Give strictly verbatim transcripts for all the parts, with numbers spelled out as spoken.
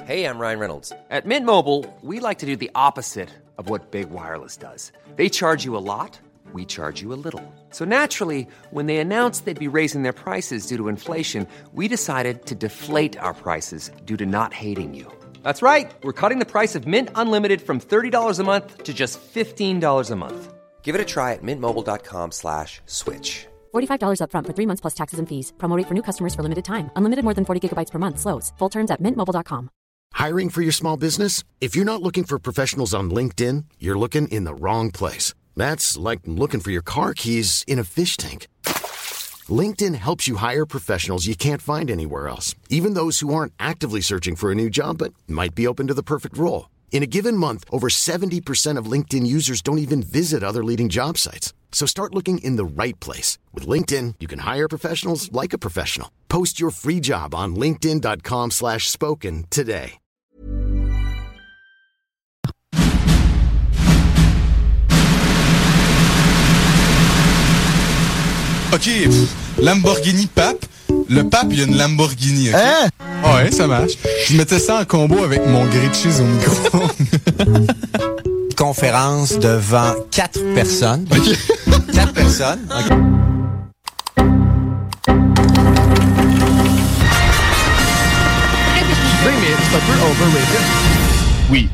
Hey, I'm Ryan Reynolds. At Mint Mobile, we like to do the opposite of what Big Wireless does. They charge you a lot, we charge you a little. So naturally, when they announced they'd be raising their prices due to inflation, we decided to deflate our prices due to not hating you. That's right. We're cutting the price of Mint Unlimited from thirty dollars a month to just fifteen dollars a month. Give it a try at mintmobile.com slash switch. forty-five dollars up front for three months plus taxes and fees. Promo rate for new customers for limited time. Unlimited more than forty gigabytes per month. Slows full terms at mint mobile dot com. Hiring for your small business? If you're not looking for professionals on LinkedIn, you're looking in the wrong place. That's like looking for your car keys in a fish tank. LinkedIn helps you hire professionals you can't find anywhere else, even those who aren't actively searching for a new job but might be open to the perfect role. In a given month, over seventy percent of LinkedIn users don't even visit other leading job sites. So start looking in the right place. With LinkedIn, you can hire professionals like a professional. Post your free job on linkedin.com slash spoken today. OK, Lamborghini Pape. Le Pape, il y a une Lamborghini, OK? Hein? Ouais, ça marche. Je mettais ça en combo avec mon grilled cheese au micro. Conférence devant quatre personnes. OK. Quatre personnes. Okay. Mais c'est un peu overrated. Oui.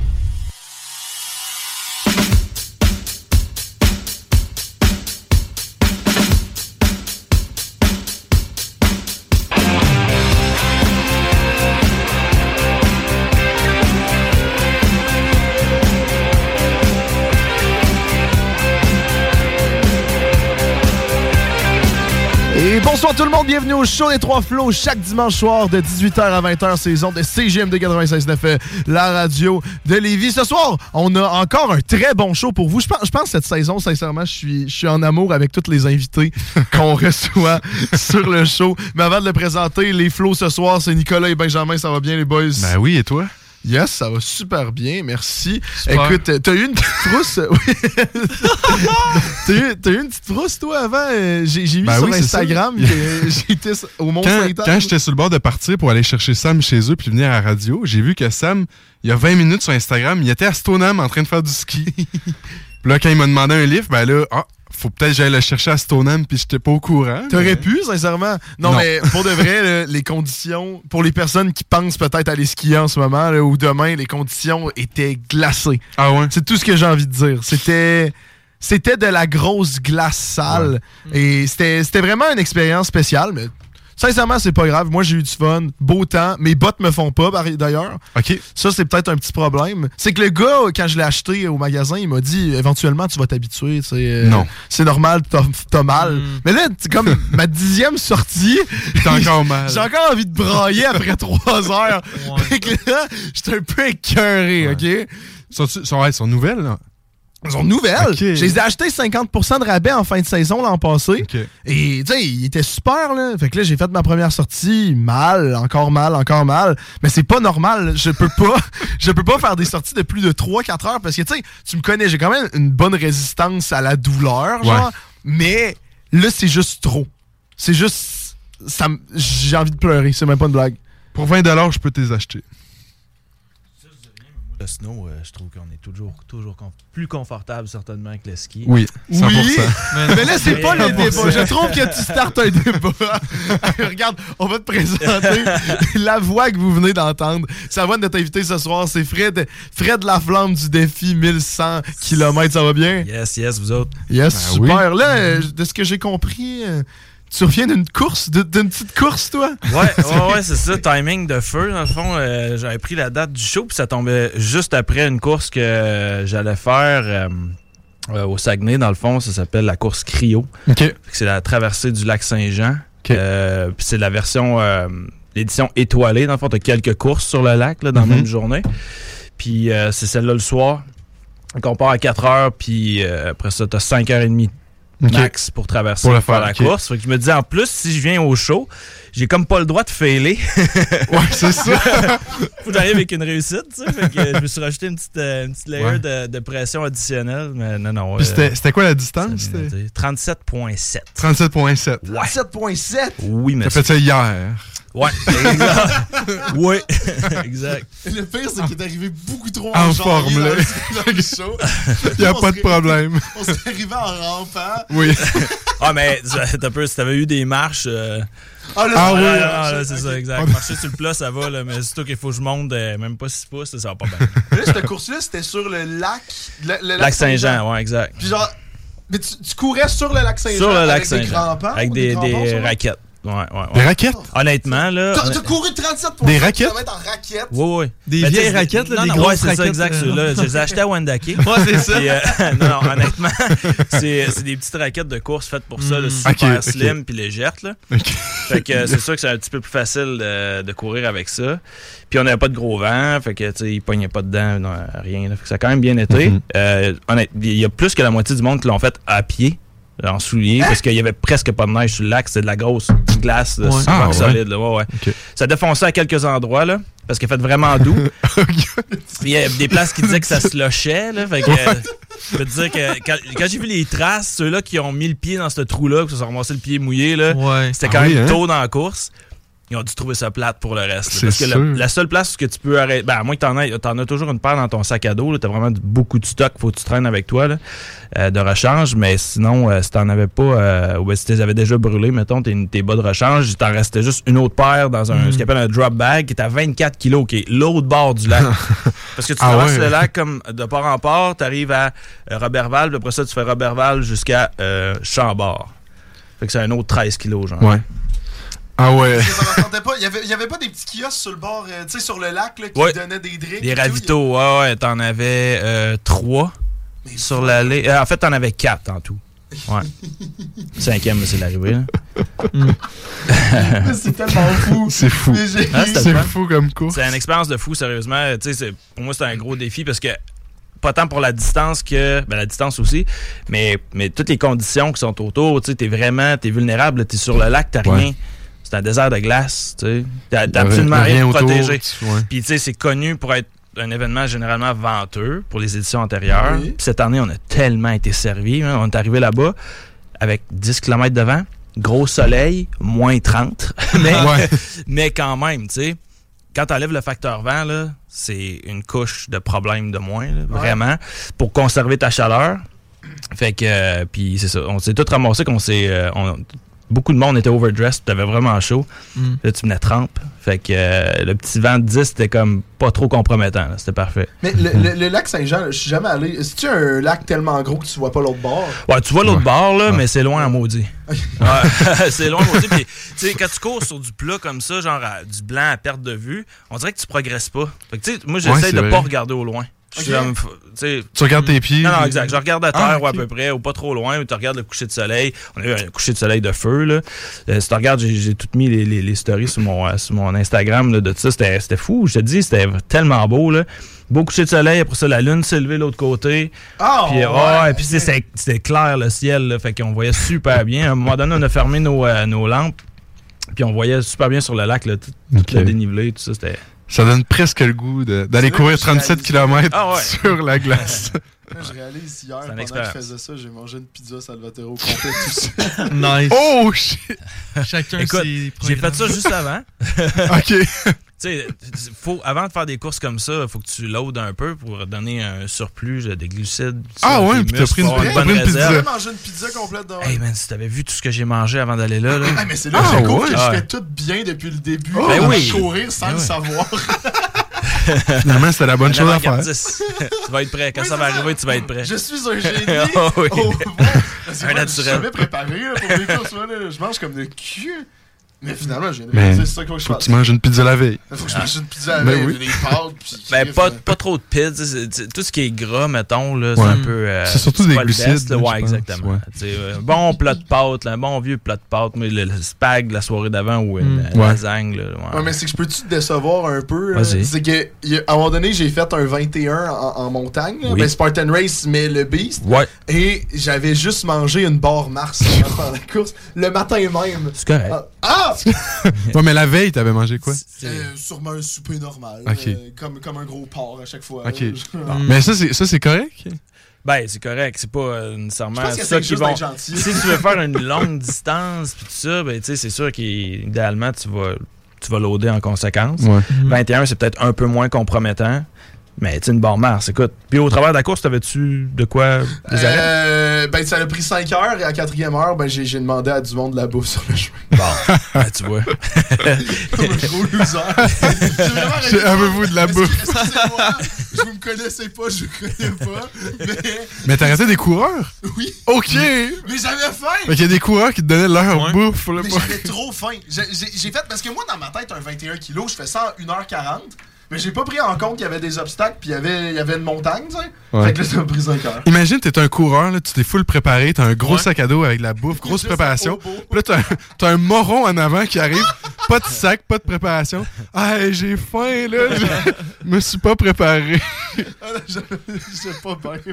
Et bonsoir tout le monde, bienvenue au show des Trois Flots chaque dimanche soir de dix-huit heures à vingt heures, saison de C G M D quatre-vingt-seize neuf, la radio de Lévis. Ce soir, on a encore un très bon show pour vous. Je pense, je pense que cette saison, sincèrement, je suis, je suis en amour avec tous les invités qu'on reçoit sur le show. Mais avant de le présenter, les Flots ce soir, c'est Nicolas et Benjamin. Ça va bien les boys? Ben oui, et toi? Yes, ça va super bien, merci. Super. Écoute, t'as eu une petite frousse. t'as, eu, t'as eu une petite frousse, toi, avant. J'ai, j'ai mis ben sur oui, Instagram que j'étais au Mont-Saint-Anne. Quand, quand j'étais sur le bord de partir pour aller chercher Sam chez eux puis venir à la radio, j'ai vu que Sam, il y a vingt minutes sur Instagram, il était à Stoneham en train de faire du ski. Puis là, quand il m'a demandé un livre, ben là, ah, faut peut-être que j'aille le chercher à Stoneham puis j'étais pas au courant. T'aurais mais... pu, sincèrement. Non, non. Mais pour de vrai, là, les conditions, pour les personnes qui pensent peut-être aller skier en ce moment là, ou demain, les conditions étaient glacées. Ah ouais? C'est tout ce que j'ai envie de dire. C'était... C'était de la grosse glace sale. Ouais. Et c'était, c'était vraiment une expérience spéciale, mais sincèrement, c'est pas grave. Moi, j'ai eu du fun, beau temps. Mes bottes me font pas, d'ailleurs. OK. Ça, c'est peut-être un petit problème. C'est que le gars, quand je l'ai acheté au magasin, il m'a dit, éventuellement, tu vas t'habituer. C'est, non. C'est normal, t'as, t'as mal. Mm. Mais là, c'est comme ma dixième sortie. T'as encore mal. J'ai encore envie de brailler après trois heures. Ouais. Fait que là, j'étais un peu écœuré, ouais. OK? Sont, sont, ouais, sont nouvelles, là? Ils sont nouvelles. Okay. Je les ai achetés cinquante pour cent de rabais en fin de saison l'an passé. Okay. Et tu sais, il était super, là. Fait que là, j'ai fait ma première sortie mal, encore mal, encore mal. Mais c'est pas normal. Je peux pas je peux pas faire des sorties de plus de trois à quatre heures parce que tu sais, tu me connais, j'ai quand même une bonne résistance à la douleur, genre. Ouais. Mais là, c'est juste trop. C'est juste... ça, j'ai envie de pleurer. C'est même pas une blague. Pour vingt dollars, je peux te les acheter. Le snow, euh, je trouve qu'on est toujours, toujours com- plus confortable certainement que le ski. Oui, cent pour cent. Oui, mais, mais là, c'est pas le débat. Je trouve que tu startes un débat. Regarde, on va te présenter la voix que vous venez d'entendre. C'est la voix de notre invité ce soir. C'est Fred, Fred Laflamme du défi mille cent kilomètres. Ça va bien? Yes, yes, vous autres. Yes, ben super. Oui. Là, de ce que j'ai compris... Euh, tu reviens d'une course, d'une petite course, toi? Ouais, ouais, ouais, c'est ça, timing de feu. Dans le fond, euh, j'avais pris la date du show, puis ça tombait juste après une course que euh, j'allais faire euh, euh, au Saguenay. Dans le fond, ça s'appelle la course Cryo. Okay. C'est la traversée du lac Saint-Jean. Okay. Euh, puis c'est la version, euh, l'édition étoilée. Dans le fond, t'as quelques courses sur le lac là, dans mm-hmm. la même journée. Puis euh, c'est celle-là le soir. Donc on part à quatre heures, puis euh, après ça, t'as cinq heures trente okay. max pour traverser pour, pour faire, faire la okay. course. Fait que je me dis, en plus, si je viens au show, j'ai comme pas le droit de failer. Ouais, c'est ça. Faut que j'arrive avec une réussite, tu sais. Fait que je me suis rajouté une petite, euh, une petite layer ouais. de, de pression additionnelle. Mais non, non. Puis euh, c'était, c'était quoi la distance? trente-sept virgule sept. trente-sept virgule sept. Ouais. trente-sept virgule sept? Oui, mais. T'as fait ça hier. Ouais, exact. Oui, exact. Le pire, c'est qu'il est arrivé beaucoup trop en, en forme, là. Dans le show. Il n'y a pas de problème. On s'est arrivé en rampant. Oui. Ah, mais t'as peu, si t'avais eu des marches. Euh... Ah, là, ah oui, ah, là, là, c'est okay. ça, exact. Marcher sur le plat, ça va, là, mais surtout qu'il faut que je monte, euh, même pas six pouces, ça va pas bien. Là, cette course-là, c'était sur le lac. Le, le lac, lac Saint-Jean, Saint-Jean, ouais, exact. Puis genre, mais tu, tu courais sur le lac Saint-Jean sur le lac avec Saint-Jean, des crampons? Avec des, des, des raquettes. Ouais, ouais, ouais. Des raquettes? Honnêtement, là. T'as, t'as couru trente-sept pour des raquettes? Ça va être en raquettes. Oui, oui. Des ben, vieilles raquettes, là, non, des non, grosses ouais, c'est raquettes. ça, exact, euh... ceux-là. Je les ai achetés à Wendake. Ouais, c'est ça. Puis, euh, non, non, honnêtement, c'est, c'est des petites raquettes de course faites pour ça, là, super okay, slim okay. puis légères, là. Okay. Fait que c'est sûr que c'est un petit peu plus facile de, de courir avec ça. Puis on n'avait pas de gros vent, fait que, tu sais, il pognait pas dedans, non, rien, là. Fait que ça a quand même bien été. Mm-hmm. Euh, honnêtement, il y a plus que la moitié du monde qui l'ont fait à pied. En souliers, hein? Parce qu'il y avait presque pas de neige sur le lac, c'était de la grosse glace, là, ouais. super ah, solide. Ouais. Là, ouais, ouais. Okay. Ça défonçait à quelques endroits, là, parce qu'il a fait vraiment doux. Il y a des places qui disaient que ça slushait, là. Fait que, ouais. euh, je peux te dire que quand, quand j'ai vu les traces, ceux-là qui ont mis le pied dans ce trou-là, qui se sont ramassés le pied mouillé, là, ouais. c'était quand ah, même oui, hein? tôt dans la course. Ils ont dû trouver ça plate pour le reste. C'est parce que sûr. la, la seule place où que tu peux arrêter, ben, à moins que t'en aies, t'en as toujours une paire dans ton sac à dos, tu as vraiment beaucoup de stock, faut que tu traînes avec toi là, euh, de rechange, mais sinon, euh, si t'en avais pas, euh, ou si tu les avais déjà brûlés, mettons, tes, tes bas de rechange, il t'en restait juste une autre paire dans un, mm. ce qu'on appelle un drop bag qui est à vingt-quatre kilos, qui est l'autre bord du lac. Parce que tu ah traverses ouais. le lac comme de port en port, tu arrives à euh, Roberval, puis après ça, tu fais Roberval jusqu'à euh, Chambord. Fait que c'est un autre treize kilos, genre. Ouais. Ah ouais. Ça pas. Il y avait, il y avait pas des petits kiosques sur le bord, euh, tu sais, sur le lac, là, qui ouais. donnaient des drinks. Des ravitaux, ouais, ouais. T'en avais euh, trois mais sur l'allée. Euh, en fait, t'en avais quatre en tout. Ouais. Cinquième, c'est l'arrivée, là. C'est tellement fou. C'est fou. Ah, c'est fou comme course. C'est une expérience de fou, sérieusement. Tu sais, pour moi, c'est un gros défi parce que pas tant pour la distance que ben la distance aussi, mais mais toutes les conditions qui sont autour, tu sais, t'es vraiment t'es vulnérable, t'es sur le lac, t'as ouais. rien. C'est un désert de glace, tu sais. T'as, t'as absolument rien, rien protégé. Ouais. Puis tu sais, c'est connu pour être un événement généralement venteux pour les éditions antérieures. Oui. Puis cette année, on a tellement été servis. Hein. On est arrivé là-bas avec dix kilomètres de vent, gros soleil, moins trente, mais, ouais. mais quand même, tu sais. Quand tu enlèves le facteur vent, là, c'est une couche de problème de moins, là, ouais. vraiment, pour conserver ta chaleur. Fait que, euh, puis c'est ça, on s'est tous ramassés qu'on s'est... Euh, on, beaucoup de monde était overdressed, t'avais vraiment chaud. Mm. Là, tu venais trempe. Fait que euh, le petit vent de dix, c'était comme pas trop compromettant. Là. C'était parfait. Mais le, le, le lac Saint-Jean, je suis jamais allé. Est-ce que tu un lac tellement gros que tu vois pas l'autre bord? Ouais, tu vois l'autre ouais. bord, là, ouais. mais c'est loin en maudit. Ouais, c'est loin en maudit. Puis, tu sais, quand tu cours sur du plat comme ça, genre à, du blanc à perte de vue, on dirait que tu progresses pas. Fait que, tu sais, moi, j'essaie ouais, de vrai. pas regarder au loin. Okay. Comme, tu regardes tes pieds? Non, non, exact. Je regarde à terre ah, okay. ou à peu près, ou pas trop loin, ou tu regardes le coucher de soleil. On a eu un coucher de soleil de feu, là. Euh, si tu regardes, j'ai, j'ai tout mis les, les, les stories sur mon, euh, sur mon Instagram là, de tout ça. C'était, c'était fou, je te dis, c'était tellement beau, là. Beau coucher de soleil, après ça, la lune s'est levée de l'autre côté. Oh, puis, ouais, oh, et puis c'était, c'était clair, le ciel, là. Fait qu'on voyait super bien. À un moment donné, on a fermé nos, euh, nos lampes, puis on voyait super bien sur le lac, là, tout, okay. tout le dénivelé, tout ça, c'était... Ça donne presque le goût de, d'aller courir trente-sept kilomètres ah ouais. sur la glace. Là, je réalise hier, pendant expérience. que je faisais ça, j'ai mangé une pizza Salvatore au complet tout seul. Nice. Oh shit! Chacun Écoute, ses j'ai fait ça juste avant. OK. Tu sais, faut, avant de faire des courses comme ça, il faut que tu loads un peu pour donner un surplus de glucides. Ah ouais, puis t'as pris une, une bonne pizza. J'ai mangé une pizza complète dehors. Hey man, si t'avais vu tout ce que j'ai mangé avant d'aller là. là. Ah, mais c'est là ah, que j'ai ouais. que ah. je fais tout bien depuis le début. Oh, ben oui. Courir sans ben le oui. savoir. Finalement, c'était la bonne chose à faire. Tu vas être prêt. Quand oui, ça va arriver, tu vas être prêt. Je suis un génie. oh, oui. oh, bon. Un naturel. Je suis jamais préparé là, pour mes courses. Là. Je mange comme de cul. Mais finalement, j'ai Mais c'est ça qu'il faut que je faut que fasse. tu manges une pizza la veille. Faut que je mange une pizza Ben avec oui. des pâtes. Puis Ben, pas, pas trop de pizza. c'est- c'est- Tout ce qui est gras, mettons, là, c'est Ouais. un peu. euh, C'est surtout des pas le glucides, best, là. là, Ouais, je pense. exactement. Ouais. Tu sais, euh, Un bon plat de pâtes, là, un bon vieux plat de pâtes. Mais le, le spag de la soirée d'avant ou une Mm. la Ouais. lasagne. Là, ouais. Ouais, mais c'est que je peux-tu te décevoir un peu? là? Vas-y. C'est que, y a- à un moment donné, j'ai fait un vingt et un en, en montagne. là. Oui. Ben, Spartan Race, mais le Beast. Ouais. Et j'avais juste mangé une barre Mars avant de faire la course. Le matin même. C'est correct. Ah! Ouais, mais la veille, t'avais mangé quoi? Euh, sûrement un souper normal. Ok. euh, comme, comme un gros porc à chaque fois. Ok. là. Mm. Mais ça, c'est ça, c'est correct? Ben, c'est correct. C'est pas euh, nécessairement Je pense que ça c'est qui juste vont. d'être gentil. Si tu veux faire une longue distance puis tout ça, ben, tu sais, c'est sûr qu'idéalement, tu vas, tu vas loader en conséquence. Ouais. vingt et un, c'est peut-être un peu moins compromettant. Mais tu sais, une barre Mars, écoute. Puis au travers de la course, t'avais-tu de quoi des arrêts? Euh, ben, ça a pris cinq heures et à quatrième heure, ben, j'ai, j'ai demandé à du monde de la bouffe sur le chemin. Bon, ben, tu vois. Comme un gros loser. J'ai vraiment J'ai- Avez-vous de la Est-ce- bouffe? Excusez-moi, je vous me connaissais pas, je vous connais pas. Mais Mais t'as arrêté des coureurs? oui. OK! Mais j'avais faim! Fait qu'il y a des coureurs qui te donnaient leur Ouais. bouffe. Là, Mais pour- j'avais trop faim. J'ai, j'ai- j'ai fait, parce que moi, dans ma tête, un vingt et un kilos, je fais ça en une heure quarante. Mais j'ai pas pris en compte qu'il y avait des obstacles, puis il y avait, il y avait une montagne, tu sais. Ouais. Fait que là, ça m'a pris cinq heures. Imagine, t'es un coureur, là, tu t'es full préparé, t'as un gros Ouais. sac à dos avec de la bouffe, grosse Juste préparation. un hobo. Puis là, t'as un, t'as un moron en avant qui arrive, pas de sac, pas de préparation. Ah, j'ai faim, là, je me suis pas préparé. Ah, non, je, je sais pas bien.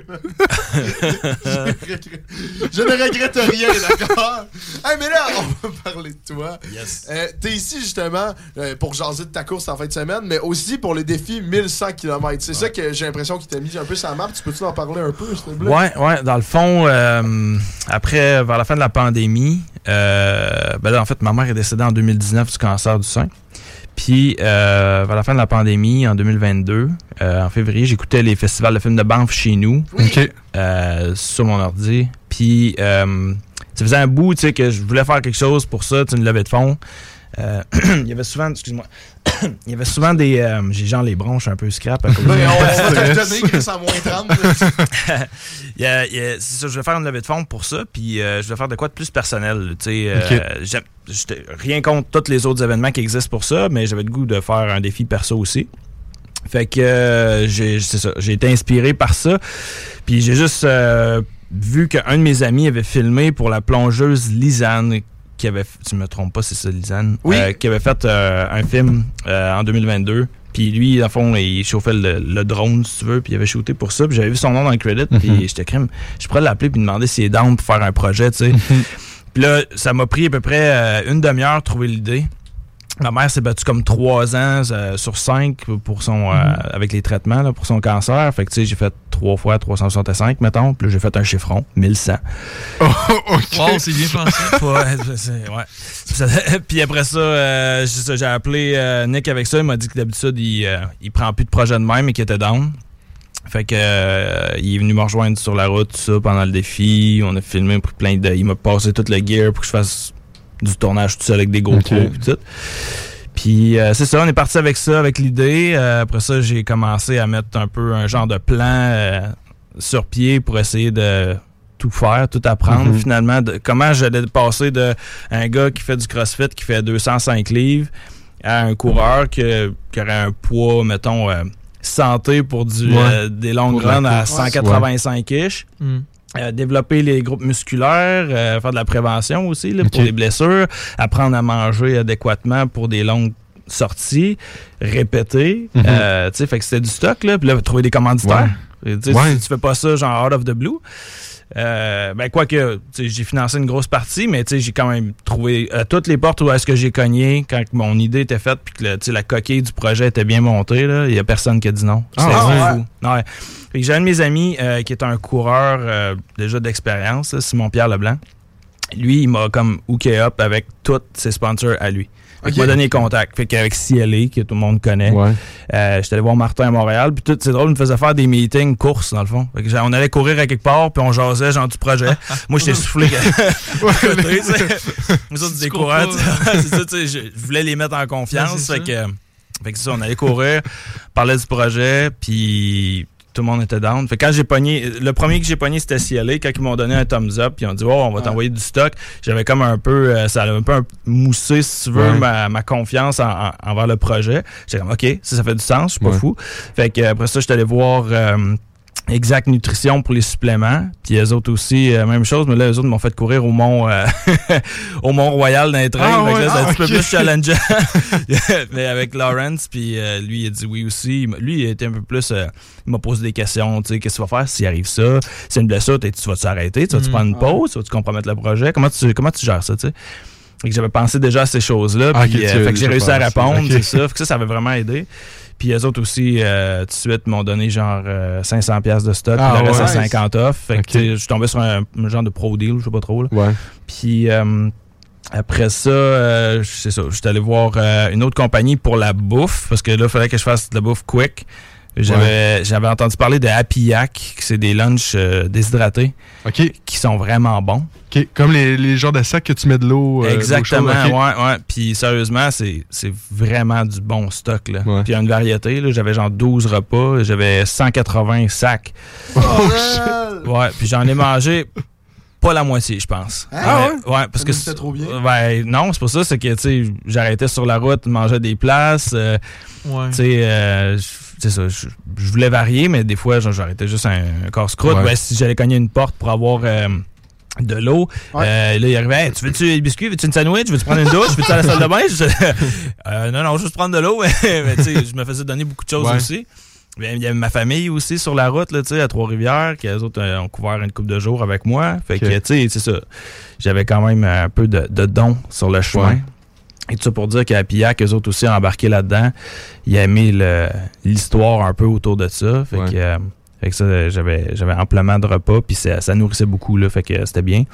je, regrette- je ne regrette rien, d'accord? Hey, mais là, on va parler de toi. Yes. Euh, T'es ici justement euh, pour jaser de ta course en fin de semaine, mais aussi pour le défi mille cent kilomètres. C'est ça que j'ai l'impression qu'il t'a mis un peu sur la map. Tu peux-tu en parler un peu, s'il te plaît? Ouais, ouais. Dans le fond, euh, après, vers la fin de la pandémie, euh, ben là, en fait, ma mère est décédée en deux mille dix-neuf du cancer du sein. Puis, euh, vers la fin de la pandémie, en deux mille vingt-deux, euh, en février, j'écoutais les festivals de films de Banff chez nous, OK. euh, sur mon ordi. Puis, euh, ça faisait un bout, tu sais, que je voulais faire quelque chose pour ça, tu sais, une levée de fonds. Euh, il y avait souvent, excuse-moi, il y avait souvent des, euh, j'ai genre les bronches un peu scrap à cause de- Ouais, on va te le donner, Chris, à moins trente. Il y a- il y a- c'est ça, je vais faire une levée de fonds pour ça, puis euh, je vais faire de quoi de plus personnel. Tu sais, euh, Ok. j'aime- j'étais rien contre tous les autres événements qui existent pour ça, mais j'avais le goût de faire un défi perso aussi. Fait que euh, j'ai, c'est ça, j'ai été inspiré par ça, puis j'ai juste euh, vu qu'un de mes amis avait filmé pour la plongeuse Lisanne, qui avait, tu me trompes pas, c'est ça, Lisanne, Oui. euh, qui avait fait euh, un film euh, en deux mille vingt-deux. Puis lui, dans le fond, il chauffait le, le drone, si tu veux, puis il avait shooté pour ça. Puis j'avais vu son nom dans le credit, puis j'étais crème. Je pourrais l'appeler puis demander s'il est down pour faire un projet, tu sais. Puis là, ça m'a pris à peu près euh, une demi-heure de trouver l'idée. Ma mère s'est battue comme trois ans euh, sur cinq pour son, euh, avec les traitements là, pour son cancer. Fait que tu sais, j'ai fait trois fois trois cent soixante-cinq, mettons. Puis là, j'ai fait un chiffron, mille cent. Oh, OK. Wow, c'est bien pensé. Ouais, c'est- ouais. Ça- Puis après ça, euh, j'ai ça, j'ai appelé euh, Nick avec ça. Il m'a dit que d'habitude, il, euh, il prend plus de projet de même et qu'il était down. Fait que euh, il est venu me rejoindre sur la route, tout ça, pendant le défi. On a filmé pour plein de. Il m'a passé tout le gear pour que je fasse du tournage tout seul avec des GoPro Ok. et tout. Puis euh, c'est ça, on est parti avec ça, avec l'idée. Euh, après ça, j'ai commencé à mettre un peu un genre de plan euh, sur pied pour essayer de tout faire, tout apprendre. Mhm. Finalement, de, comment j'allais passer de un gars qui fait du CrossFit, qui fait deux cent cinq livres, à un coureur qui, qui aurait un poids, mettons, euh, santé pour du, Ouais. euh, des longues Pour la runs à course, cent quatre-vingt-cinq-ish. Mm. Euh, développer les groupes musculaires, euh, faire de la prévention aussi là, pour Ok. les blessures, apprendre à manger adéquatement pour des longues sorties, répéter. Mhm. Euh, tu sais, fait que c'était du stock, là. Puis là, trouver des commanditaires. Et, tu sais, Ouais. Si tu fais pas ça, genre out of the blue. Euh, ben, quoique, tu sais, j'ai financé une grosse partie, mais tu sais, j'ai quand même trouvé euh, toutes les portes où est-ce que j'ai cogné quand mon idée était faite, puis que le- tu sais, la coquille du projet était bien montée, là. Il y a personne qui a dit non. Ah, C'était ouais. fou. Ouais. Fait que j'ai un de mes amis euh, qui est un coureur euh, déjà d'expérience, là, Simon-Pierre Leblanc. Lui, il m'a comme hooké up avec tous ses sponsors à lui. Fait qu'il Ok. m'a donné contact. Fait qu'avec C L A, que tout le monde connaît, Ouais. euh, j'étais allé voir Martin à Montréal. Puis tout, c'est drôle, il me faisait faire des meetings, courses, dans le fond. Fait que genre, on allait courir à quelque part, puis on jasait, genre, du projet. Moi, j'étais soufflé à côté, tu sais. Nous autres, Tu des cours coureurs, pas, tu sais. C'est ça, tu sais. Je je voulais les mettre en confiance. Ouais, c'est fait que, fait que c'est ça, on allait courir, parler du projet, puis tout le monde était down. Fait que quand j'ai pogné, le premier que j'ai pogné, c'était C L A. Quand ils m'ont donné un thumbs up, ils ont dit, oh, on va t'envoyer du stock. J'avais comme un peu, euh, ça a un peu un, moussé, si tu veux, ouais. ma, ma confiance en, en, envers le projet. J'étais comme, OK, ça, ça fait du sens, je suis pas ouais. fou. Fait que après ça, j'étais allé voir euh, Exact Nutrition pour les suppléments. Puis eux autres aussi, euh, même chose, mais là, eux autres m'ont fait courir au Mont euh, au Mont-Royal dans les trains. Ah, fait que ouais, là, c'est ah, un petit okay. peu plus challengeant. Mais avec Lawrence, puis euh, lui, il a dit oui aussi. Lui, il était un peu plus... Euh, il m'a posé des questions, tu sais, qu'est-ce que tu vas faire s'il arrive ça? C'est une blessure, tu vas-tu t'arrêter? Tu vas-tu Mm, prendre une ouais. pause? Tu vas-tu compromettre le projet? Comment tu, comment tu gères ça, tu sais? Fait que j'avais pensé déjà à ces choses-là, Ah, puis okay, euh, fait que j'ai réussi à pensé. répondre, Okay. c'est ça. Fait que ça, ça avait vraiment aidé. Puis eux autres aussi, euh, tout de suite, m'ont donné genre euh, cinq cents dollars de stock, Ah, puis le reste ouais. à cinquante off. Fait que Okay. tu sais, je suis tombé sur un, un genre de pro deal, je sais pas trop. Là. Ouais. Puis euh, après ça, euh, c'est ça, j'étais allé voir euh, une autre compagnie pour la bouffe, parce que là, il fallait que je fasse de la bouffe quick. J'avais, ouais. j'avais entendu parler de Happy Yak, que c'est des lunchs euh, déshydratés, OK. qui sont vraiment bons. OK. Comme les, les genres de sacs que tu mets de l'eau. Euh, Exactement, de l'eau chaude, okay. ouais, ouais. Puis sérieusement, c'est, c'est vraiment du bon stock, là. Ouais. Puis il y a une variété, là. J'avais genre douze repas, j'avais cent quatre-vingts sacs. Oh, shit! Ouais, puis j'en ai mangé pas la moitié, je pense. Ah ouais? Ouais, parce que c'était trop bien. Ben non, c'est pour ça, c'est que, tu sais, j'arrêtais sur la route, mangeais des places. Euh, Ouais. Tu sais, euh, c'est ça, je, je voulais varier, mais des fois, genre, j'arrêtais juste un, un casse-croûte. Ouais. Ben, si j'allais cogner une porte pour avoir euh, de l'eau, Ouais. euh, là, il arrivait, hey, tu veux-tu des biscuits, veux-tu une sandwich, veux-tu prendre une douche, veux-tu aller à la salle de bain? Je, euh, non, non, juste prendre de l'eau, mais, mais tu sais, je me faisais donner beaucoup de choses Ouais. aussi. Bien, il y avait ma famille aussi sur la route, là, tu sais, à Trois-Rivières, qui eux autres euh, ont couvert une couple de jours avec moi. Fait Okay. que, tu sais, c'est ça. J'avais quand même un peu de, de dons sur le chemin. Ouais. Et tout ça pour dire qu'à Pillac, eux autres aussi ont embarqué là-dedans. Ils aimaient le, l'histoire un peu autour de ça. Fait Ouais. que, euh, fait que ça, j'avais, j'avais amplement de repas, puis ça, ça nourrissait beaucoup, là, fait que c'était bien.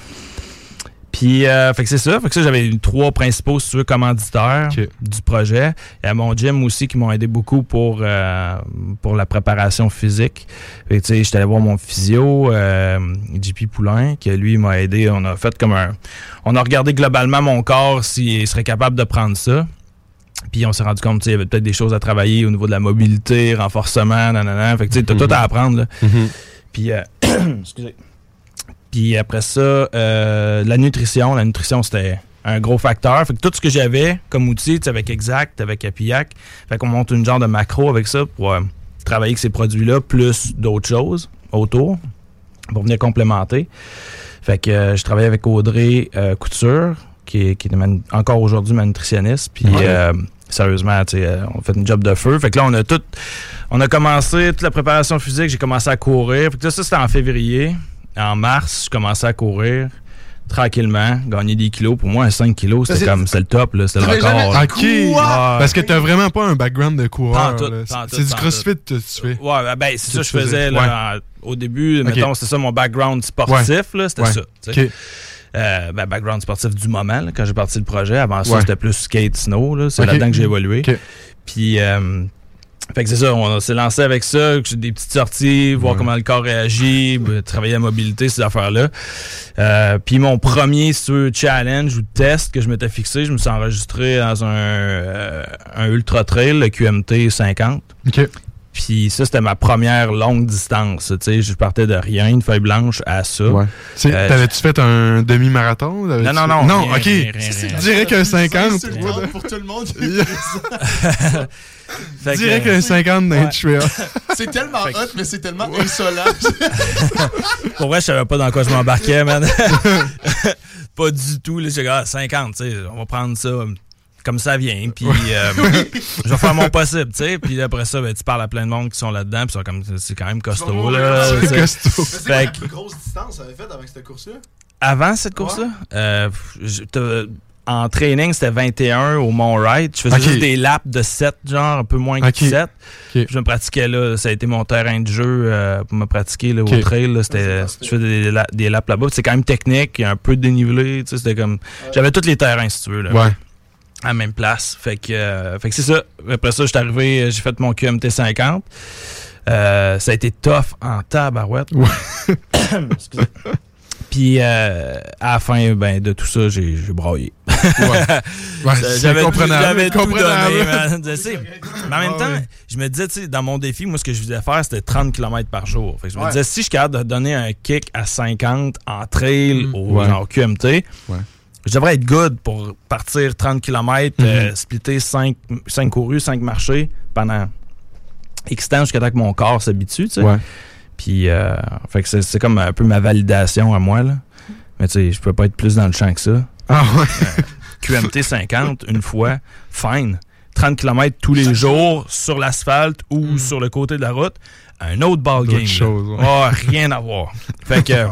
Puis, euh, fait que c'est ça. Fait que ça, j'avais trois principaux, si tu veux, commanditaires Okay. du projet. Et à mon gym aussi, qui m'ont aidé beaucoup pour, euh, pour la préparation physique. Fait que, tu sais, j'étais allé voir mon physio, euh, J P Poulain, qui lui m'a aidé. On a fait comme un... On a regardé globalement mon corps s'il serait capable de prendre ça. Puis on s'est rendu compte, tu sais, il y avait peut-être des choses à travailler au niveau de la mobilité, renforcement, nanana. Fait que, tu sais, t'as Mm-hmm. tout à apprendre, là. Mm-hmm. Puis, euh, excusez. Puis après ça, euh, la nutrition. La nutrition, c'était un gros facteur. Fait que tout ce que j'avais comme outil, tu sais, avec Exact, avec Apillac, fait qu'on monte une genre de macro avec ça pour euh, travailler avec ces produits-là, plus d'autres choses autour, pour venir complémenter. Fait que euh, je travaillais avec Audrey euh, Couture, qui est, qui est man- encore aujourd'hui ma nutritionniste. Puis Ouais. euh, sérieusement, tu sais, euh, on fait une job de feu. Fait que là, on a tout... On a commencé toute la préparation physique. J'ai commencé à courir. Fait que là, ça, c'était en février. En mars, je commençais à courir tranquillement, gagner des kilos. Pour moi, cinq kilos, c'était c'est- comme, c'est le top, là, c'était le T'avais record. jamais- là. OK. Quoi? Parce que t'as vraiment pas un background de coureur. Pantoute, là. pantoute, C'est du pantoute. crossfit que tu fais. Ouais, ben, c'est ça que je tu faisais. faisais là, en- au début. Ok. Mettons, c'était ça mon background sportif, là, c'était Ouais. ça. tu sais. OK. Euh, ben, background sportif du moment, là, quand j'ai parti le projet. Avant ça, Ouais. c'était plus skate, snow. Là. C'est Ok. là-dedans que j'ai évolué. Ok. Puis, euh, fait que c'est ça, on s'est lancé avec ça. J'ai des petites sorties, voir Ouais. comment le corps réagit, ben, travailler la mobilité, ces affaires-là. Euh, puis mon premier sur challenge ou test que je m'étais fixé, je me suis enregistré dans un, euh, un ultra trail, le Q M T cinquante. OK. Puis ça, c'était ma première longue distance. Tu sais, je partais de rien, une feuille blanche, à ça. Ouais. C'est- Euh, T'avais-tu fait un demi-marathon? T'avais-tu Non, non, fait- non. Non, rien, OK. rien, rien, C'est rien. la Dirais qu'un cinquante. C'est Ouais. le pour tout le monde. Fait que, Dirais qu'un cinquante dans Ouais. le trail. C'est tellement Fait que- hot, mais c'est tellement insolent. Pour vrai, je savais pas dans quoi je m'embarquais, man. Pas du tout. Là, j'ai dit, ah, cinquante, tu sais, on va prendre ça comme ça vient. Puis euh, je vais faire mon possible, tu sais. Puis après ça, ben, tu parles à plein de monde qui sont là-dedans. Puis comme, c'est quand même costaud, là. C'est tu sais. costaud. C'est Fait quoi la que- plus grosse distance que t'avais faite avec cette course-là? Avant cette course-là, euh, je- t'as- en training, c'était vingt et un au Mont Wright. Je faisais Ok. juste des laps de sept, genre un peu moins Ok. que sept. Ok. Je me pratiquais là. Ça a été mon terrain de jeu euh, pour me pratiquer là, Ok. au trail. Là, c'était, Ah, c'est je faisais des, la- des laps là-bas. C'est quand même technique, il y a un peu de dénivelé. Tu sais, c'était comme, j'avais tous les terrains, si tu veux. Là. Ouais. À la même place. Fait que, euh, fait que c'est ça. Après ça, je suis arrivé, j'ai fait mon Q M T cinquante. Euh, ça a été tough en tabarouette. Ouais. Excusez. Puis euh, à la fin ben, de tout ça, j'ai, j'ai braillé. Ouais. Ouais, c'est j'avais comprenable. J'avais tout comprenable. donné, man. Tu sais, mais en même temps, je me disais, tu sais, dans mon défi, moi, ce que je voulais faire, c'était trente kilomètres par jour. Fait que je me Ouais. disais, si je suis capable de donner un kick à cinquante en trail Mm. au Ouais. genre Q M T, Ouais. je devrais être good pour partir trente kilomètres, Mm-hmm. euh, splitter cinq, cinq courus, cinq marchés pendant X temps jusqu'à temps que mon corps s'habitue, tu sais. Ouais. Puis, euh, fait que c'est, c'est comme un peu ma validation à moi, là. Mais tu sais, je peux pas être plus dans le champ que ça. Ah ouais. Q M T cinquante, une fois, fine. trente kilomètres tous les jours sur l'asphalte ou sur le côté de la route, un autre ball D'autres game. choses, ouais. Oh, rien à voir. Fait que,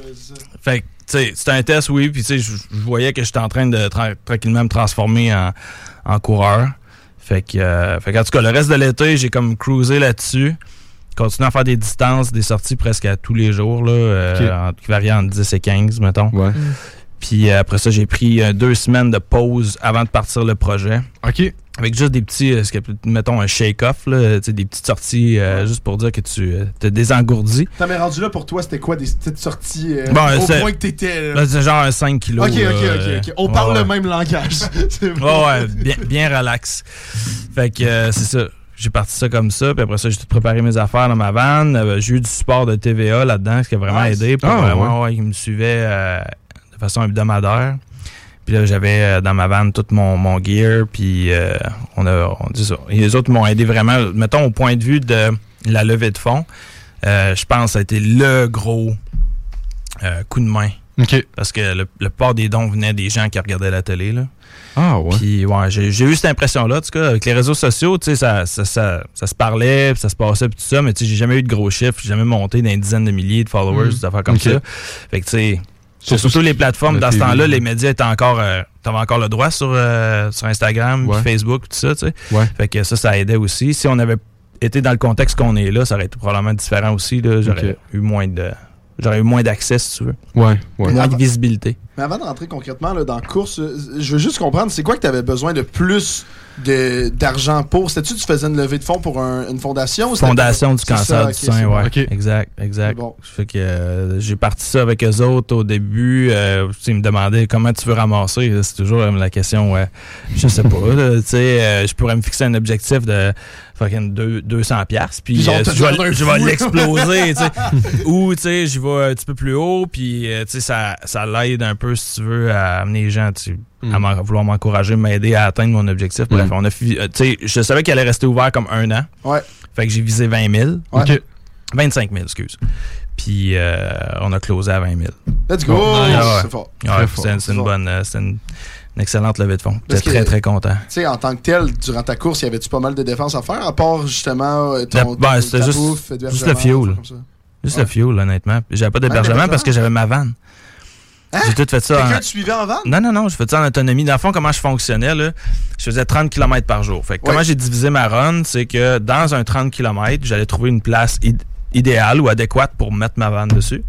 fait que, tu sais, c'était un test, oui, puis tu sais, je je voyais que j'étais en train de tra- tranquillement me transformer en, en coureur. Fait que, euh, fait qu'en tout cas, le reste de l'été, j'ai comme cruisé là-dessus. Continué à faire des distances, des sorties presque à tous les jours, là, euh, Okay. en- qui varient entre dix et quinze, mettons. Ouais. Puis euh, après ça, j'ai pris euh, deux semaines de pause avant de partir le projet. OK. Avec juste des petits, euh, ce que, mettons un shake-off, là, tu sais, des petites sorties euh, juste pour dire que tu euh, te désengourdis. T'as mais rendu là pour toi, c'était quoi des petites sorties euh, Bon, au c'est- point que t'étais. Là, c'est genre un cinq kilos. Ok, ok, là, ok, euh, ok. On ouais, parle ouais. le même langage. C'est bon. Ouais, ouais, bien, bien relax. Fait que euh, c'est ça. J'ai parti ça comme ça, puis après ça, j'ai tout préparé mes affaires dans ma van. Euh, j'ai eu du support de T V A là-dedans, ce qui a vraiment Nice. aidé. Pour, Ah, euh, ouais. ouais, ouais, ils me suivaient euh, de façon hebdomadaire. Puis là, j'avais euh, dans ma van tout mon, mon gear, puis euh, on a, on dit ça. Et les autres m'ont aidé vraiment, mettons, au point de vue de la levée de fonds. Euh, je pense que ça a été le gros euh, coup de main. OK. Parce que le, le plupart des dons venaient des gens qui regardaient la télé, là. Ah ouais. Puis ouais, j'ai, j'ai eu cette impression-là, en tout cas, avec les réseaux sociaux, tu sais, ça, ça, ça, ça se parlait, puis ça se passait, puis tout ça, mais tu sais, j'ai jamais eu de gros chiffres, j'ai jamais monté dans une dizaine de milliers de followers, des affaires comme Ok. ça. Fait que tu sais, sur Surtout surtout les plateformes, la dans ce T V. temps-là, les médias étaient encore, euh, t'avais encore le droit sur, euh, sur Instagram, Ouais. puis Facebook, tout ça, tu sais. Ouais. Fait que ça, ça aidait aussi. Si on avait été dans le contexte qu'on est là, ça aurait été probablement différent aussi, là. J'aurais Ok. eu moins de, j'aurais eu moins d'accès, si tu veux. Ouais, ouais. Moins de visibilité. Mais avant de rentrer concrètement là, dans la course, euh, je veux juste comprendre, c'est quoi que tu avais besoin de plus de, d'argent pour? C'était-tu que tu faisais une levée de fonds pour un- une fondation? ou c'était- Fondation du C'est cancer ça, du ok, sein, c'est ouais. bon. Ok. Exact, exact. C'est bon. Fait que euh, j'ai parti ça avec eux autres au début. Euh, tu sais, ils me demandaient comment tu veux ramasser. Là, c'est toujours euh, la question, ouais, je sais pas. là, Tu sais, euh, je pourrais me fixer un objectif de fucking deux- deux cents piastres, puis Puis genre, euh, te je vais, donner un je vais fou. l'exploser. tu sais. Ou tu sais, j'y vais un petit peu plus haut, puis euh, tu sais, ça, ça l'aide un peu, si tu veux, à amener les gens, tu sais, à m'en- vouloir m'encourager, m'aider à atteindre mon objectif. Bref, Mm. on a fi- euh, tu sais, je savais qu'elle allait rester ouvert comme un an. Ouais. Fait que j'ai visé vingt mille. Ouais. OK. vingt-cinq mille, excuse. Puis euh, on a closé à vingt mille. Let's go! Oh, nice. C'est fort. Ouais, Très c'est, fort, c'est c'est une fort. bonne, euh, c'est une, une excellente levée de fonds. Parce J'étais que- très, très content. Tu sais, en tant que tel, durant ta course, y avait-tu pas mal de défenses à faire, à part justement euh, ton, La- ben, ta c'était juste- bouffe, juste hébergement, le fuel. choses comme ça? Juste Ouais. le fuel, honnêtement. J'avais pas d'hébergement l'hébergement? parce que j'avais ma vanne. Hein? J'ai tout fait ça. Quelqu'un en- te suivait en van? Non, non, non, je faisais ça en autonomie. Dans le fond, comment je fonctionnais, là, je faisais trente kilomètres par jour. Fait que Ouais. comment j'ai divisé ma run, c'est que dans un trente kilomètres, j'allais trouver une place id- idéale ou adéquate pour mettre ma vanne dessus.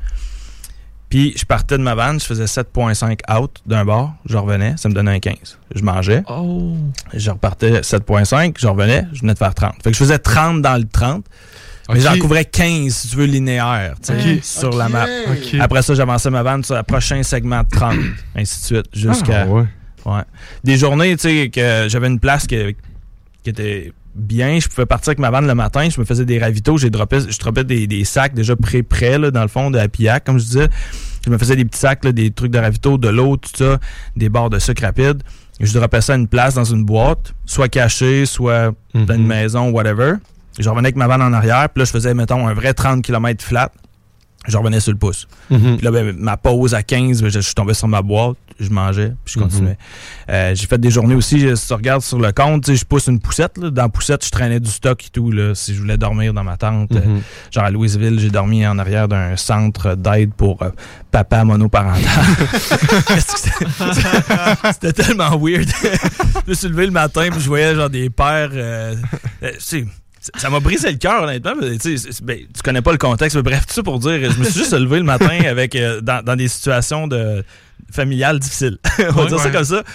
Puis je partais de ma vanne, je faisais sept virgule cinq out d'un bord, je revenais, ça me donnait un quinze. Je mangeais, Oh. je repartais sept virgule cinq, je revenais, je venais de faire trente. Fait que je faisais trente dans le trente, mais Ok. j'en couvrais quinze, si tu veux, linéaire, tu sais, Ok. sur Ok. la map. Ok. Après ça, j'avançais ma vanne sur le prochain segment de trente, ainsi de suite, jusqu'à... Ah, ouais. Ouais. Des journées, tu sais, que j'avais une place qui, qui était bien, je pouvais partir avec ma vanne le matin, je me faisais des ravitaux, j'ai droppé, je droppais des, des sacs déjà pré-prêts, là, dans le fond, de Happy Hack, comme je disais. Je me faisais des petits sacs, là, des trucs de ravitaux, de l'eau, tout ça, des barres de sucre rapide. Je droppais ça à une place dans une boîte, soit cachée, soit dans une Mhm. maison, whatever. Je revenais avec ma vanne en arrière, puis là, je faisais, mettons, un vrai trente kilomètres flat. Je revenais sur le pouce. Mhm. Puis là, ben, ma pause à quinze, ben, je, je suis tombé sur ma boîte, je mangeais, puis je continuais. Euh, j'ai fait des journées aussi, je- si tu regardes sur le compte, tu sais, je pousse une poussette. Là. Dans la poussette, je traînais du stock et tout, là, si je voulais dormir dans ma tente. Euh, Mhm. genre à Louisville, j'ai dormi en arrière d'un centre d'aide pour euh, papa monoparental. Qu'est-ce que c'était? C'était tellement weird. Je me suis levé le matin, puis je voyais genre des pères... euh, euh, tu sais, ça m'a brisé le cœur, honnêtement. mais, Tu sais, c'est- ben, tu connais pas le contexte, mais bref, tout ça pour dire, je me suis juste levé le matin avec euh, dans, dans des situations de familiales difficiles. On va Ouais, dire ça ouais. comme ça.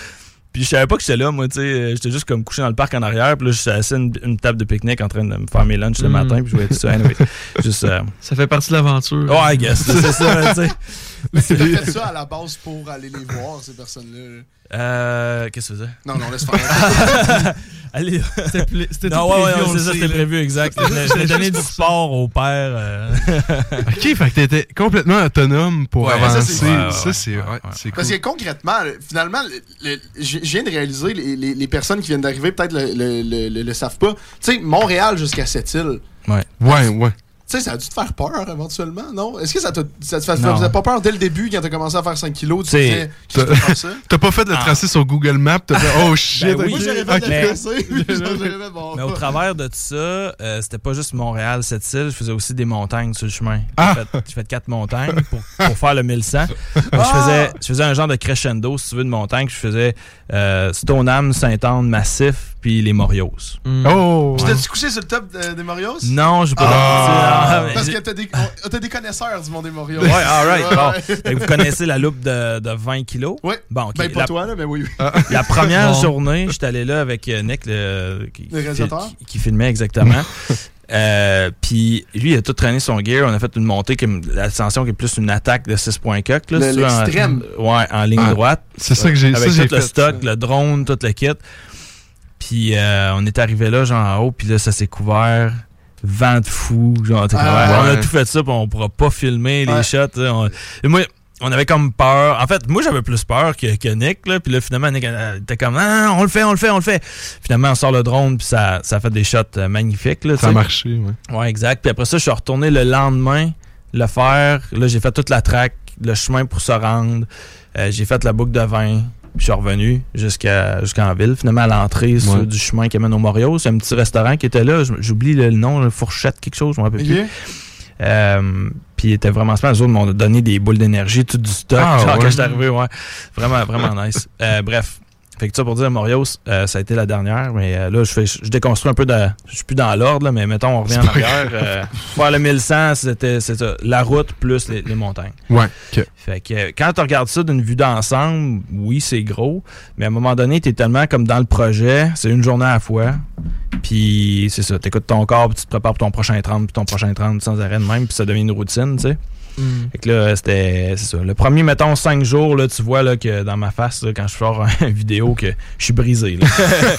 Puis je savais pas que j'étais là, moi, tu sais. J'étais juste comme couché dans le parc en arrière. Puis là, j'étais assis à une, une table de pique-nique en train de me faire mes lunchs le Mm. matin. Puis je voyais tout ça. Anyway, juste, euh... Ça fait partie de l'aventure. Ouais, I guess. C'est ça, tu sais. Mais tu as fait ça à la base pour aller les voir, ces personnes-là. Euh. Qu'est-ce que tu faisais? Non, non, laisse faire. Allez. C'était pla- c'était Non, tout ouais, prévu, ouais, on c'est le ça, sait, c'était là. prévu, exact. Je voulais donner du sport au père. euh. OK, fait que t'étais complètement autonome pour Ouais, avancer. ça, c'est- Ça, ouais, ouais, c'est ouais, ouais, ouais. c'est cool. Parce que concrètement, le- finalement, le- le- je je viens de réaliser, les, les- les personnes qui viennent d'arriver, peut-être le, le, le, le- le savent pas. Tu sais, Montréal jusqu'à Sept-Îles, Ouais. Ouais, ouais. tu sais, ça a dû te faire peur éventuellement, non? Est-ce que ça, t'a- ça te fait- Non. faisait pas peur dès le début quand t'as commencé à faire cinq kilos? Tu te T'sais, disais, qu'est-ce que tu faire ça? T'as pas fait le tracé sur Google Maps, t'as fait oh shit. Ben oui. ok. Moi, j'aurais fait Ok. le tracé. J'aurais fait, bon. Mais au travers de tout ça, euh, c'était pas juste Montréal, cette île, je faisais aussi des montagnes sur le chemin. Ah! J'ai fait, j'ai fait quatre montagnes pour, pour faire le mille cent. Je, faisais, je faisais un genre de crescendo, si tu veux, de montagne. Je faisais euh, Stoneham, Saint-Anne, Massif, puis les Morios. Mm. Oh. Puis t'as-tu couché sur le top de- des Morios? Non, j'ai pas Ah, ah, parce mais que t'as des, on- t'as des connaisseurs du monde des Morios. j'ai- Ouais, alright. Ouais, Bon. ouais. Fait que vous connaissez la loupe de, de vingt kilos? Ouais. Bon, ok. Ben, pas la, toi, là, mais oui. oui. la première Bon. journée, j'étais allé là avec euh, Nick, le, qui, Le réalisateur? qui, qui filmait exactement. Euh, puis lui, il a tout traîné son gear. On a fait une montée, comme l'ascension qui est plus une attaque de six points coq. Là, Le- si tu veux, en- l'extrême. Ouais, en ligne Ah, droite. C'est ça que j'ai ça, Avec j'ai tout le fait, stock, ça. le drone, tout le kit. Puis euh, on est arrivé là, genre en haut, puis là, ça s'est couvert. Vent de fou. Genre, t'es Ah, comme, ouais. On a tout fait ça, puis on pourra pas filmer les Ouais. shots. là. On- Et moi, on avait comme peur. En fait, moi, j'avais plus peur que, que Nick. Là. Puis là, finalement, Nick euh, était comme, ah, on le fait, on le fait, on le fait. Finalement, on sort le drone, puis ça, ça a fait des shots euh, magnifiques. Là, tu Ça a sais. marché, ouais. Ouais, exact. Puis après ça, je suis retourné le lendemain le faire. Là, j'ai fait toute la track, le chemin pour se rendre. Euh, j'ai fait la boucle de vin. Puis je suis revenu jusqu'à jusqu'en ville. Finalement, à l'entrée sur- Ouais. du chemin qui amène au Morios, c'est un petit restaurant qui était là. J- J'oublie le nom, le fourchette, quelque chose, je m'en rappelle plus. Ok. Euh, puis il était vraiment super. Les autres m'ont donné des boules d'énergie, tout du stock. Ah, genre, ouais. quand je suis arrivé, ouais. Vraiment, vraiment nice. Euh, bref. Fait que ça pour dire, Morios, euh, ça a été la dernière. Mais euh, là, je fais, je déconstruis un peu de. Je suis plus dans l'ordre, là, mais mettons, on revient en pas arrière. Euh, faire le mille cent, c'était c'est ça, la route plus les, les montagnes. Ouais, ok. Fait que euh, quand tu regardes ça d'une vue d'ensemble, oui, c'est gros. Mais à un moment donné, tu es tellement comme dans le projet, c'est une journée à la fois. Puis c'est ça, tu écoutes ton corps, puis tu te prépares pour ton prochain trente, puis ton prochain trente sans arrêt de même, puis ça devient une routine, tu sais. Mm. Fait que là, c'était, c'est ça. Le premier, mettons, cinq jours, là, tu vois là, que dans ma face, là, quand je sors une vidéo, que je suis brisé. Là.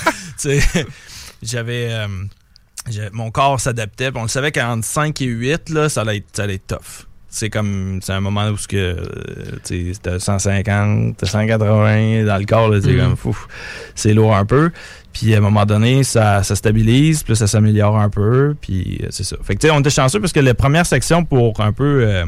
Tu sais, j'avais... euh, j'ai- mon corps s'adaptait. puis On le savait qu'entre cinq et huit, là, ça allait être, ça allait être tough. C'est comme... C'est un moment où ce que, euh, tu sais, c'était cent cinquante, cent quatre-vingts dans le corps. Là, c'est Mm. comme... Fouf, c'est lourd un peu. Puis à un moment donné, ça, ça stabilise, puis là, ça s'améliore un peu. Puis euh, c'est ça. Fait que tu sais, on était chanceux parce que la première section pour un peu... euh,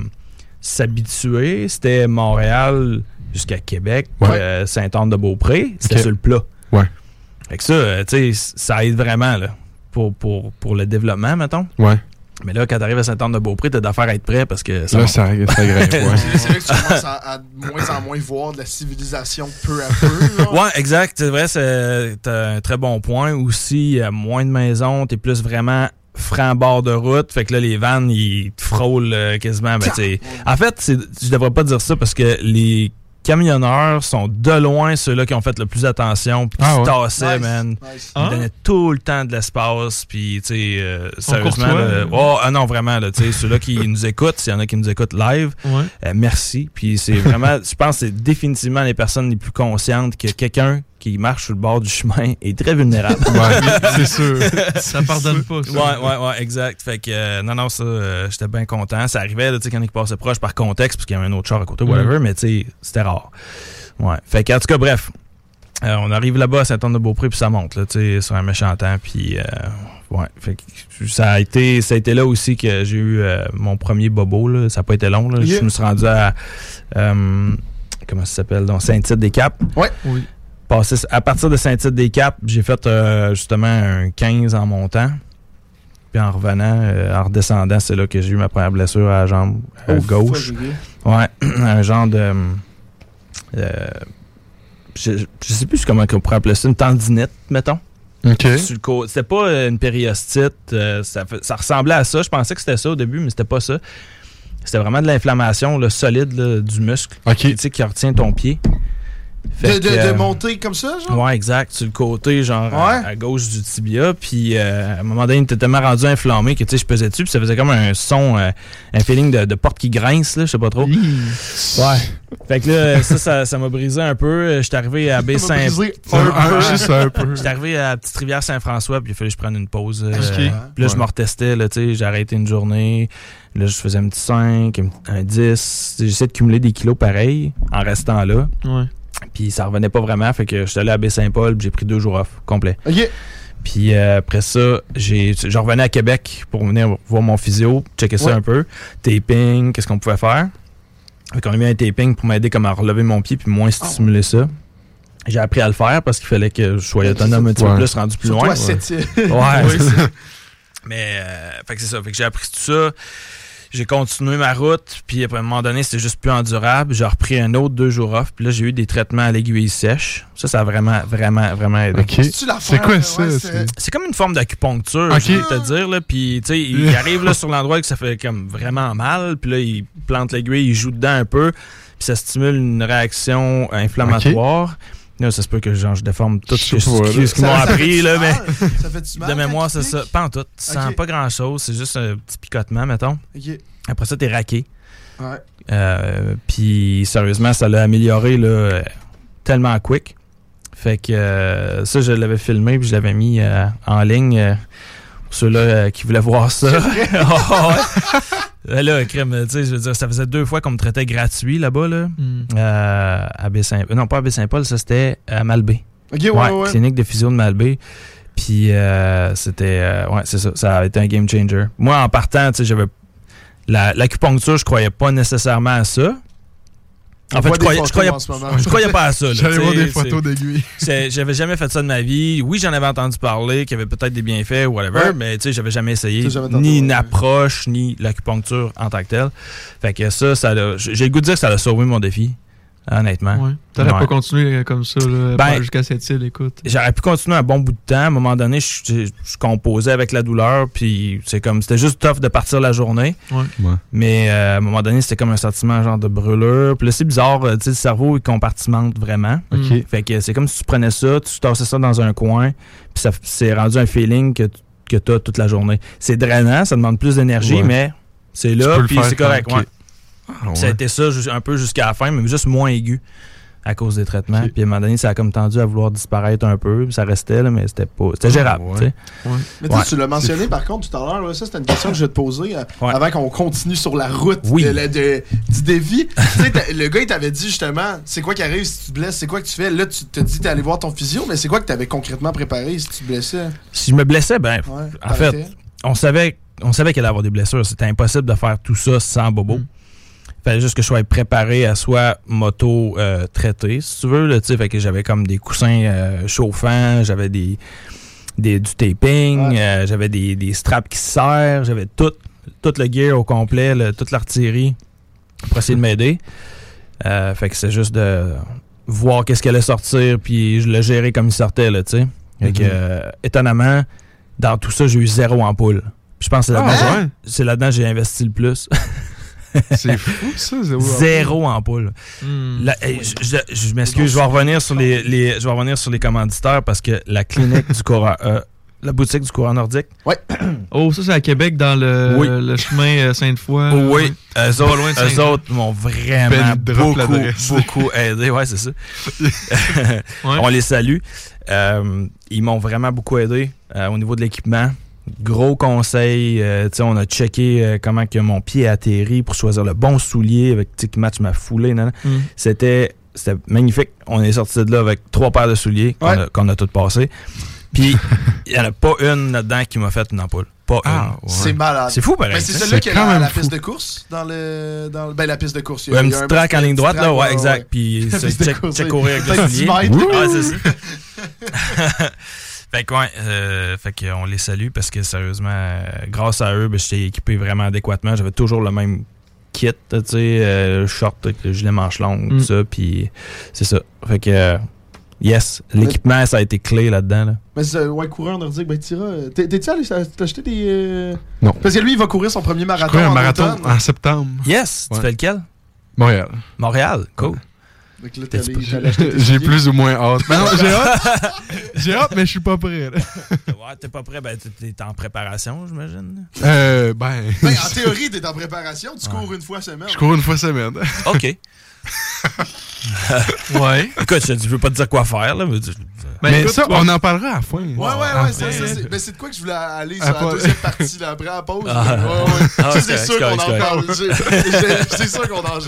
s'habituer, c'était Montréal jusqu'à Québec, Ouais. euh, Sainte-Anne-de-Beaupré, c'était Ok. sur le plat. Ouais. Fait que ça, euh, tu sais, ça aide vraiment là, pour, pour, pour le développement, mettons. Ouais. Mais là, quand t'arrives à Sainte-Anne-de-Beaupré, t'as d'affaires à être prêt parce que ça Là, va- ça, ça grimpe, ouais. C'est c'est vrai que tu commences à, à de moins en moins voir de la civilisation peu à peu. là. Ouais, exact. C'est vrai, c'est t'as un très bon point. Aussi, il y a moins de maisons, t'es plus vraiment franc bord de route. Fait que là, les vannes, ils te frôlent euh, quasiment. Ben, t'sais, en fait, c'est, je devrais pas dire ça parce que les camionneurs sont de loin ceux-là qui ont fait le plus attention puis qui Ah se ouais. tassaient, Nice, man. nice. Ils Ah. donnaient tout le temps de l'espace, puis tu sais, euh, sérieusement, courtois, là, euh. oh, ah non, vraiment, là, tu sais, ceux-là qui nous écoutent, s'il y en a qui nous écoutent live, Ouais. euh, merci. Puis c'est vraiment, je pense que c'est définitivement les personnes les plus conscientes que quelqu'un qui marche sur le bord du chemin est très vulnérable. Ouais, c'est sûr. Ça pardonne pas, ça. Ouais, ouais, ouais, exact. Fait que, euh, non, non, ça, euh, j'étais bien content. Ça arrivait, là, tu sais, quand il y en a qui passaient proche par contexte, parce qu'il y avait un autre char à côté, whatever, mais tu sais, c'était rare. Ouais. Fait que, en tout cas, bref, euh, on arrive là-bas à Saint-Anne-de-Beaupré, puis ça monte, là, tu sais, sur un méchant temps, puis, euh, ouais. Fait que, ça a été, ça a été là aussi que j'ai eu euh, mon premier bobo, là. Ça n'a pas été long, là. Yeah. Je me suis rendu à, euh, comment ça s'appelle, donc, Saint-Tite-des-Caps. Ouais. Oui. Passé, à partir de Saint-Tite-des-Caps, j'ai fait euh, justement un quinze en montant. Puis en revenant, euh, en redescendant, c'est là que j'ai eu ma première blessure à la jambe euh, Oh, gauche. fuck, Ouais, un genre de... euh, je, je sais plus comment on pourrait appeler ça, une tendinite, mettons. OK. Sur le côté. C'était pas euh, une périostite, euh, ça, fait- ça ressemblait à ça. Je pensais que c'était ça au début, mais c'était pas ça. C'était vraiment de l'inflammation là, solide là, du muscle. OK. Tu sais, qui retient ton pied. De, de, euh, de monter comme ça, genre? Ouais, exact. Sur le côté, genre, ouais. à, à gauche du tibia. Puis, euh, à un moment donné, il était tellement rendu inflammé que, tu sais, je pesais dessus. Puis, ça faisait comme un son, euh, un feeling de, de porte qui grince, là, je sais pas trop. Hi. Ouais. Fait que là, ça, ça, ça m'a brisé un peu. J'étais arrivé à Baie-Saint-Paul. Juste un peu. J'étais arrivé à Petite-Rivière-Saint-François, puis il fallait que je prenne une pause. Euh, okay. Puis là, ouais. je me retestais, là, tu sais, j'ai arrêté une journée. Là, je faisais un petit cinq, un dix. J'essayais de cumuler des kilos pareils en restant là. Ouais. Puis ça revenait pas vraiment, fait que j'étais allé à Baie-Saint-Paul, puis j'ai pris deux jours off, complet. OK. Puis euh, après ça, j'ai, je revenais à Québec pour venir voir mon physio, checker ça ouais. un peu. Taping, qu'est-ce qu'on pouvait faire. Fait qu'on a mis un taping pour m'aider comme à relever mon pied puis moins stimuler oh. ça. J'ai appris à le faire parce qu'il fallait que je sois autonome un petit peu plus, rendu plus Surtout loin. À sept. Ouais, ouais c'est ça. Mais, euh, fait que c'est ça. Fait que j'ai appris tout ça. J'ai continué ma route, puis après, à un moment donné, c'était juste plus endurable. J'ai repris un autre deux jours off, puis là, j'ai eu des traitements à l'aiguille sèche. Ça, ça a vraiment, vraiment, vraiment aidé. Okay. C'est quoi ça? Ouais, c'est... c'est comme une forme d'acupuncture, okay. je vais te dire. Là, puis, tu sais, il arrive là, sur l'endroit que ça fait comme vraiment mal, puis là, il plante l'aiguille, il joue dedans un peu, puis ça stimule une réaction inflammatoire. Okay. Là, ça se peut que genre, je déforme tout ce, que, ce, ce qu'ils m'ont appris, là, mais ça fait mal, de mémoire, c'est ça. Pas en tout. Tu okay. sens pas grand-chose, c'est juste un petit picotement, mettons. Okay. Après ça, t'es raqué. Ouais. Euh, Puis, sérieusement, ça l'a amélioré là, tellement quick. Fait que euh, ça, je l'avais filmé puis je l'avais mis euh, en ligne euh, pour ceux-là euh, qui voulaient voir ça. oh, ouais. Là, crème, tu sais, je veux dire, ça faisait deux fois qu'on me traitait gratuit là-bas, là, mm. euh, à Baie-Saint-Paul. Non, pas à Baie-Saint-Paul, ça c'était à Malbaie. OK, ouais, ouais, ouais. Clinique de physio de Malbaie. Puis, euh, c'était, euh, ouais, c'est ça, ça a été un game changer. Moi, en partant, tu sais, j'avais la, l'acupuncture, je croyais pas nécessairement à ça. En fait, je croyais, je, croyais, je croyais pas à ça. Là, j'allais voir des photos d'aiguilles. J'avais jamais fait ça de ma vie. Oui, j'en avais entendu parler, qu'il y avait peut-être des bienfaits ou whatever, ouais. mais tu sais, j'avais jamais essayé. Jamais ni une approche, ni l'acupuncture en tant que telle. Fait que ça, ça l'a, j'ai le goût de dire que ça a sauvé mon défi. Honnêtement. Ouais. T'aurais ouais. pas continué comme ça là, ben, jusqu'à cette île, écoute. J'aurais pu continuer un bon bout de temps. À un moment donné, je, je, je composais avec la douleur, puis c'est comme c'était juste tough de partir la journée. Ouais. Ouais. Mais euh, à un moment donné, c'était comme un sentiment genre de brûlure. Puis là, c'est bizarre, tu sais, le cerveau il compartimente vraiment. Okay. Fait que c'est comme si tu prenais ça, tu tassais ça dans un coin, puis ça c'est rendu un feeling que que t'as toute la journée. C'est drainant, ça demande plus d'énergie, ouais. mais c'est là, puis c'est correct. Okay. Ouais. Ah, ouais. Ça a été ça un peu jusqu'à la fin, mais juste moins aigu à cause des traitements. Okay. Puis à un moment donné, ça a comme tendu à vouloir disparaître un peu. Puis ça restait, là, mais c'était pas. C'était gérable. Ah, ouais. Ouais. Mais ouais. tu l'as mentionné par contre tout à l'heure, là, ça c'était une question que je vais te poser euh, ouais. avant qu'on continue sur la route oui. de, de, de, du défi. Le gars il t'avait dit justement, c'est quoi qui arrive si tu te blesses, c'est quoi que tu fais. Là tu te dis t'es allé voir ton physio, mais c'est quoi que t'avais concrètement préparé si tu te blessais? Si je me blessais, ben ouais, en fait, on savait, on savait qu'il allait avoir des blessures. C'était impossible de faire tout ça sans bobo. Mm. Fallait juste que je sois préparé à soit moto euh, traité, si tu veux. Là, fait que j'avais comme des coussins euh, chauffants, j'avais des, des du taping, ouais. euh, j'avais des, des straps qui se serrent, j'avais tout, tout le gear au complet, le, toute l'artillerie pour essayer de m'aider. Euh, fait que c'est juste de voir qu'est-ce qu'elle allait sortir, puis je le gérais comme il sortait. Là, mm-hmm. Fait que, euh, étonnamment, dans tout ça, j'ai eu zéro ampoule. Je pense que c'est là-dedans, ah, ouais? c'est là-dedans que j'ai investi le plus. C'est fou, ça, zéro, zéro ampoule. Mm. La, hey, je, je, je m'excuse, je vais revenir sur les, les, je vais revenir sur les commanditaires parce que la clinique du courant, euh, la boutique du courant nordique. Oui. Oh, ça c'est à Québec dans le, oui. le chemin Sainte-Foy. Oh, oui. Ouais. Eux autres, loin de eux autres m'ont vraiment beaucoup, beaucoup aidé. Ouais, c'est ça. ouais. On les salue. Euh, ils m'ont vraiment beaucoup aidé euh, au niveau de l'équipement. Gros conseil, euh, on a checké euh, comment que mon pied a atterri pour choisir le bon soulier avec qui match ma foulée. Nan, nan. Mm. C'était, c'était magnifique. On est sorti de là avec trois paires de souliers qu'on, ouais. a, qu'on a toutes passées. Puis, il n'y en a pas une là-dedans qui m'a fait une ampoule. Pas ah, une. Ouais. C'est malade. C'est fou, pareil. Mais c'est celle-là qui est la, la piste de course dans le. Dans le ben, la piste de course. Il y a, ouais, une petite track en ligne droite, là. Ouais, exact. Ouais. Puis, c'est check, check courir avec le soulier. Ah, c'est ça. Fait que, ouais, euh, fait qu'on les salue parce que sérieusement, euh, grâce à eux, ben, j'étais équipé vraiment adéquatement. J'avais toujours le même kit, tu sais, euh, short, le gilet manche longue, mm. tout ça, puis c'est ça. Fait que, euh, yes, l'équipement, mais, ça a été clé là-dedans. Là. Mais c'est, ouais, coureur nordique, ben, Tira, t'es, t'es-tu allé t'acheter des. Euh... Non. Parce que lui, il va courir son premier marathon. Je cours un en marathon automne. en septembre. Yes, ouais. tu fais lequel? Montréal. Montréal, cool. Ouais. Donc là, t'allais, t'allais acheter tes J'ai billets. plus ou moins hâte. Non, j'ai hâte. J'ai hâte, mais je suis pas prêt. Là. Ouais, t'es pas prêt, ben t'es en préparation, j'imagine. Euh, ben. Ben, en théorie, t'es en préparation, tu cours une fois semaine. Je cours une fois semaine. OK. Ouais. Écoute, je, je veux pas te dire quoi faire, là, mais... Mais, Ben, mais écoute, ça, toi- on en parlera à la fin. Ouais, ouais, ouais, Ah, ça, ça, c'est, ben, c'est de quoi que je voulais aller sur Ah, la pas- deuxième partie, là, après la pause. Ah. Ouais, ouais. Ah, Ça, c'est c'est sûr correct, qu'on en c'est parle. J'ai- j'ai- C'est sûr qu'on en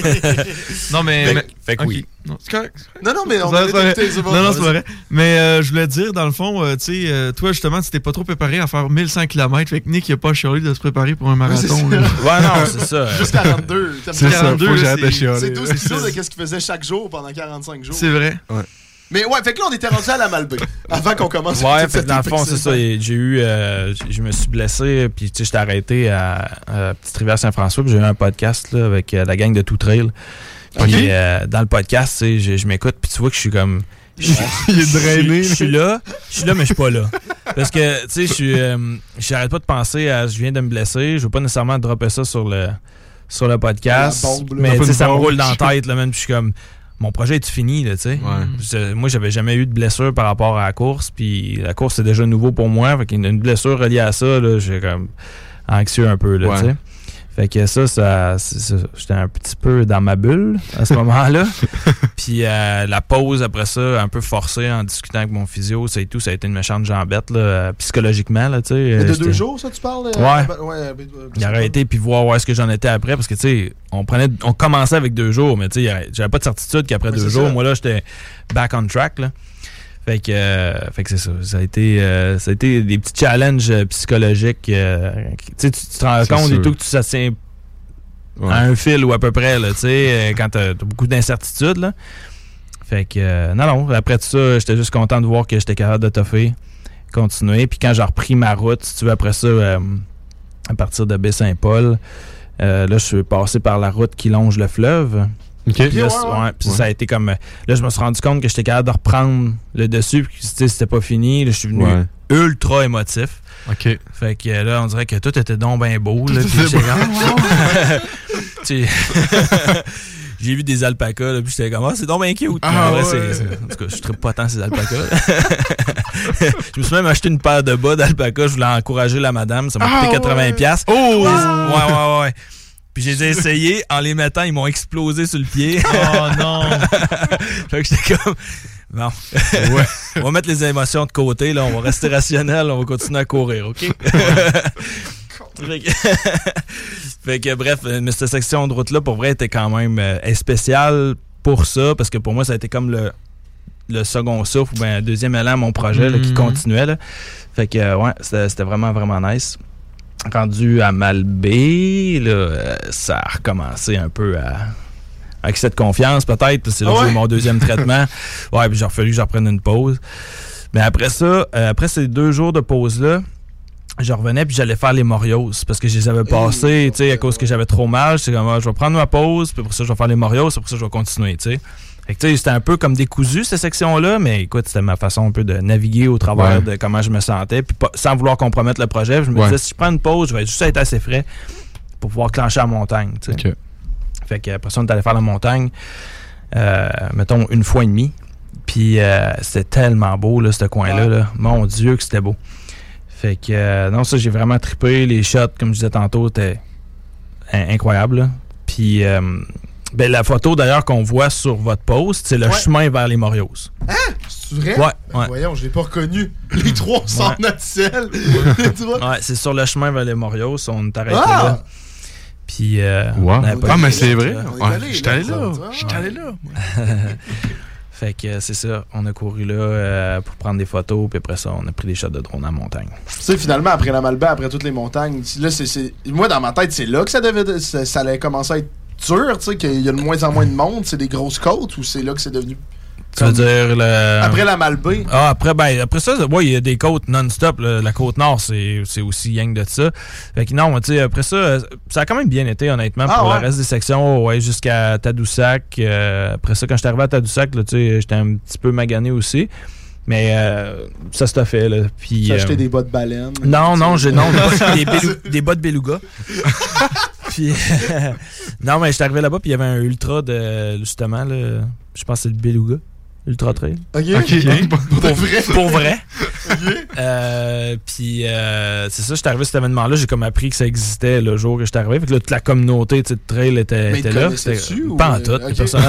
Non, mais. Fait- mais- fait que ok. oui. Non, c'est correct. Non, non, mais on Ça, allait c'est vrai. t'écouter, c'est bon. Non, non, c'est pas vrai. Mais euh, je voulais dire, dans le fond, euh, tu sais, euh, toi, justement, tu t'es pas trop préparé à faire mille cent kilomètres. Fait que Nick, il a pas chialé de se préparer pour un marathon. c'est là. Ouais, non, c'est ça. Juste quarante-deux. T'aimes C'est ça? ça, faut que quarante-deux, j'arrête de c'est- chialer. C'est douze kilos de qu'est-ce qu'il faisait chaque jour pendant quarante-cinq jours. C'est vrai. Mais ouais, fait que là, on était rendu à la Malbaie. Avant qu'on commence Ouais, toute fait que cette dans le fond, c'est ça. épique. J'ai eu. Euh, je me suis blessé, puis tu sais, j'étais arrêté à, à Petite-Rivière-Saint-François, puis j'ai eu un podcast là, avec euh, la gang de Tout Trail. Puis Ok. euh, dans le podcast, tu sais, je, je m'écoute, puis tu vois que je suis comme. Je Il est drainé. Je suis là, je suis là, mais je suis pas là. Parce que, tu sais, je suis. euh, j'arrête pas de penser à. Je viens de me blesser, je veux pas nécessairement dropper ça sur le, sur le podcast. La bombe, là. mais Pas tu sais, une ça me bombe. roule dans la tête, là, même, puis je suis comme. Mon projet est fini, là, tu sais. Ouais. Je- Moi, j'avais jamais eu de blessure par rapport à la course, puis la course, c'est déjà nouveau pour moi. Fait qu'il y a une blessure reliée à ça, là, j'ai comme anxieux un peu, là, Ouais. tu sais. Fait que ça, ça, c'est ça, j'étais un petit peu dans ma bulle à ce moment-là. Puis euh, la pause après ça, un peu forcée en discutant avec mon physio, ça et tout, ça a été une méchante jambette, là, euh, psychologiquement, là, tu sais. Mais Euh, de j'étais- deux jours, ça, tu parles? euh, Ouais. ben, ouais euh, ben, euh, Il a arrêté puis voir où est-ce que j'en étais après parce que tu sais on prenait on commençait avec deux jours mais tu sais j'avais pas de certitude qu'après Ouais, deux c'est jours ça. moi là j'étais back on track là. Fait que euh, fait que c'est ça ça a été euh, ça a été des petits challenges euh, psychologiques euh, qui- tu sais tu tu te rends C'est compte sûr. et tout que tu ça tient Ouais. à un fil ou à peu près là tu sais euh, quand t'as, t'as beaucoup d'incertitudes là. Fait que euh, non non après tout ça j'étais juste content de voir que j'étais capable de toffer continuer puis quand j'ai repris ma route si tu veux après ça euh, à partir de Baie-Saint-Paul. Euh, là, je suis passé par la route qui longe le fleuve. OK. Puis là, ouais, c'est- ouais. ouais, puis Ouais. ça a été comme... Là, je me suis rendu compte que j'étais capable de reprendre le dessus, puis que tu sais, c'était pas fini. Là, je suis venu Ouais. ultra émotif. OK. Fait que euh, là, on dirait que tout était donc bien beau. Là, Tout puis était j'étais comme... Tu sais, j'ai vu des alpacas, là, puis j'étais comme, ah, c'est donc bien cute. Ah, Mais en vrai, ouais. c'est- c'est- en tout cas, je trippe pas tant ces alpacas. Je me suis même acheté une paire de bas d'alpaca. Je voulais encourager la madame. Ça m'a Ah, coûté quatre-vingts piastres. Oh! Ouais, ouais, ouais. Puis je les ai essayés. En les mettant, ils m'ont explosé sur le pied. Oh non. Fait que j'étais comme... Bon. Ouais. On va mettre les émotions de côté. Là. On va rester rationnel. On va continuer à courir, OK? fait, que... fait que, bref, mais cette section de route-là, pour vrai, était quand même euh, est spéciale pour ça. Parce que pour moi, ça a été comme le, le second souffle ou bien un deuxième élan à mon projet là, qui Mhm. continuait. Là. Fait que, euh, ouais, c'était, c'était vraiment, vraiment nice. Rendu à Malbaie, là, euh, ça a recommencé un peu à... avec cette confiance, peut-être. Puis c'est là Ah que j'ai ouais? eu mon deuxième traitement. Ouais, puis j'ai fallu que je reprenne une pause. Mais après ça, euh, après ces deux jours de pause-là, je revenais puis j'allais faire les Morios parce que je les avais passés, tu sais, à cause que j'avais trop mal. J'étais comme, ah, je vais prendre ma pause, puis pour ça, je vais faire les Morios, c'est pour ça que je vais continuer, tu sais. Fait que, tu sais, c'était un peu comme décousu, cette section-là, mais écoute, c'était ma façon un peu de naviguer au travers Ouais. de comment je me sentais, puis pas- sans vouloir compromettre le projet. Je me Ouais. disais, si je prends une pause, je vais juste être assez frais pour pouvoir clencher la montagne, tu sais. OK. Fait que après ça, on est allé faire la montagne, euh, mettons, une fois et demie. Puis euh, c'était tellement beau, là, ce coin-là. Là. Mon Dieu, que c'était beau. Fait que, euh, non, ça, j'ai vraiment trippé. Les shots, comme je disais tantôt, étaient in- incroyables. Là. Puis, euh, ben, la photo, d'ailleurs, qu'on voit sur votre post, c'est le Ouais. chemin vers les Morios. C'est vrai? Ouais, Ben, ouais. voyons, je l'ai pas reconnu. Les trois sont Ouais. naturels. Tu vois? Ouais, c'est sur le chemin vers les Morios. On est arrêté Ah! là. Puis, euh, Wow. on avait pas Ah, de- mais c'est vrai. On est Ouais, allé, J'étais allé là, là. ça, ça. J'étais allé là. Fait que euh, c'est ça, on a couru là euh, pour prendre des photos, puis après ça, on a pris des shots de drone en montagne. Tu sais, finalement, après la Malbaie, après toutes les montagnes, là, c'est, c'est... moi, dans ma tête, c'est là que ça devait, ça, ça allait commencer à être dur, tu sais, qu'il y a de moins en moins de monde, c'est des grosses côtes, ou c'est là que c'est devenu... Tu veux dire le... Après la Malbaie. Ah, après, ben, après ça, ouais, il y a des côtes non-stop. Là. La côte nord, c'est, c'est aussi yang de ça. Fait que non, tu sais, après ça, ça a quand même bien été, honnêtement, Ah, pour ouais? le reste des sections, ouais, jusqu'à Tadoussac. Euh, après ça, quand j'étais arrivé à Tadoussac, là, tu sais, j'étais un petit peu magané aussi. Mais euh, ça s'est fait, là. Puis, tu as acheté euh, des bas de baleine? Non, non, j'ai non, des, belou- des bas de beluga. Puis, non, mais j'étais arrivé là-bas, puis il y avait un ultra de, justement, là, je pense que c'est le beluga. Ultra Trail. OK. okay. Pour, pour vrai. Pour vrai. OK. Euh, puis, euh, c'est ça, j'étais arrivé à cet événement-là, j'ai comme appris que ça existait le jour que j'étais arrivé. Fait que là, toute la communauté de trail était, mais était là. Ou... Pas en tout. Okay. Personne...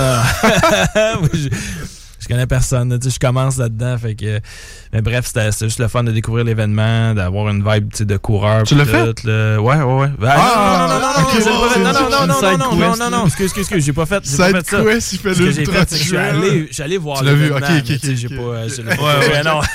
je, je connais personne. Je commence là-dedans. Fait que, mais bref, c'était, c'était juste le fun de découvrir l'événement, d'avoir une vibe de coureur. Tu l'as fait? Le... Ouais, ouais, ouais. Ben, ah, non, non, non, non, okay, non, bon, non, non, non, non, non, non, non, non, non, excuse, excuse, excuse, j'ai pas fait, j'ai pas fait ça. Quest, il fait Ce que j'ai fait, c'est que je suis allé, je suis allé voir l'événement. Tu l'as vu? Ok, ok, ok. J'ai pas, j'ai pas, ouais, ouais, non.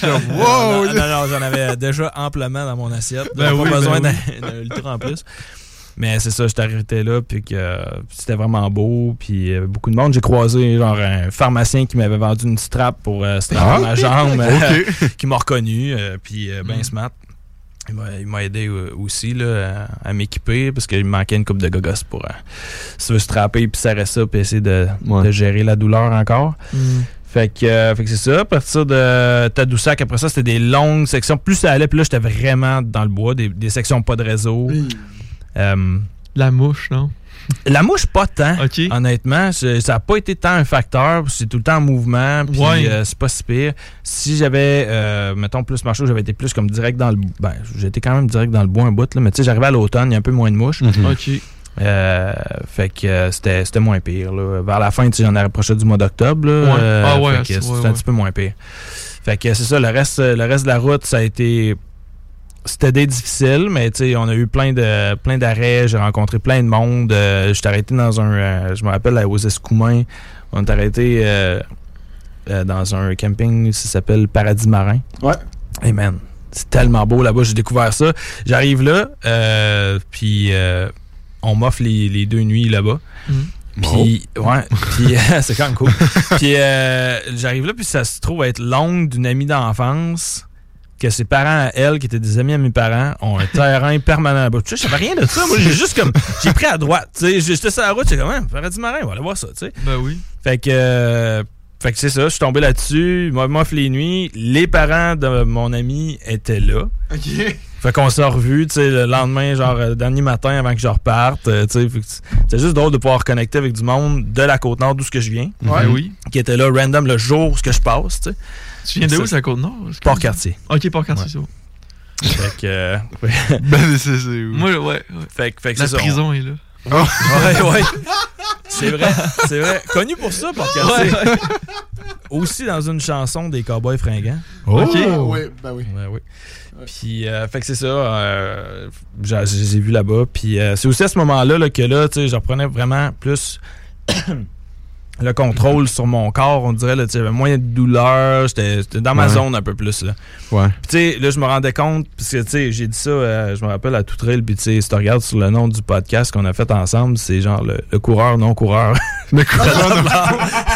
Wow! Non, non, j'en avais déjà amplement dans mon assiette. Ben pas oui, besoin ben d'un, d'un ultra en plus. Mais c'est ça, j'étais arrêté là, puis que euh, c'était vraiment beau, puis il y avait beaucoup de monde. J'ai croisé genre un pharmacien qui m'avait vendu une strap pour euh, strapper ah, ma jambe, okay. euh, qui m'a reconnu, euh, puis euh, ben mm. smart. Il m'a, il m'a aidé euh, aussi là, à, à m'équiper, parce qu'il me manquait une coupe de gogos pour euh, se strapper, puis serrer ça, puis essayer de, ouais. de gérer la douleur encore. Mm. Fait que, euh, fait que c'est ça. À partir de Tadoussac, après ça, c'était des longues sections. Plus ça allait, plus là, j'étais vraiment dans le bois, des, des sections pas de réseau. Mm. Euh, la mouche, non? La mouche, pas tant, okay. honnêtement. Ça n'a pas été tant un facteur. C'est tout le temps en mouvement, puis ouais. euh, c'est pas si pire. Si j'avais, euh, mettons, plus marché, j'avais été plus comme direct dans le... Ben, j'étais quand même direct dans le bois un bout, là, mais tu sais, j'arrivais à l'automne, il y a un peu moins de mouches. Mm-hmm. OK. Euh, fait que euh, c'était, c'était moins pire, là. Vers la fin, tu sais, j'en ai rapproché du mois d'octobre, là. Ouais. Euh, ah ouais, fait que c'est, c'était ouais, un ouais. petit peu moins pire. Fait que c'est ça, le reste, le reste de la route, ça a été... C'était des difficiles, mais tu sais, on a eu plein de plein d'arrêts, j'ai rencontré plein de monde. Euh, j'étais arrêté dans un, euh, je me rappelle, aux Escoumins, on est arrêté euh, euh, dans un camping, ça s'appelle Paradis Marin. Ouais. Hey man, c'est tellement beau là-bas, j'ai découvert ça. J'arrive là, euh, puis euh, on m'offre les, les deux nuits là-bas. Mm. Puis, oh. ouais, puis euh, c'est quand même cool. Puis euh, j'arrive là, puis ça se trouve être l'oncle d'une amie d'enfance. Que ses parents à elle, qui étaient des amis à mes parents, ont un terrain permanent là-bas. Tu sais, je savais rien de ça. Moi, j'ai juste comme... J'ai pris à droite. Tu sais, j'étais sur la route, j'étais comme, hein, Paradis Marin, on va aller voir ça, tu sais. Ben oui. Fait que... Euh, fait que c'est ça, je suis tombé là-dessus, moi, m'offre les nuits. Les parents de mon ami étaient là. OK. Fait qu'on s'est revus, tu sais, le lendemain, genre, le dernier matin avant que je reparte. Tu sais, c'est juste drôle de pouvoir connecter avec du monde de la Côte-Nord, d'où ce que je viens. Ouais, oui. Qui était là, random, le jour où ce que je passe, tu sais. Tu viens de où, c'est la Côte-Nord? Port-Cartier. OK, Port-Cartier, c'est bon. Fait que... Euh, ben, c'est, c'est où? Moi, ouais. ouais. Fait, fait que la c'est prison ça, on... est là. Oh. Ouais, ouais. C'est vrai, c'est vrai. Connu pour ça, Port-Cartier. Ouais, ouais. Aussi dans une chanson des Cowboys fringants. Oh! OK, oui, ben oui. Ouais, oui. Ouais. Puis, euh, fait que c'est ça. Euh, je les ai vus là-bas. Puis, euh, c'est aussi à ce moment-là là, que là, tu sais, je reprenais vraiment plus... le contrôle sur mon corps, on dirait, là, j'avais moins de douleur, j'étais, j'étais dans ma ouais. zone un peu plus, là. Ouais. Puis, tu sais, là, je me rendais compte, parce que, tu sais, j'ai dit ça, euh, je me rappelle à tout trail, puis, tu sais, si tu regardes sur le nom du podcast qu'on a fait ensemble, c'est genre le, le coureur non-coureur. Le coureur non-coureur.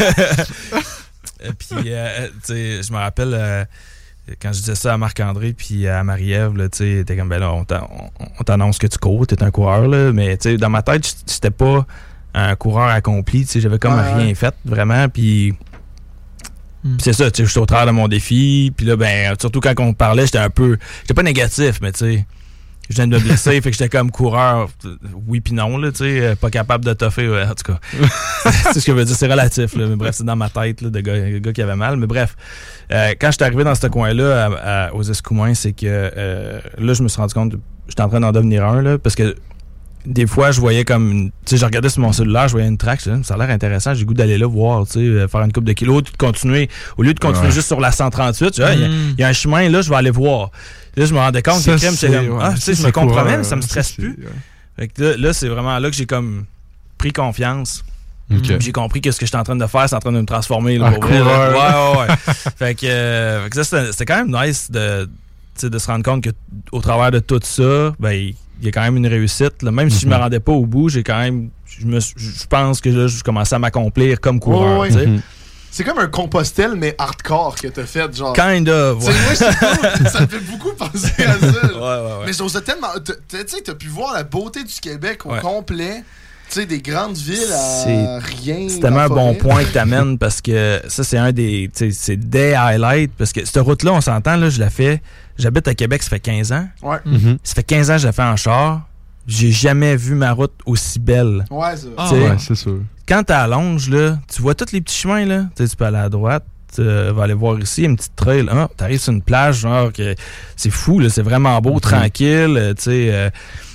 Puis, euh, tu sais, je me rappelle, euh, quand je disais ça à Marc-André, puis à Marie-Ève, là, tu sais, t'es comme, ben là, on, on, on t'annonce que tu cours, t'es un coureur, là, mais, tu sais, dans ma tête, j'étais pas un coureur accompli, tu sais, j'avais comme ah, rien ouais. fait, vraiment, puis mm. c'est ça, tu sais, j'étais au travers de mon défi, puis là, ben, surtout quand on parlait, j'étais un peu, j'étais pas négatif, mais tu sais, je viens de me blesser, fait que j'étais comme coureur, oui puis non, là, tu sais, pas capable de toffer, ouais, en tout cas, c'est ce que je veux dire, c'est relatif, là, mais bref, c'est dans ma tête, là, de gars, de gars qui avait mal, mais bref, euh, quand j'étais arrivé dans ce coin-là, à, à, aux Escoumins, c'est que, euh, là, je me suis rendu compte, j'étais en train d'en devenir un, là, parce que des fois, je voyais comme... Tu sais, je regardais sur mon cellulaire, je voyais une track, ça a l'air intéressant, j'ai le goût d'aller là voir, tu sais, faire une coupe de kilos, de continuer, au lieu de continuer ouais. juste sur la cent trente-huit, il mm. y, y a un chemin, là, je vais aller voir. Là, je me rendais compte ça, que crème, j'étais comme, ah, tu sais, je me compromets, mais ça me stresse plus. Ouais. Fait que là, là, c'est vraiment là que j'ai comme pris confiance. Okay. J'ai compris que ce que j'étais en train de faire, c'est en train de me transformer, là, ah, pour vrai. Là. Ouais, ouais, ouais. fait, que, euh, fait que ça, c'était, c'était quand même nice de, de se rendre compte qu'au travers de tout ça, ben, il y a quand même une réussite. Là. Même mm-hmm. si je me rendais pas au bout, j'ai quand même. Je, me, je pense que là, je commençais à m'accomplir comme coureur. Oh, oui. mm-hmm. C'est comme un Compostelle, mais hardcore que t'as fait. Genre. Kind of. Ouais. Moi, c'est cool. Ça me fait beaucoup penser à ça. Ouais, ouais, ouais. Mais j'osais tellement. Tu sais, t'as pu voir la beauté du Québec au ouais. complet. Tu sais, des grandes villes à C'est- rien. C'est tellement un dans la bon forêt. point que t'amènes parce que ça, c'est un des. tu sais, C'est des highlights. Parce que cette route-là, on s'entend, là, je la fais. J'habite à Québec, ça fait quinze ans. Ouais. Mhm. Ça fait quinze ans que je la fais en char. J'ai jamais vu ma route aussi belle. Ouais, ça. Ah, Tu sais, Ouais, c'est sûr. Quand t'es à Longe, là, tu vois tous les petits chemins, là. Tu sais, tu peux aller à droite, tu euh, vas aller voir ici, une petite trail. Ah, t'arrives sur une plage, genre, que c'est fou, là, c'est vraiment beau, tranquille, euh, tu sais. euh,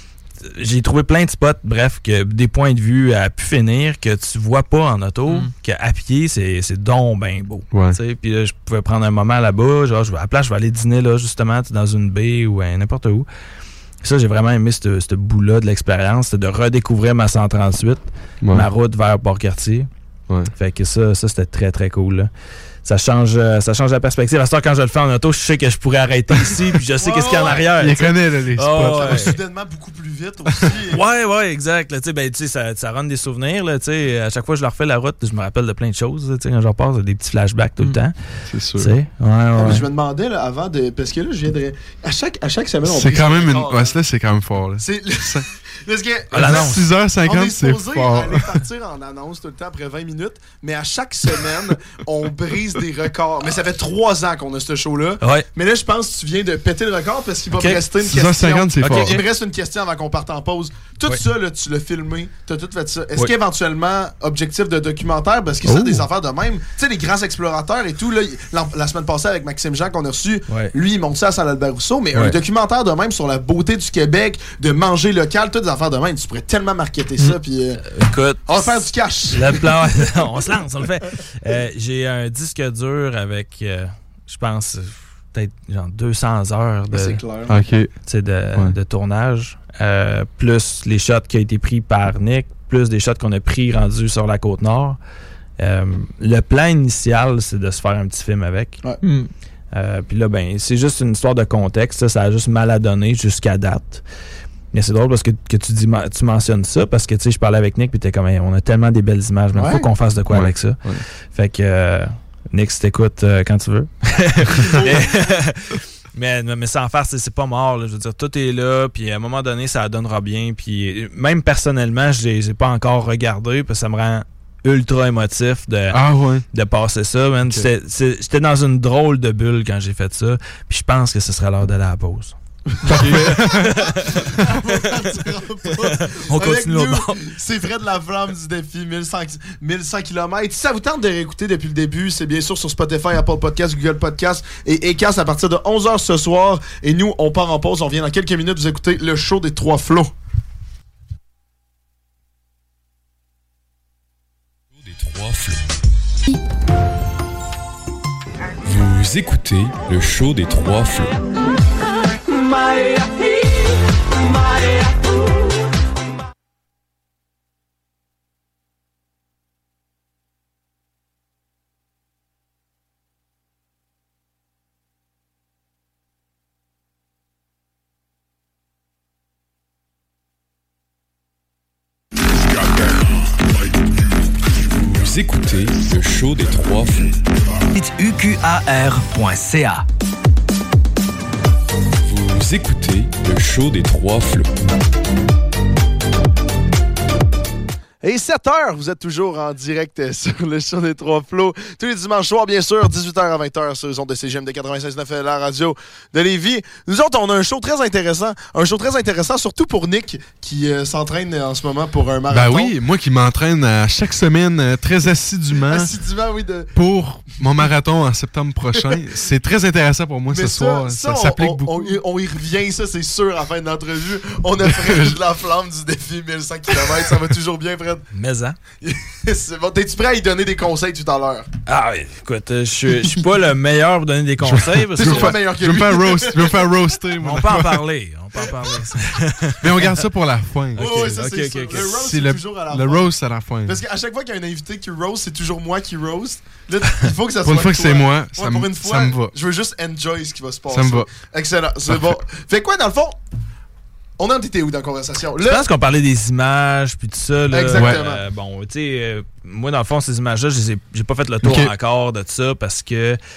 j'ai trouvé plein de spots, bref, que des points de vue à pu finir que tu vois pas en auto, Mm. qu'à pied, c'est, c'est donc ben beau. Ouais. Tu sais, puis là, je pouvais prendre un moment là-bas, genre, je vais à la plage, je vais aller dîner là, justement, tu sais, dans une baie ou euh, n'importe où. Ça, j'ai vraiment aimé ce ce bout-là de l'expérience, c'était de redécouvrir ma cent trente-huit, Ouais. ma route vers Port-Cartier. Ouais. Fait que ça, ça c'était très, très cool, là. Ça change, euh, ça change la perspective. À ce temps, quand je le fais en auto, je sais que je pourrais arrêter ici, puis je sais Ouais, qu'est-ce qu'il y a en ouais. arrière. Il tu sais. connaît, là, les spots. Oh, Ça ouais. va soudainement beaucoup plus vite aussi. Ouais, ouais, exact. Là, tu sais, ben, tu sais, ça, ça rend des souvenirs. Là, tu sais. À chaque fois que je leur fais la route, je me rappelle de plein de choses. là, tu sais, Quand je repasse, j'ai des petits flashbacks tout le Mm. temps. C'est sûr. Tu sais. Ouais, Ah, mais ouais. je me demandais là, avant de. Parce que là, je viendrais. À chaque, à chaque semaine, on C'est brise quand le même une. record, Ouais, hein. ça, c'est quand même fort, là. C'est. Parce que. Ah, l'annonce. six heures On cinquante, est c'est supposé fort. aller partir en annonce tout le temps après vingt minutes, mais à chaque semaine, on brise des records. Mais ça fait trois ans qu'on a ce show-là. Ouais. Mais là, je pense que tu viens de péter le record parce qu'il va Ok. me rester une six heures question. cinquante, c'est Ok, fort. ok. Il me reste une question avant qu'on parte en pause. Tout Oui. ça, là, tu l'as filmé, t'as tout fait ça. Est-ce Oui. qu'éventuellement, objectif de documentaire, parce que ça, Oh. des affaires de même, tu sais, les grands explorateurs et tout, là, la, la semaine passée avec Maxime Jean qu'on a reçu, Ouais. lui, il monte ça à Saint-Albert-Rousseau, mais un Ouais. documentaire de même sur la beauté du Québec, de manger local, toutes des affaires de même, tu pourrais tellement marketer ça, Mm. puis euh, Écoute. on va faire du cash. Le plan, on se lance, on le fait. Euh, j'ai un disque dur avec, euh, je pense, euh, peut-être genre deux cents heures de, C'est clair. Ok. tu sais, de, Ouais. de tournage, euh, plus les shots qui ont été pris par Nick, plus des shots qu'on a pris rendus sur la Côte-Nord. Euh, le plan initial, c'est de se faire un petit film avec. Ouais. Mm. Euh, Puis là, ben, c'est juste une histoire de contexte. Ça, ça a juste mal à donner jusqu'à date. Mais c'est drôle parce que, que tu dis tu mentionnes ça parce que tu sais je parlais avec Nick puis t'es comme hey, on a tellement des belles images, mais il Ouais. faut qu'on fasse de quoi Ouais. avec ça. Ouais. Fait que euh, Nick, si t'écoutes euh, quand tu veux. mais, mais sans faire, c'est c'est pas mort. Là. Je veux dire, tout est là, puis à un moment donné, ça donnera bien. Puis même personnellement, je les ai pas encore regardés parce que ça me rend ultra émotif de, Ah ouais. de passer ça. Man. Ok. C'était- c'est- J'étais dans une drôle de bulle quand j'ai fait ça. Puis je pense que ce serait l'heure d'aller à la pause. On Avec continue au nous, bord. c'est Fred Laflamme du défi mille cent, mille cent kilomètres. Si ça vous tente de réécouter depuis le début, c'est bien sûr sur Spotify, Apple Podcasts, Google Podcasts et Acast à partir de onze heures ce soir. Et nous, on part en pause. On revient dans quelques minutes vous écouter le show des Trois Flots. Des Trois Flots. Vous écoutez le show des Trois Flots. Vous écoutez le show des Trois Flots. U Q A R point C A. Vous écoutez le show des Trois Flots. Et sept heures, vous êtes toujours en direct sur le show des Trois Flots. Tous les dimanches soirs, bien sûr, dix-huit heures à vingt heures sur les ondes de C G M D quatre-vingt-seize neuf, la radio de Lévis. Nous autres, on a un show très intéressant. Un show très intéressant, surtout pour Nick, qui euh, s'entraîne en ce moment pour un marathon. Ben oui, moi qui m'entraîne à chaque semaine euh, très assidûment Assidûment, oui. De... pour mon marathon en septembre prochain. C'est très intéressant pour moi Mais ce ça, soir. ça, Ça, on, s'applique on- beaucoup. On, on y revient, ça, c'est sûr, à la fin de l'entrevue. On a Fred de la flamme du défi mille cent kilomètres. Ça va toujours bien, Fred. Mais hein? C'est bon. T'es-tu prêt à y donner des conseils tout à l'heure? Ah oui, écoute, euh, je suis- je suis pas le meilleur pour donner des conseils. parce T'es que- sûrement meilleur que Je vais me lui. faire roast, je vais me faire roaster. moi. On peut en parler. On peut en parler. Mais on garde ça pour la fin. Oui, oui, ça, ok, c'est ok, sûr. ok. Le roast, C'est c'est le, toujours à la le fin. roast à la fin. Parce qu'à chaque fois qu'il y a un invité qui roast, c'est toujours moi qui roast. Là, il faut que ça Pour soit une fois que toi. c'est moi, Ouais, ça pour me- une ça fois, me va. je veux juste enjoy ce qui va se passer. Ça me va. Excellent, c'est bon. Fait quoi, dans le fond, on en était où dans la conversation? Je Là, pense qu'on parlait des images puis tout ça. Là. Exactement. Euh, bon, tu sais, euh, moi, dans le fond, ces images-là, je les ai- j'ai pas fait le tour Ok. encore de ça parce que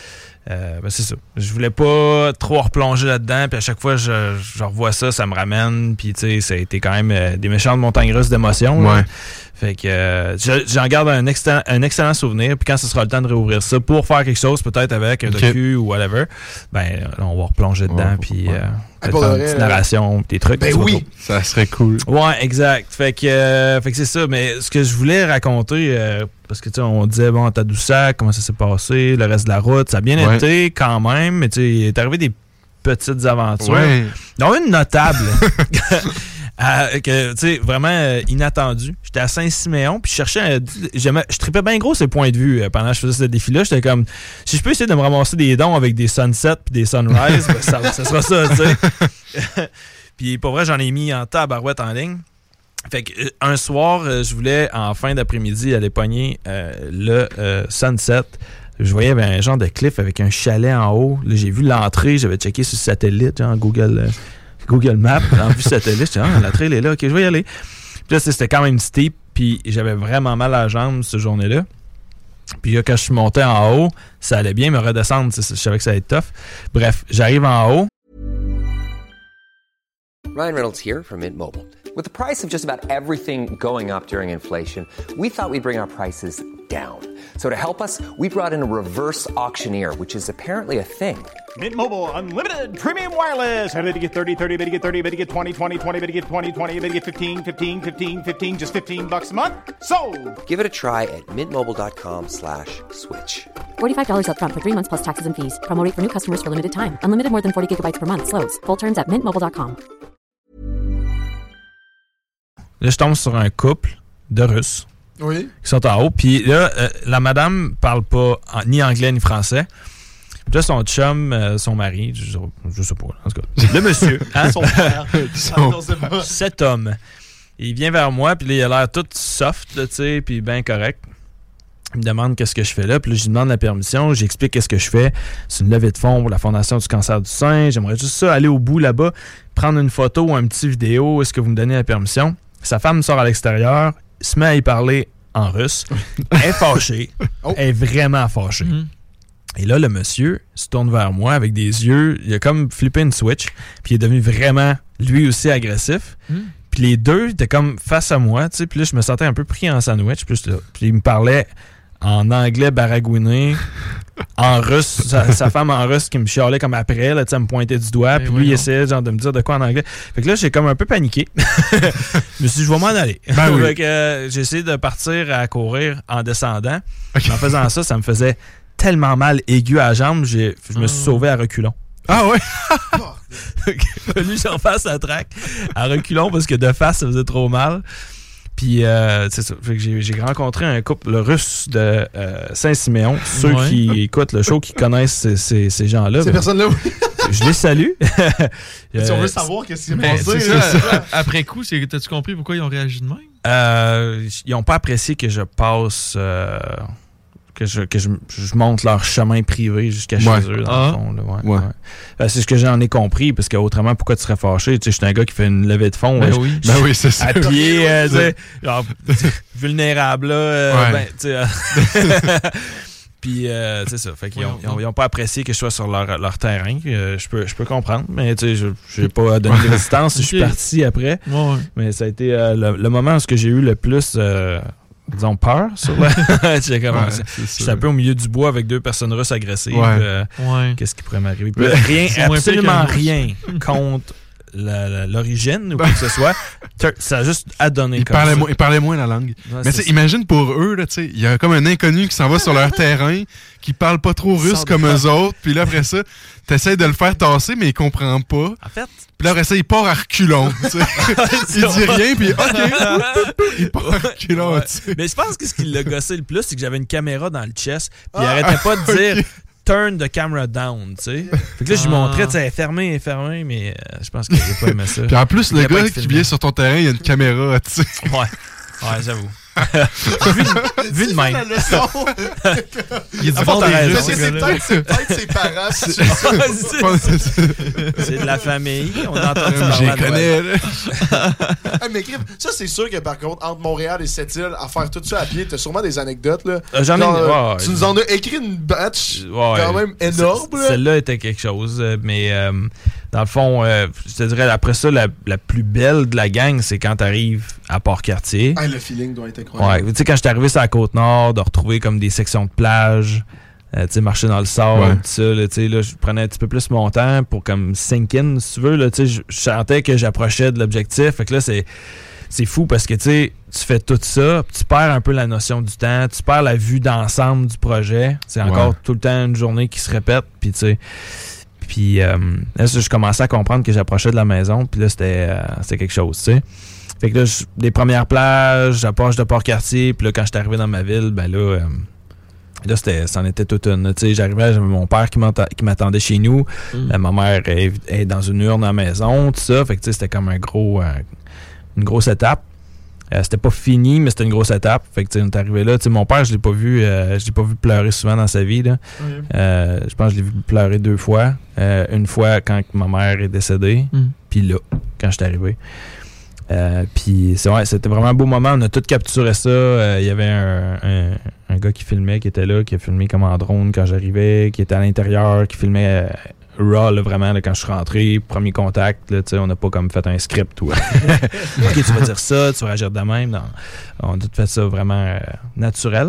Euh, ben c'est ça. Je voulais pas trop replonger là-dedans, puis à chaque fois je, je revois ça, ça me ramène, puis tu sais, ça a été quand même euh, des méchantes montagnes russes d'émotions. Ouais. Fait que euh, j'en garde un, extra, un excellent souvenir, puis quand ce sera le temps de réouvrir ça pour faire quelque chose, peut-être avec un okay. docu ou whatever, ben là, on va replonger dedans, ouais, puis ouais. euh, peut-être faire une petite narration, euh... des trucs. Ben oui! Cool. Ça serait cool. Ouais, exact. Fait que, euh, fait que c'est ça, mais ce que je voulais raconter, euh, parce que tu sais, on disait, bon, Tadoussac, comment ça s'est passé, le reste de la route, ça a bien ouais. été quand même, mais tu sais, il est arrivé des petites aventures. Ouais. Dont une notable. Euh, que tu sais vraiment euh, inattendu. J'étais à Saint-Siméon puis je cherchais euh, je tripais bien gros ces points de vue euh, pendant que je faisais ce défi-là. J'étais comme si je peux essayer de me ramasser des dons avec des sunsets puis des sunrises, ben, ça, ça sera ça, tu sais. Puis pour vrai, j'en ai mis en tabarouette en ligne. Fait que euh, un soir, euh, je voulais en fin d'après-midi aller pogner euh, le euh, sunset. Je voyais ben, un genre de cliff avec un chalet en haut. Là, j'ai vu l'entrée, j'avais checké sur le satellite, genre Google euh, Google Maps, en vue satellite, j'étais ah, la trail est là, ok, je vais y aller. Puis là, c'était quand même steep, puis j'avais vraiment mal à la jambe cette journée-là. Puis là, quand je suis monté en haut, ça allait bien, me redescendre, je savais que ça allait être tough. Bref, j'arrive en haut. Ryan Reynolds here from Mint Mobile. With the price of just about everything going up during inflation, we thought we'd bring our prices down. So to help us, we brought in a reverse auctioneer, which is apparently a thing. Mint Mobile Unlimited Premium Wireless. How to get thirty, thirty, how to get thirty, how to get twenty, twenty, twenty, how to get twenty, twenty, how to get fifteen, fifteen, fifteen, fifteen, just fifteen bucks a month? Sold! Give it a try at mintmobile.com slash switch. forty-five dollars up front for three months plus taxes and fees. Promo rate for new customers for limited time. Unlimited more than forty gigabytes per month. Slows full terms at mint mobile dot com. Là, je tombe sur un couple de Russes oui. qui sont en haut. Puis là, euh, la madame parle pas en, ni anglais ni français. Puis là, son chum, euh, son mari, je, je sais pas, en tout cas, le monsieur, hein, son frère, son, cet homme, il vient vers moi, puis là, il a l'air tout soft, tu sais, puis bien correct. Il me demande qu'est-ce que je fais là, puis là, je lui demande la permission, j'explique qu'est-ce que je fais. C'est une levée de fonds pour la Fondation du cancer du sein. J'aimerais juste ça, aller au bout là-bas, prendre une photo ou un petit vidéo. Est-ce que vous me donnez la permission? Sa femme sort à l'extérieur, se met à y parler en russe. Elle est fâchée. Oh. Elle est vraiment fâchée. Mm-hmm. Et là, le monsieur se tourne vers moi avec des yeux. Il a comme flippé une switch. Puis il est devenu vraiment, lui aussi, agressif. Mm. Puis les deux étaient comme face à moi. Tu sais, puis là, je me sentais un peu pris en sandwich. Puis, là, puis il me parlait en anglais baragouiné, en russe, sa, sa femme en russe qui me chialait comme après, là, elle me pointait du doigt, puis lui il essayait genre de me dire de quoi en anglais. Fait que là, j'ai comme un peu paniqué. Je me suis dit, je vais m'en aller. Ben oui. Fait que euh, j'ai essayé de partir à courir en descendant. Okay. En faisant ça, ça me faisait tellement mal aigu à la jambe, j'ai, je me suis oh. sauvé à reculons. Ah ouais? Lui, j'en fasse la traque à reculons parce que de face, ça faisait trop mal. Puis, euh, c'est ça. Fait que j'ai, j'ai rencontré un couple russe de euh, Saint-Siméon. Ceux ouais. qui écoutent le show, qui connaissent ces, ces, ces gens-là. Ces ben, personnes-là, oui. Je les salue. Si on veut savoir qu'est-ce qui s'est passé. C'est ça. Après coup, c'est, t'as-tu compris pourquoi ils ont réagi de même? Euh, ils n'ont pas apprécié que je passe... Euh, que je, que je, je monte leur chemin privé jusqu'à chez ouais. eux, dans ah. le fond. Là, ouais, ouais. ouais. Ben, c'est ce que j'en ai compris, parce qu'autrement, pourquoi tu serais fâché? Tu sais, je suis un gars qui fait une levée de fonds. Ben là, oui, je, ben oui c'est ça. À pied, euh, tu sais, genre, vulnérable, là. Euh, ouais. ben, tu sais... Euh, puis, euh, c'est ça. Fait qu'ils ont, ils ont, ils ont pas apprécié que je sois sur leur, leur terrain. Euh, je, peux, je peux comprendre, mais tu sais, je j'ai pas donné de résistance. Okay. Je suis parti après. Ouais. Mais ça a été euh, le, le moment où j'ai eu le plus... Euh, disons peur sur la... J'étais comme, ouais, j'étais un peu au milieu du bois avec deux personnes russes agressives. Ouais. Euh, ouais. Qu'est-ce qui pourrait m'arriver? Rien, absolument rien contre la, la, l'origine ou quoi que ce soit. Ça a juste adonné il comme parlait ça. Mo- il parlait moins la langue. Ouais, mais imagine pour eux, il y a comme un inconnu qui s'en va sur leur terrain, qui parle pas trop russe comme eux autres, puis là après ça, t'essayes de le faire tasser, mais il comprend pas. En fait... Puis là après ça, il part à reculons. Il dit rien, puis OK. Il part à reculons. Ouais. Mais je pense que ce qui l'a gossé le plus, c'est que j'avais une caméra dans le chest, puis il arrêtait pas de dire... Okay. Turn the camera down, tu sais. Fait que là, je lui montrais, tu sais, fermé, fermé, mais euh, je pense qu'il n'a pas aimé ça. Puis en plus, le gars qui vient sur ton terrain, il y a une caméra, tu sais. Ouais, ouais, j'avoue. vu, de, vu de même. La leçon. Il y a du bon raison. C'est peut-être, c'est peut-être ses parents. c'est, c'est de la famille. On entend Je les connais. Hey, mais Crip, ça, c'est sûr que par contre, entre Montréal et Sept-Îles, à faire tout ça à pied, t'as sûrement des anecdotes. Là. Euh, j'en ai Genre, une. euh, Ouais, tu nous en as écrit une batch ouais, quand même énorme. C- celle-là était quelque chose. Mais euh, dans le fond, euh, je te dirais, après ça, la, la plus belle de la gang, c'est quand t'arrives à Port-Cartier. Hey, le feeling doit être incroyable. Ouais, tu sais, quand j'étais arrivé sur la Côte-Nord, de retrouver comme des sections de plage, euh, tu sais, marcher dans le sable, Ouais. tout ça, là, tu sais, là, je prenais un petit peu plus mon temps pour comme sink in, si tu veux, là, tu sais, je je sentais que j'approchais de l'objectif, fait que là, c'est, c'est fou parce que, tu sais, tu fais tout ça, puis tu perds un peu la notion du temps, tu perds la vue d'ensemble du projet, c'est encore Ouais. tout le temps une journée qui se répète, puis tu sais, puis euh, là, je commençais à comprendre que j'approchais de la maison, puis là, c'était, euh, c'était quelque chose, tu sais. Fait que là, je, les premières plages, j'approche de Port-Cartier, puis là, quand j'étais arrivé dans ma ville, ben là, euh, là, c'était, c'en était toute une. Tu sais, j'arrivais, j'avais mon père qui, qui m'attendait chez nous, Mm. euh, ma mère est, est dans une urne à la maison, tout ça. Fait que tu sais, c'était comme un gros, euh, une grosse étape. Euh, c'était pas fini, mais c'était une grosse étape. Fait que tu sais, on est arrivé là. Tu sais, mon père, je l'ai pas vu, euh, je l'ai pas vu pleurer souvent dans sa vie, là. Mm. Euh, je pense que je l'ai vu pleurer deux fois. Euh, une fois quand ma mère est décédée, Mm. puis là, quand j'étais arrivé. Euh, puis c'est ouais, c'était vraiment un beau moment. On a tout capturé ça. Il euh, y avait un, un, un gars qui filmait, qui était là, qui a filmé comme en drone quand j'arrivais, qui était à l'intérieur, qui filmait euh, raw là, vraiment là, quand je suis rentré, premier contact. Là, on n'a pas comme fait un script. Ou, ok, tu vas dire ça, tu vas réagir de même. Non. On a tout fait ça vraiment euh, naturel.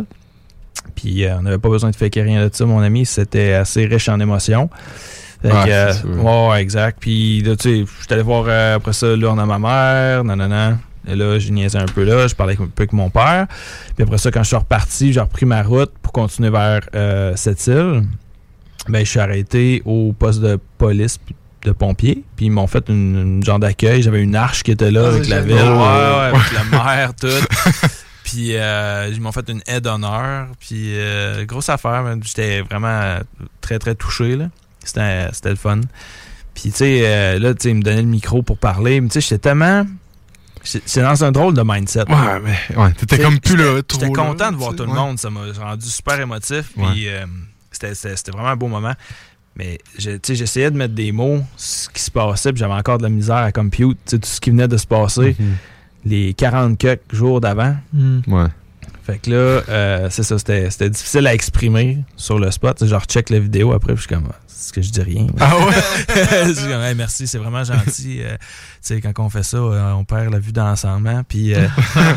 Puis euh, on n'avait pas besoin de faker rien de ça, mon ami. C'était assez riche en émotions. Fait Ouais, que, euh, c'est sûr. ouais, ouais, exact. Puis là, tu sais, je suis allé voir euh, après ça, là, on a ma mère, nanana. Et là, j'ai niaisé un peu là, je parlais un peu avec mon père. Puis après ça, quand je suis reparti, j'ai repris ma route pour continuer vers euh, Sept-Îles. Ben, je suis arrêté au poste de police de pompiers. Puis ils m'ont fait une, une genre d'accueil. J'avais une arche qui était là Ah, avec c'est la génial. ville. Ouais, Oh. ouais, avec la mer, tout. Puis euh, ils m'ont fait une aide d'honneur. Puis euh, grosse affaire, man. J'étais vraiment très, très touché, là. C'était, c'était le fun. Puis, tu sais, euh, là, tu sais, il me donnait le micro pour parler. Mais, tu sais, j'étais tellement... C'est dans un drôle de mindset. Ouais, mais ouais, t'étais comme plus là. J'étais trop, content là, de voir tu tout sais, le ouais. monde. Ça m'a rendu super émotif. Ouais. Puis, euh, c'était, c'était, c'était vraiment un beau moment. Mais, je- tu sais, j'essayais de mettre des mots sur ce qui se passait. Puis, j'avais encore de la misère à compute. Tu sais, tout ce qui venait de se passer. Mhm. Les quarante quelques jours d'avant. Mm. Ouais. Fait que là, euh, c'est ça, c'était, c'était difficile à exprimer sur le spot. Tu sais, je recheck la vidéo après, puis je suis comme, c'est ce que je dis rien. Ah ouais? Je suis comme, hey, merci, c'est vraiment gentil. Euh, tu sais, quand on fait ça, euh, on perd la vue d'ensemble. Hein, puis. Euh,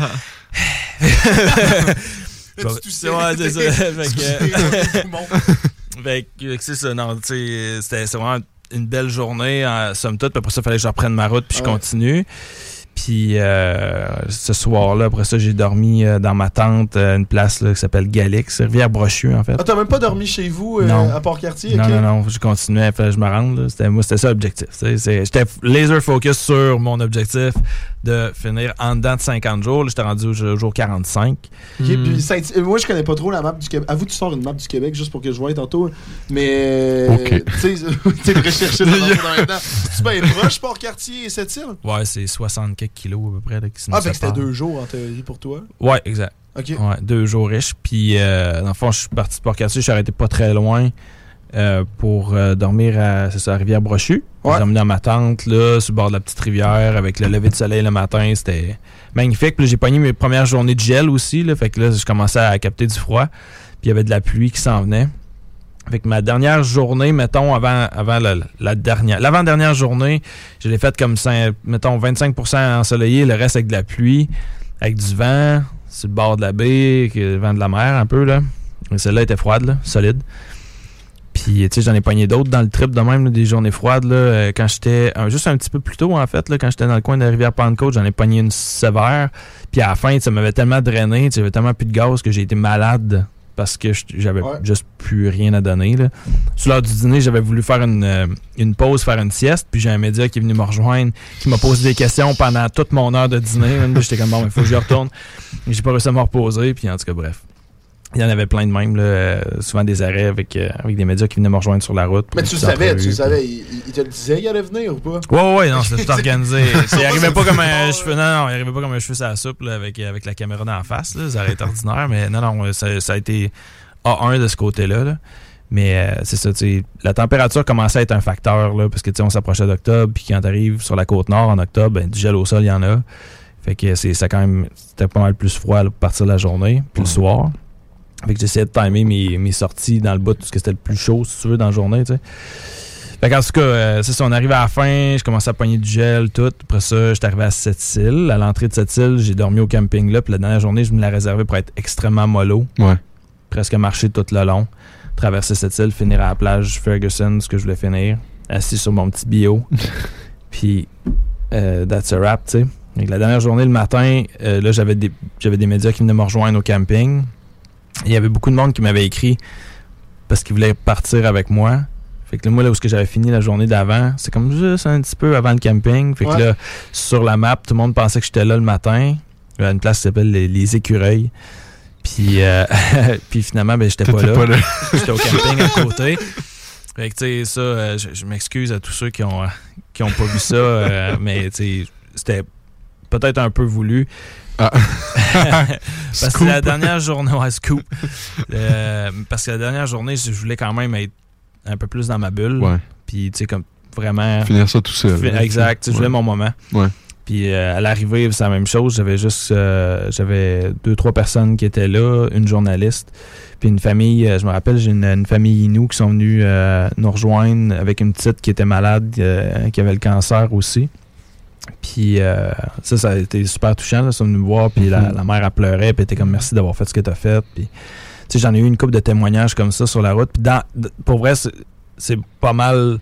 Tu toussais. ouais, c'est ça. Fait Tu que, toussais. Bon. fait que c'est ça, non, tu sais, c'était c'est vraiment une belle journée, en somme toute. Puis après ça, il fallait que je reprenne ma route, puis je Ouais. continue. Puis euh, ce soir-là, après ça, j'ai dormi euh, dans ma tente, euh, une place là, qui s'appelle Galix, Rivière-Brochu, en fait. Ah, t'as même pas dormi chez vous euh, Non. à Port-Cartier? Non, ok? non, non, je continuais, fallait que je me rende. Là. C'était, moi, c'était ça l'objectif. tu sais, c'est- J'étais laser focus sur mon objectif de finir en dedans de cinquante jours. Là, j'étais rendu au jour jour quarante-cinq. Ok, Hmm. puis Saint- euh, moi, je connais pas trop la map du Québec. Avoue, tu sors une map du Québec juste pour que je voie tantôt. Mais. Ok. Tu sais, tu sais, rechercher dans le temps. C'est-tu bien proche, Port-Cartier et Sept-Îles? Ouais, c'est soixante quelques kilos à peu près là, qui se Ah, nous fait que c'était séparent. deux jours en théorie pour toi. Ouais, exact. Ok. Ouais, deux jours riches. Puis, euh, dans le fond, je suis parti de Port-Cartier, je suis arrêté pas très loin euh, pour euh, dormir à, c'est ça, à Rivière-Brochu. Ouais. J'ai dormi dans ma tente, là, sur le bord de la petite rivière, avec le lever de soleil le matin. C'était magnifique. Puis là, j'ai pogné mes premières journées de gel aussi, là. Fait que là, je commençais à capter du froid. Puis il y avait de la pluie qui s'en venait. Fait que ma dernière journée, mettons, avant, avant la, la dernière, l'avant-dernière journée, je l'ai faite comme, cinq, mettons, vingt-cinq pour cent ensoleillé, le reste avec de la pluie, avec du vent, sur le bord de la baie, avec le vent de la mer un peu, là. Mais celle-là était froide, là, solide. Puis, tu sais, j'en ai pogné d'autres dans le trip de même, là, des journées froides, là, euh, quand j'étais, euh, juste un petit peu plus tôt, en fait, là, quand j'étais dans le coin de la rivière Pentecôte, j'en ai pogné une sévère. Puis à la fin, ça m'avait tellement drainé, j'avais tellement plus de gaz que j'ai été malade parce que je- j'avais Ouais. juste plus rien à donner, là. Sur l'heure du dîner, j'avais voulu faire une, euh, une pause, faire une sieste, puis j'ai un média qui est venu me rejoindre, qui m'a posé des questions pendant toute mon heure de dîner. Même, j'étais comme, bon, il faut que j'y retourne. J'ai pas réussi à me reposer, puis en tout cas, bref. Il y en avait plein de même, là, euh, souvent des arrêts avec, euh, avec des médias qui venaient me rejoindre sur la route. Mais tu le savais, tu le savais. Il, il te le disait qu'il allait venir ou pas? Ouais, ouais, ouais, non, c'était tout organisé. Il arrivait pas comme un cheveu. Non, non, il arrivait pas comme un cheveu sur la soupe là, avec, avec la caméra dans la face. Là, ça aurait été ordinaire, mais non, non, ça, ça a été A un de ce côté-là. Là. Mais euh, c'est ça, tu sais, la température commençait à être un facteur, là, parce que tu sais, on s'approchait d'octobre, puis quand t'arrives sur la côte nord en octobre, ben, du gel au sol, il y en a. Fait que c'est ça quand même, c'était pas mal plus froid là, pour partir de la journée, puis ouais. le soir. Fait que j'essayais de timer mes, mes sorties dans le bout, parce que c'était le plus chaud, si tu veux, dans la journée, tu sais. Fait qu'en tout cas, euh, c'est ça, on arrive à la fin, je commençais à pogner du gel, tout. Après ça, j'étais arrivé à Sept-Îles. À l'entrée de Sept-Îles, j'ai dormi au camping là, puis la dernière journée, je me l'ai réservé pour être extrêmement mollo. Ouais. Presque marcher tout le long. Traverser Sept-Îles, finir à la plage Ferguson, ce que je voulais finir. Assis sur mon petit bio. Puis, euh, that's a wrap, tu sais. Donc, la dernière journée, le matin, euh, là, j'avais des, j'avais des médias qui venaient me rejoindre au camping. Il y avait beaucoup de monde qui m'avait écrit parce qu'ils voulaient partir avec moi. Fait que là, moi, là où j'avais fini la journée d'avant, c'est comme juste un petit peu avant le camping. Fait que ouais. là, sur la map, tout le monde pensait que j'étais là le matin. Il y a une place qui s'appelle les, les Écureuils. Puis, euh, puis finalement, ben, j'étais pas là. pas là. J'étais au camping à côté. Fait que, tu sais, ça, euh, je, je m'excuse à tous ceux qui ont, euh, qui ont pas vu ça, euh, mais, tu sais, c'était peut-être un peu voulu. Ah. Parce que la dernière journée, ouais, scoop. Euh, parce que la dernière journée, je voulais quand même être un peu plus dans ma bulle. Ouais. Puis, tu sais, comme vraiment. Finir ça tout seul. Fin, exact. Ouais. Je voulais mon moment. Ouais. Puis, euh, à l'arrivée, c'est la même chose. J'avais juste. Euh, j'avais deux, trois personnes qui étaient là, une journaliste. Puis, une famille. Euh, je me rappelle, j'ai une, une famille Inou qui sont venus euh, nous rejoindre avec une petite qui était malade, euh, qui avait le cancer aussi. Puis euh, ça, ça a été super touchant. Là, ils sont venus me voir, puis mm-hmm. la, la mère, elle pleurait, puis elle était comme merci d'avoir fait ce que tu as fait. Puis, tu sais, j'en ai eu une couple de témoignages comme ça sur la route. Puis, dans, pour vrai, c'est, c'est pas mal.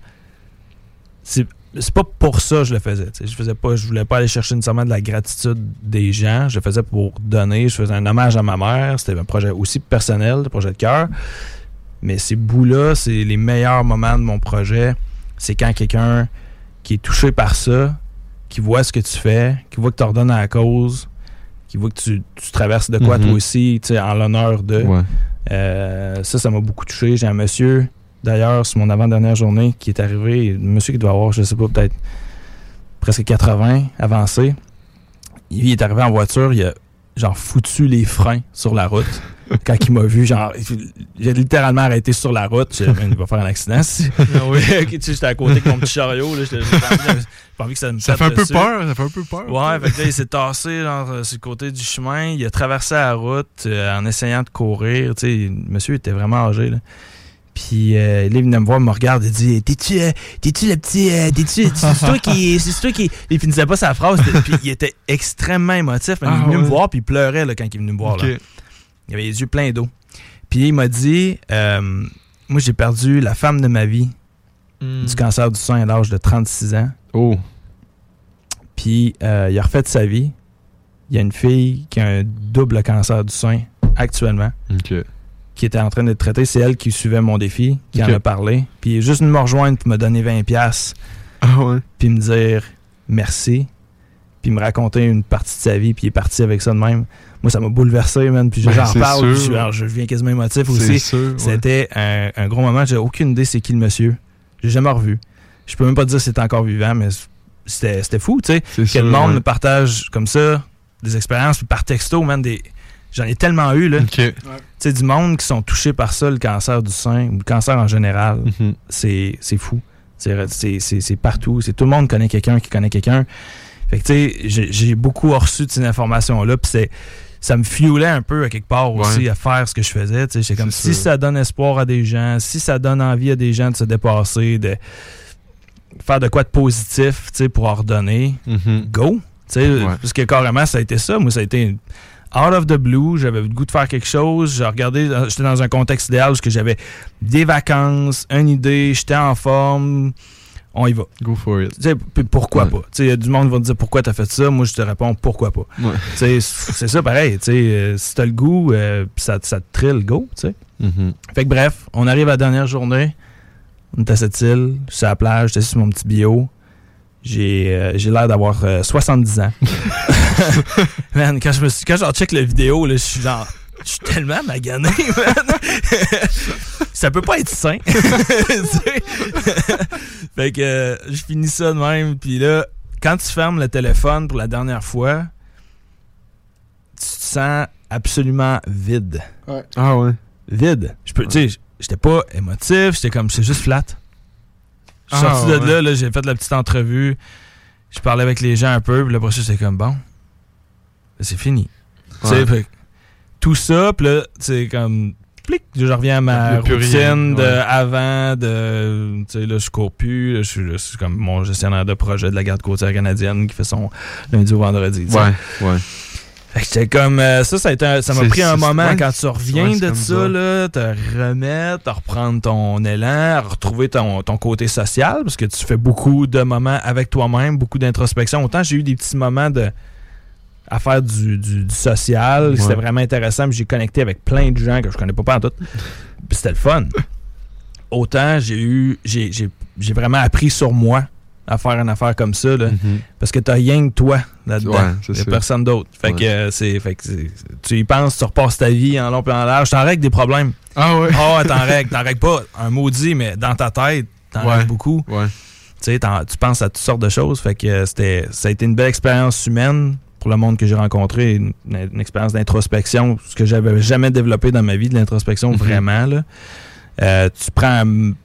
C'est, c'est pas pour ça que je le faisais. Je faisais pas, je voulais pas aller chercher nécessairement de la gratitude des gens. Je le faisais pour donner. Je faisais un hommage à ma mère. C'était un projet aussi personnel, un projet de cœur. Mais ces bouts-là, c'est les meilleurs moments de mon projet. C'est quand quelqu'un qui est touché par ça, qui voit ce que tu fais, qui voit que tu redonnes à la cause, qui voit que tu, tu traverses de quoi mm-hmm. toi aussi, tu sais, en l'honneur de. Ouais. Euh, ça, ça m'a beaucoup touché. J'ai un monsieur, d'ailleurs, sur mon avant-dernière journée, qui est arrivé, un monsieur qui doit avoir, je sais pas, peut-être presque quatre-vingts, avancé. Il est arrivé en voiture, il a genre foutu les freins sur la route. Quand il m'a vu, genre, j'ai littéralement arrêté sur la route. J'ai dit, il va faire un accident. Ah oui. Tu sais, j'étais à côté avec mon petit chariot. Là, j'étais, j'ai pas envie que ça me Ça fait un dessus. peu peur. Ça fait un peu peur. Ouais, fait que là, il s'est tassé genre, sur le côté du chemin. Il a traversé la route euh, en essayant de courir. Tu sais, le monsieur était vraiment âgé. Là. Puis euh, là, il venait me voir, il me regarde, il dit T'es-tu, euh, t'es-tu le petit. Euh, t'es-tu, c'est toi qui. C'est toi qui. Il finissait pas sa phrase. Puis il était extrêmement émotif. Il est venu ah, ouais. me voir, puis il pleurait là, quand il est venu me voir. Okay. Là. Il avait les yeux pleins d'eau. Puis il m'a dit euh, moi, j'ai perdu la femme de ma vie mm. du cancer du sein à l'âge de trente-six ans. Oh. Puis euh, il a refait sa vie. Il y a une fille qui a un double cancer du sein actuellement. OK. Qui était en train d'être traitée. C'est elle qui suivait mon défi, qui okay. en a parlé. Puis il est juste venu me rejoindre pour me donner vingt dollars. Ah ouais. Puis me dire merci. Puis me raconter une partie de sa vie. Puis il est parti avec ça de même. Moi, ça m'a bouleversé, man. Puis ben, j'en parle. Puis je, alors, je viens quasiment émotif aussi. Sûr, C'était ouais. un, un gros moment. J'ai aucune idée c'est qui le monsieur. J'ai jamais revu. Je peux même pas dire si c'était encore vivant, mais c'était, c'était fou, tu sais. Que sûr, le monde ouais. me partage comme ça des expériences. Puis par texto, man, des... J'en ai tellement eu, là. Okay. Tu sais, du monde qui sont touchés par ça, le cancer du sein, ou le cancer en général. Mm-hmm. C'est, c'est fou. C'est, c'est, c'est, c'est partout. C'est, tout le monde connaît quelqu'un qui connaît quelqu'un. Fait que, tu sais, j'ai, j'ai beaucoup reçu de ces informations-là, puis c'est, ça me fuelait un peu, à quelque part, aussi, ouais. à faire ce que je faisais. Tu sais, c'est comme c'est si sûr. Ça donne espoir à des gens, si ça donne envie à des gens de se dépasser, de faire de quoi de positif, tu sais, pour en redonner, mm-hmm. go. Tu sais, ouais. parce que carrément, ça a été ça. Moi, ça a été... Une, out of the blue, j'avais le goût de faire quelque chose. J'ai regardé, j'étais dans un contexte idéal parce que j'avais des vacances, une idée, j'étais en forme. On y va. Go for it. Tu sais, pourquoi ouais. pas? Tu sais, du monde va te dire pourquoi t'as fait ça. Moi, je te réponds pourquoi pas. Ouais. Tu sais, c'est ça pareil. Tu sais, euh, si t'as le goût, euh, ça, ça te trille, go. Tu sais. Mm-hmm. Fait que bref, on arrive à la dernière journée. On est à cette île, je suis à la plage, j'étais sur mon petit bio. J'ai, euh, j'ai l'air d'avoir euh, soixante-dix ans. Man, quand je me suis, quand je check la vidéo, là, je suis genre je suis tellement magané, man. Ça peut pas être sain. Fait que euh, je finis ça de même. Puis là, quand tu fermes le téléphone pour la dernière fois, tu te sens absolument vide. Ouais. Ah ouais. Vide. Je peux, tu sais, j'étais pas émotif, j'étais comme, j'étais juste flat. Je suis Ah, sorti de ouais. là, là, j'ai fait la petite entrevue. Je parlais avec les gens un peu, puis là, après ça, j'étais comme, bon, c'est fini. Ouais. Tu sais, fait que tout ça, puis là, c'est comme, plic, je reviens à ma Il y a plus rien, routine de ouais. avant, de, tu sais, là, je cours plus, là, je suis là, c'est comme mon gestionnaire de projet de la garde côtière canadienne qui fait son lundi au vendredi. tu sais. Ouais, ouais. Fait que j'étais comme, euh, ça, ça, a été un- ça m'a C'est- pris un c'est- moment ouais, quand tu reviens ouais, c'est de comme ça, ça. là, te remettre, à reprendre ton élan, à retrouver ton, ton côté social, parce que tu fais beaucoup de moments avec toi-même, beaucoup d'introspection. Autant j'ai eu des petits moments de à faire du, du, du social, Ouais. c'était vraiment intéressant, puis j'ai connecté avec plein de gens que je connais pas en tout. Puis c'était le fun. Autant j'ai eu, j'ai, j'ai, j'ai vraiment appris sur moi à faire une affaire comme ça, là, Mhm. parce que t'as rien que toi là-dedans. Ouais, c'est Il y a ça. personne d'autre. Fait Ouais. que, euh, c'est, fait que c'est- tu y penses, tu repasses ta vie en long et en large. T'en règles des problèmes. Ah ouais. Ah, t'en règles. T'en règles pas un maudit, mais dans ta tête, t'en Ouais. règles beaucoup. Ouais. Tu sais, t'en- tu penses à toutes sortes de choses. Fait que euh, c'était, ça a été une belle expérience humaine pour le monde que j'ai rencontré. Une, une expérience d'introspection, ce que j'avais jamais développé dans ma vie, de l'introspection, Mhm. vraiment. Là. Euh, tu prends...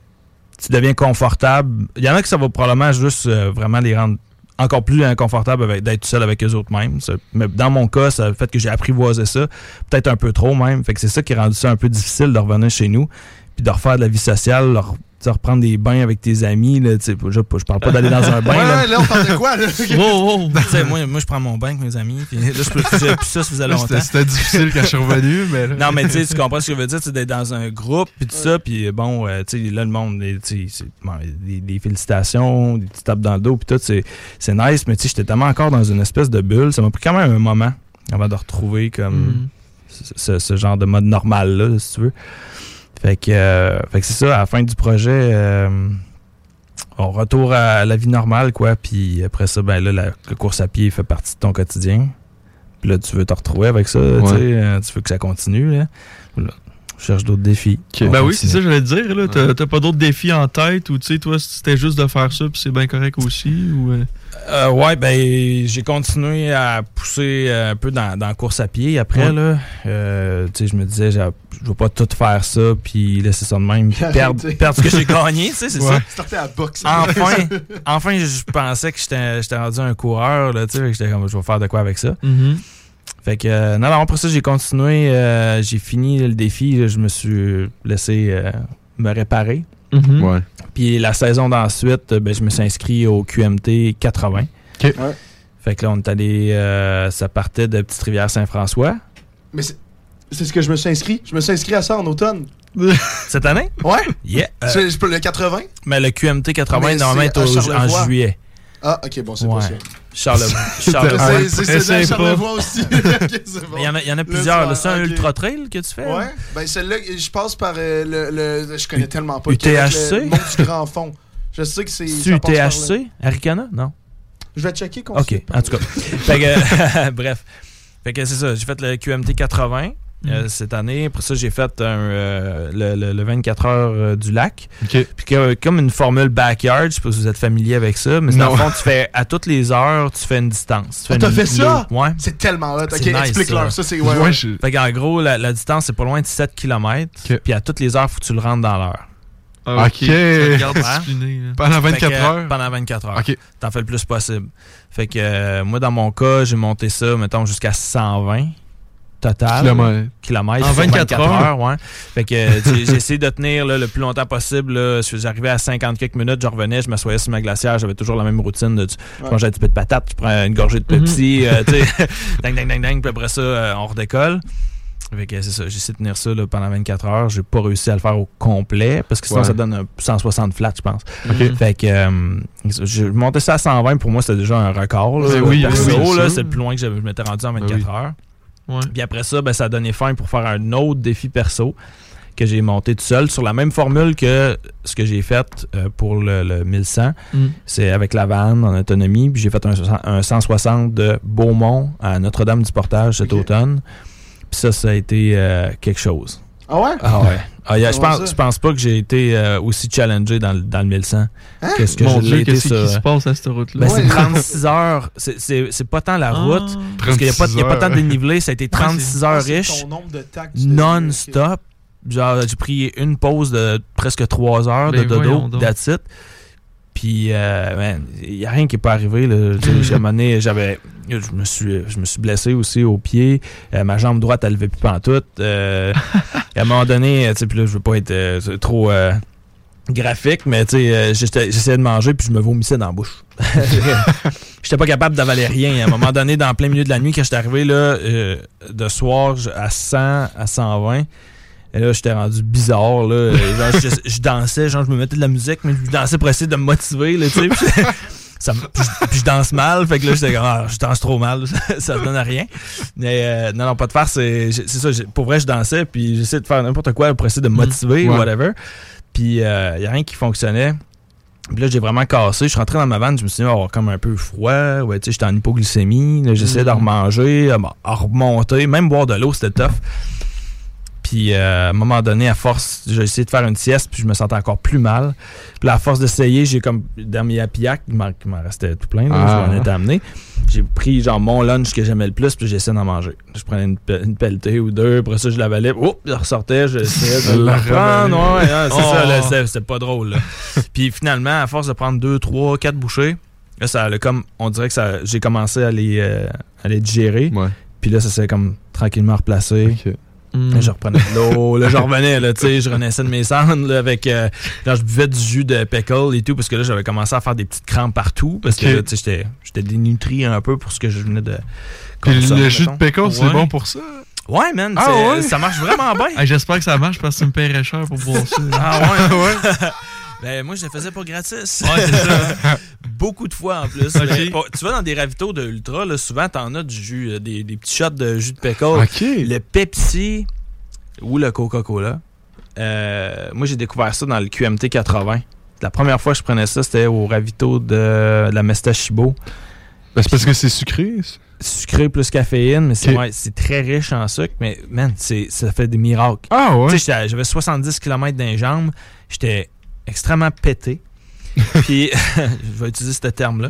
Tu deviens confortable. Il y en a qui ça va probablement juste euh, vraiment les rendre encore plus inconfortables avec, d'être seul avec eux autres mêmes. Ça- mais dans mon cas, ça, le fait que j'ai apprivoisé ça, peut-être un peu trop même. Fait que c'est ça qui a rendu ça un peu difficile de revenir chez nous, puis de refaire de la vie sociale, leur, tu sais, reprendre des bains avec tes amis. Là, tu sais, je, je parle pas d'aller dans un bain. Ouais, là. ouais, là, on parle de quoi, là? Wow, wow. Tu sais, moi, moi, je prends mon bain avec mes amis. Puis là, je peux j'ai plus ça, ça faisait Là, longtemps. C'était c'était difficile quand je suis revenu, mais là... Non, mais tu sais, tu comprends ce que je veux dire, c'est d'être dans un groupe, puis tout ça, puis bon, euh, tu sais, là, le monde, tu sais, c'est- bon, des, des félicitations, des petites tapes dans le dos, puis tout, c'est c'est nice, mais tu sais, j'étais tellement encore dans une espèce de bulle, ça m'a pris quand même un moment avant de retrouver comme Mhm. ce, ce- ce genre de mode normal-là, si tu veux. Fait que, euh, fait que c'est ça, à la fin du projet, euh, on retourne à la vie normale, quoi, puis après ça, ben là, la, la course à pied fait partie de ton quotidien. Puis là, tu veux te retrouver avec ça, tu sais, euh, tu veux que ça continue, là. Là, je cherche d'autres défis. Ben On oui, c'est continue. ça que j'allais te dire. Là. T'as, t'as pas d'autres défis en tête ou tu sais, toi, c'était juste de faire ça puis c'est bien correct aussi? Ou, euh... Euh, ouais, ben, j'ai continué à pousser un peu dans, dans la course à pied après, Ouais. là. Euh, tu sais, je me disais, j'ai- je veux pas tout faire ça, puis laisser ça de même, puis perdre, Arrêtez. perdre ce que j'ai gagné, tu sais, c'est Ouais. ça. Starter à boxe. Enfin, enfin, je pensais que j'étais, j'étais rendu un coureur, là, tu sais, j'étais comme, je vais faire de quoi avec ça. Mm-hmm. Fait que, euh, non, non, après ça, j'ai continué, euh, j'ai fini le défi, là, je me suis laissé euh, me réparer. Mm-hmm. Ouais. Puis la saison d'ensuite, ben, je me suis inscrit au Q M T quatre-vingts. OK. Ouais. Fait que là, on est allé, euh, ça partait de Petite-Rivière-Saint-François. Mais c'est c'est ce que je me suis inscrit. Je me suis inscrit à ça en automne. Cette année? Ouais. Yeah. Euh, C'est c'est pas le quatre-vingts? mais le Q M T quatre-vingts, Mais normalement, c'est est au- à Charlevoix. en juillet. Ah, ok, bon, c'est Ouais. pas ça. Charlevoix. C'est Charlevoix. c'est- c'est c'est essaye à pas. Charlevoix aussi. Ok, c'est bon. Mais il y en a, il y en a Là, plusieurs. tu là. C'est un vas- ok. ultra-trail que tu fais? Ouais. là? Ben, celle-là, je passe par euh, le, le. Je connais tellement pas. U le T H C? Québec, le Mont du Grand Fond. Je sais que c'est. C'est ça passe par là. U T H C? Aricana? Non. Je vais checker qu'on OK, en tout cas. Fait que, bref. Fait que c'est ça. J'ai fait le Q M T quatre-vingts euh, cette année. Après ça, j'ai fait un, euh, le, le- le vingt-quatre heures euh, du lac. OK. Puis que- comme une formule backyard, je sais pas si vous êtes familier avec ça, mais c'est dans Non. le fond, tu fais à toutes les heures, tu fais une distance. Tu fais Ah, t'as une- fait ça? Ouais. C'est tellement hot. Ok, C'est nice, explique-leur. ça. Ça, c'est. Ouais, Ouais, ouais. je- Fait qu'en gros, la, la distance, c'est pas loin de sept kilomètres. Ok. Puis à toutes les heures, faut que tu le rentres dans l'heure. Ah, OK. Ça te garde Hein? discipliné. Là. Pendant Fait vingt-quatre que, heures? Pendant vingt-quatre heures. OK. T'en fais le plus possible. Fait que euh, moi, dans mon cas, j'ai monté ça, mettons, jusqu'à cent vingt total. Kilomètres. Kilomètres. En sur vingt-quatre heures? ouais. Fait que euh, j'ai j'ai essayé de tenir là, le plus longtemps possible. là. J'arrivais à cinquante quelques minutes, je revenais, je m'assoyais sur ma glacière, j'avais toujours la même routine. De, tu je mangeais un petit peu de patate, tu prends une gorgée de Pepsi, euh, tu sais, ding, ding, ding, ding, puis après ça, euh, on redécolle. Fait que c'est ça, j'ai essayé de tenir ça là, pendant vingt-quatre heures. J'ai pas réussi à le faire au complet, parce que sinon Ouais. ça donne un cent soixante flat, je pense. OK. Fait que euh, j'ai monté ça à cent vingt, pour moi c'était déjà un record. Là, Ben oui, perso, ben oui, là, sûr. c'est le plus loin que je m'étais rendu en vingt-quatre Ben oui. heures. Ouais. Puis après ça, ben, ça a donné fin pour faire un autre défi perso que j'ai monté tout seul sur la même formule que ce que j'ai fait euh, pour le, le mille cent. Mm. C'est avec la vanne en autonomie. Puis j'ai fait un, soixante un cent soixante de Beaumont à Notre-Dame-du-Portage cet Ok. automne. Puis ça, ça a été euh, quelque chose. Ah ouais? Ah ouais. Ah, y a, je, Comment pense, ça? je pense pas que j'ai été euh, aussi challengé dans, le- dans le mille cent Hein? que ce que Mon je Dieu, l'ai été qu'est-ce sur... qui se passe à cette route-là? Ben, Ouais. c'est trente-six heures. C'est, c'est, c'est pas tant la route. Ah. Parce qu'il n'y a, pas- y a pas tant de dénivelé. Ça a été trente-six heures C'est riche, ton nombre de temps que tu fais. non-stop. Genre, j'ai pris une pause de presque trois heures Ben, de dodo. voyons donc. That's it. Puis, euh, man, il n'y a rien qui n'est pas arrivé. Là. Tu sais, à un moment donné, j'avais, je me suis, je me suis blessé aussi au pied. Euh, ma jambe droite, elle ne levait plus pantoute. Euh, à un moment donné, tu sais, puis là, je veux pas être euh, trop euh, graphique, mais tu sais, euh, j'étais- j'essayais de manger puis je me vomissais dans la bouche. J'étais pas capable d'avaler rien. À un moment donné, dans plein milieu de la nuit, quand j'étais arrivé là, euh, de soir je- à cent, à cent vingt, et là, j'étais rendu bizarre. Là. Genre, je, je dansais, genre, je me mettais de la musique, mais je dansais pour essayer de me motiver. Là, tu sais, puis, ça, me- puis je, puis je danse mal. Fait que là, j'étais comme, ah, je danse trop mal. Ça, ça donne à rien. Mais euh, non, non, pas de faire. C'est, c'est ça. j'ai- Pour vrai, je dansais, puis j'essayais de faire n'importe quoi pour essayer de me motiver, Ouais. whatever. Puis il euh, n'y a rien qui fonctionnait. Puis là, j'ai vraiment cassé. Je suis rentré dans ma vanne, je me suis dit, oh, comme un peu froid. Ouais, tu sais, j'étais en hypoglycémie. Là, j'essayais Mm. de remanger, à, à remonter. Même boire de l'eau, c'était tough. Puis euh, à un moment donné, à force, j'ai essayé de faire une sieste, puis je me sentais encore plus mal. Puis là, à force d'essayer, j'ai comme, dans mes Apiac, il m'en, il m'en restait tout plein, là, Ah. je m'en étais amené. J'ai pris genre mon lunch que j'aimais le plus, puis j'essayais d'en manger. Je prenais une, pe- une pelletée ou deux, après ça, je l'avalais, oh, je ressortais, j'essayais de La le reprendre. ravaler. Ouais, hein, c'est Oh. ça, là, c'était, c'était pas drôle. Là. Puis finalement, à force de prendre deux, trois, quatre bouchées, là, ça a comme, on dirait que ça, j'ai commencé à les, euh, à les digérer. Ouais. Puis là, ça s'est comme tranquillement replacé. Ok. Mm. Là, je reprenais de l'eau, là, je revenais, là, tu sais, je renaissais de mes cendres, là, avec, euh, quand je buvais du jus de pickle et tout, parce que là, j'avais commencé à faire des petites crampes partout, parce Ok. que, là, tu sais, j'étais, j'étais dénutri un peu pour ce que je venais de Puis consommer, le jus de mettons. pickle, c'est Ouais. bon pour ça? Ouais, man, Ah c'est- ouais? ça marche vraiment bien. Hey, j'espère que ça marche parce que tu me paierais cher pour boire ça. Ah ouais? ouais. Ben, moi, je le faisais pas gratis. Ouais, c'est ça. Beaucoup de fois en plus. Ok. Mais, oh, tu vas dans des ravitaux de Ultra, là, souvent, t'en as du jus, euh, des, des petits shots de jus de pickle. OK. Le Pepsi ou le Coca-Cola. Euh, moi, j'ai découvert ça dans le Q M T quatre-vingts. La première fois que je prenais ça, c'était au ravito de la Mestachibo. Ben, c'est parce que c'est sucré. Sucré plus caféine, mais c'est, Ok. ouais, c'est très riche en sucre. Mais, man, c'est, ça fait des miracles. Ah ouais? Tu sais, j'étais- j'avais soixante-dix kilomètres dans les jambes. J'étais extrêmement pété. Puis, je vais utiliser ce terme-là.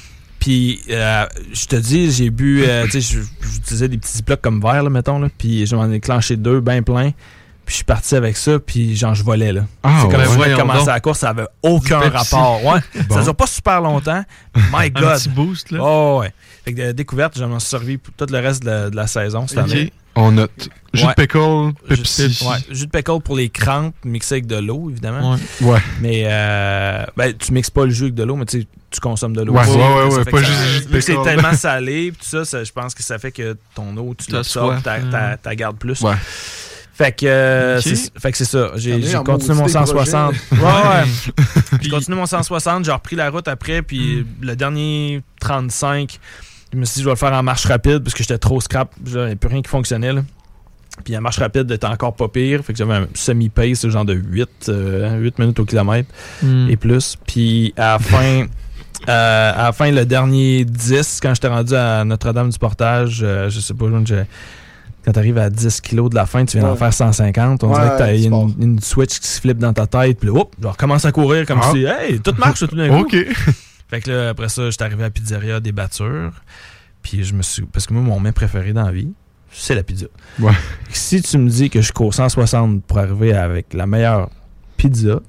Puis, euh, je te dis, j'ai bu, euh, tu sais, je- j'utilisais des petits blocs comme verre, là, mettons, là, puis je m'en ai clenché deux, bien plein. Puis, je suis parti avec ça, puis genre, je volais, là. Ah, c'est comme ouais. si je Voyons commençais donc. la course, ça avait aucun Du Pepsi. rapport. Ouais. Bon. Ça dure pas super longtemps. My Un God. petit boost, là. Oh, ouais. Fait que de découverte, je m'en suis servi pour tout le reste de la, de la saison cette Ok. année. On note. Jus Ouais. de pickle, Pepsi. Jus, ouais, jus de pickle pour les crampes, mixé avec de l'eau, évidemment. Ouais. Ouais. Mais euh, ben, tu mixes pas le jus avec de l'eau, mais tu sais, tu consommes de l'eau. Ouais, aussi. ouais, ouais, Ça ouais, fait pas que juste ça- du jus de vu que c'est pickle. tellement salé, pis tout ça, ça, je pense que ça fait que ton eau, tu T'as l'absorbes, soif. t'as, t'as, t'as gardes plus. Ouais. Fait que, euh, Ok. c'est, fait que c'est ça. J'ai, T'en es j'ai en continué maudit mon des cent soixante. projets. Ouais, ouais. J'ai continué mon cent soixante, j'ai repris la route après, puis le dernier trente-cinq, je me suis dit, je vais le faire en marche rapide, parce que j'étais trop scrap, j'avais plus rien qui fonctionnait, là. Puis la marche rapide était encore pas pire, fait que j'avais un semi-pace, genre de huit, euh, huit minutes au kilomètre Mm. et plus. Puis à la fin, euh, à la fin, le dernier dix, quand j'étais rendu à Notre-Dame du Portage, euh, je sais pas, j'ai- quand t'arrives à dix kilos de la fin, tu viens d'en Ouais. faire cent cinquante. On Ouais, dirait que t'as tu une, pars. une switch qui se flippe dans ta tête, puis là, hop, je recommence à courir comme Ah. si, hey, tout marche tout d'un coup. OK. Fait que là, après ça, j'étais arrivé à la pizzeria des battures. Puis je me suis. Parce que moi, mon mets préféré dans la vie, c'est la pizza. Ouais. Si tu me dis que je cours cent soixante pour arriver avec la meilleure pizza,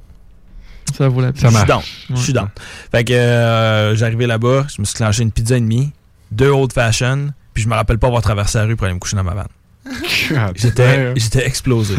Ça vaut la Ça je suis marche. down. Je suis down. Fait que euh, j'arrivais là-bas, je me suis clenché une pizza et demie, deux old fashion, puis je me rappelle pas avoir traversé la rue pour aller me coucher dans ma vanne. God J'étais, damn. j'étais explosé.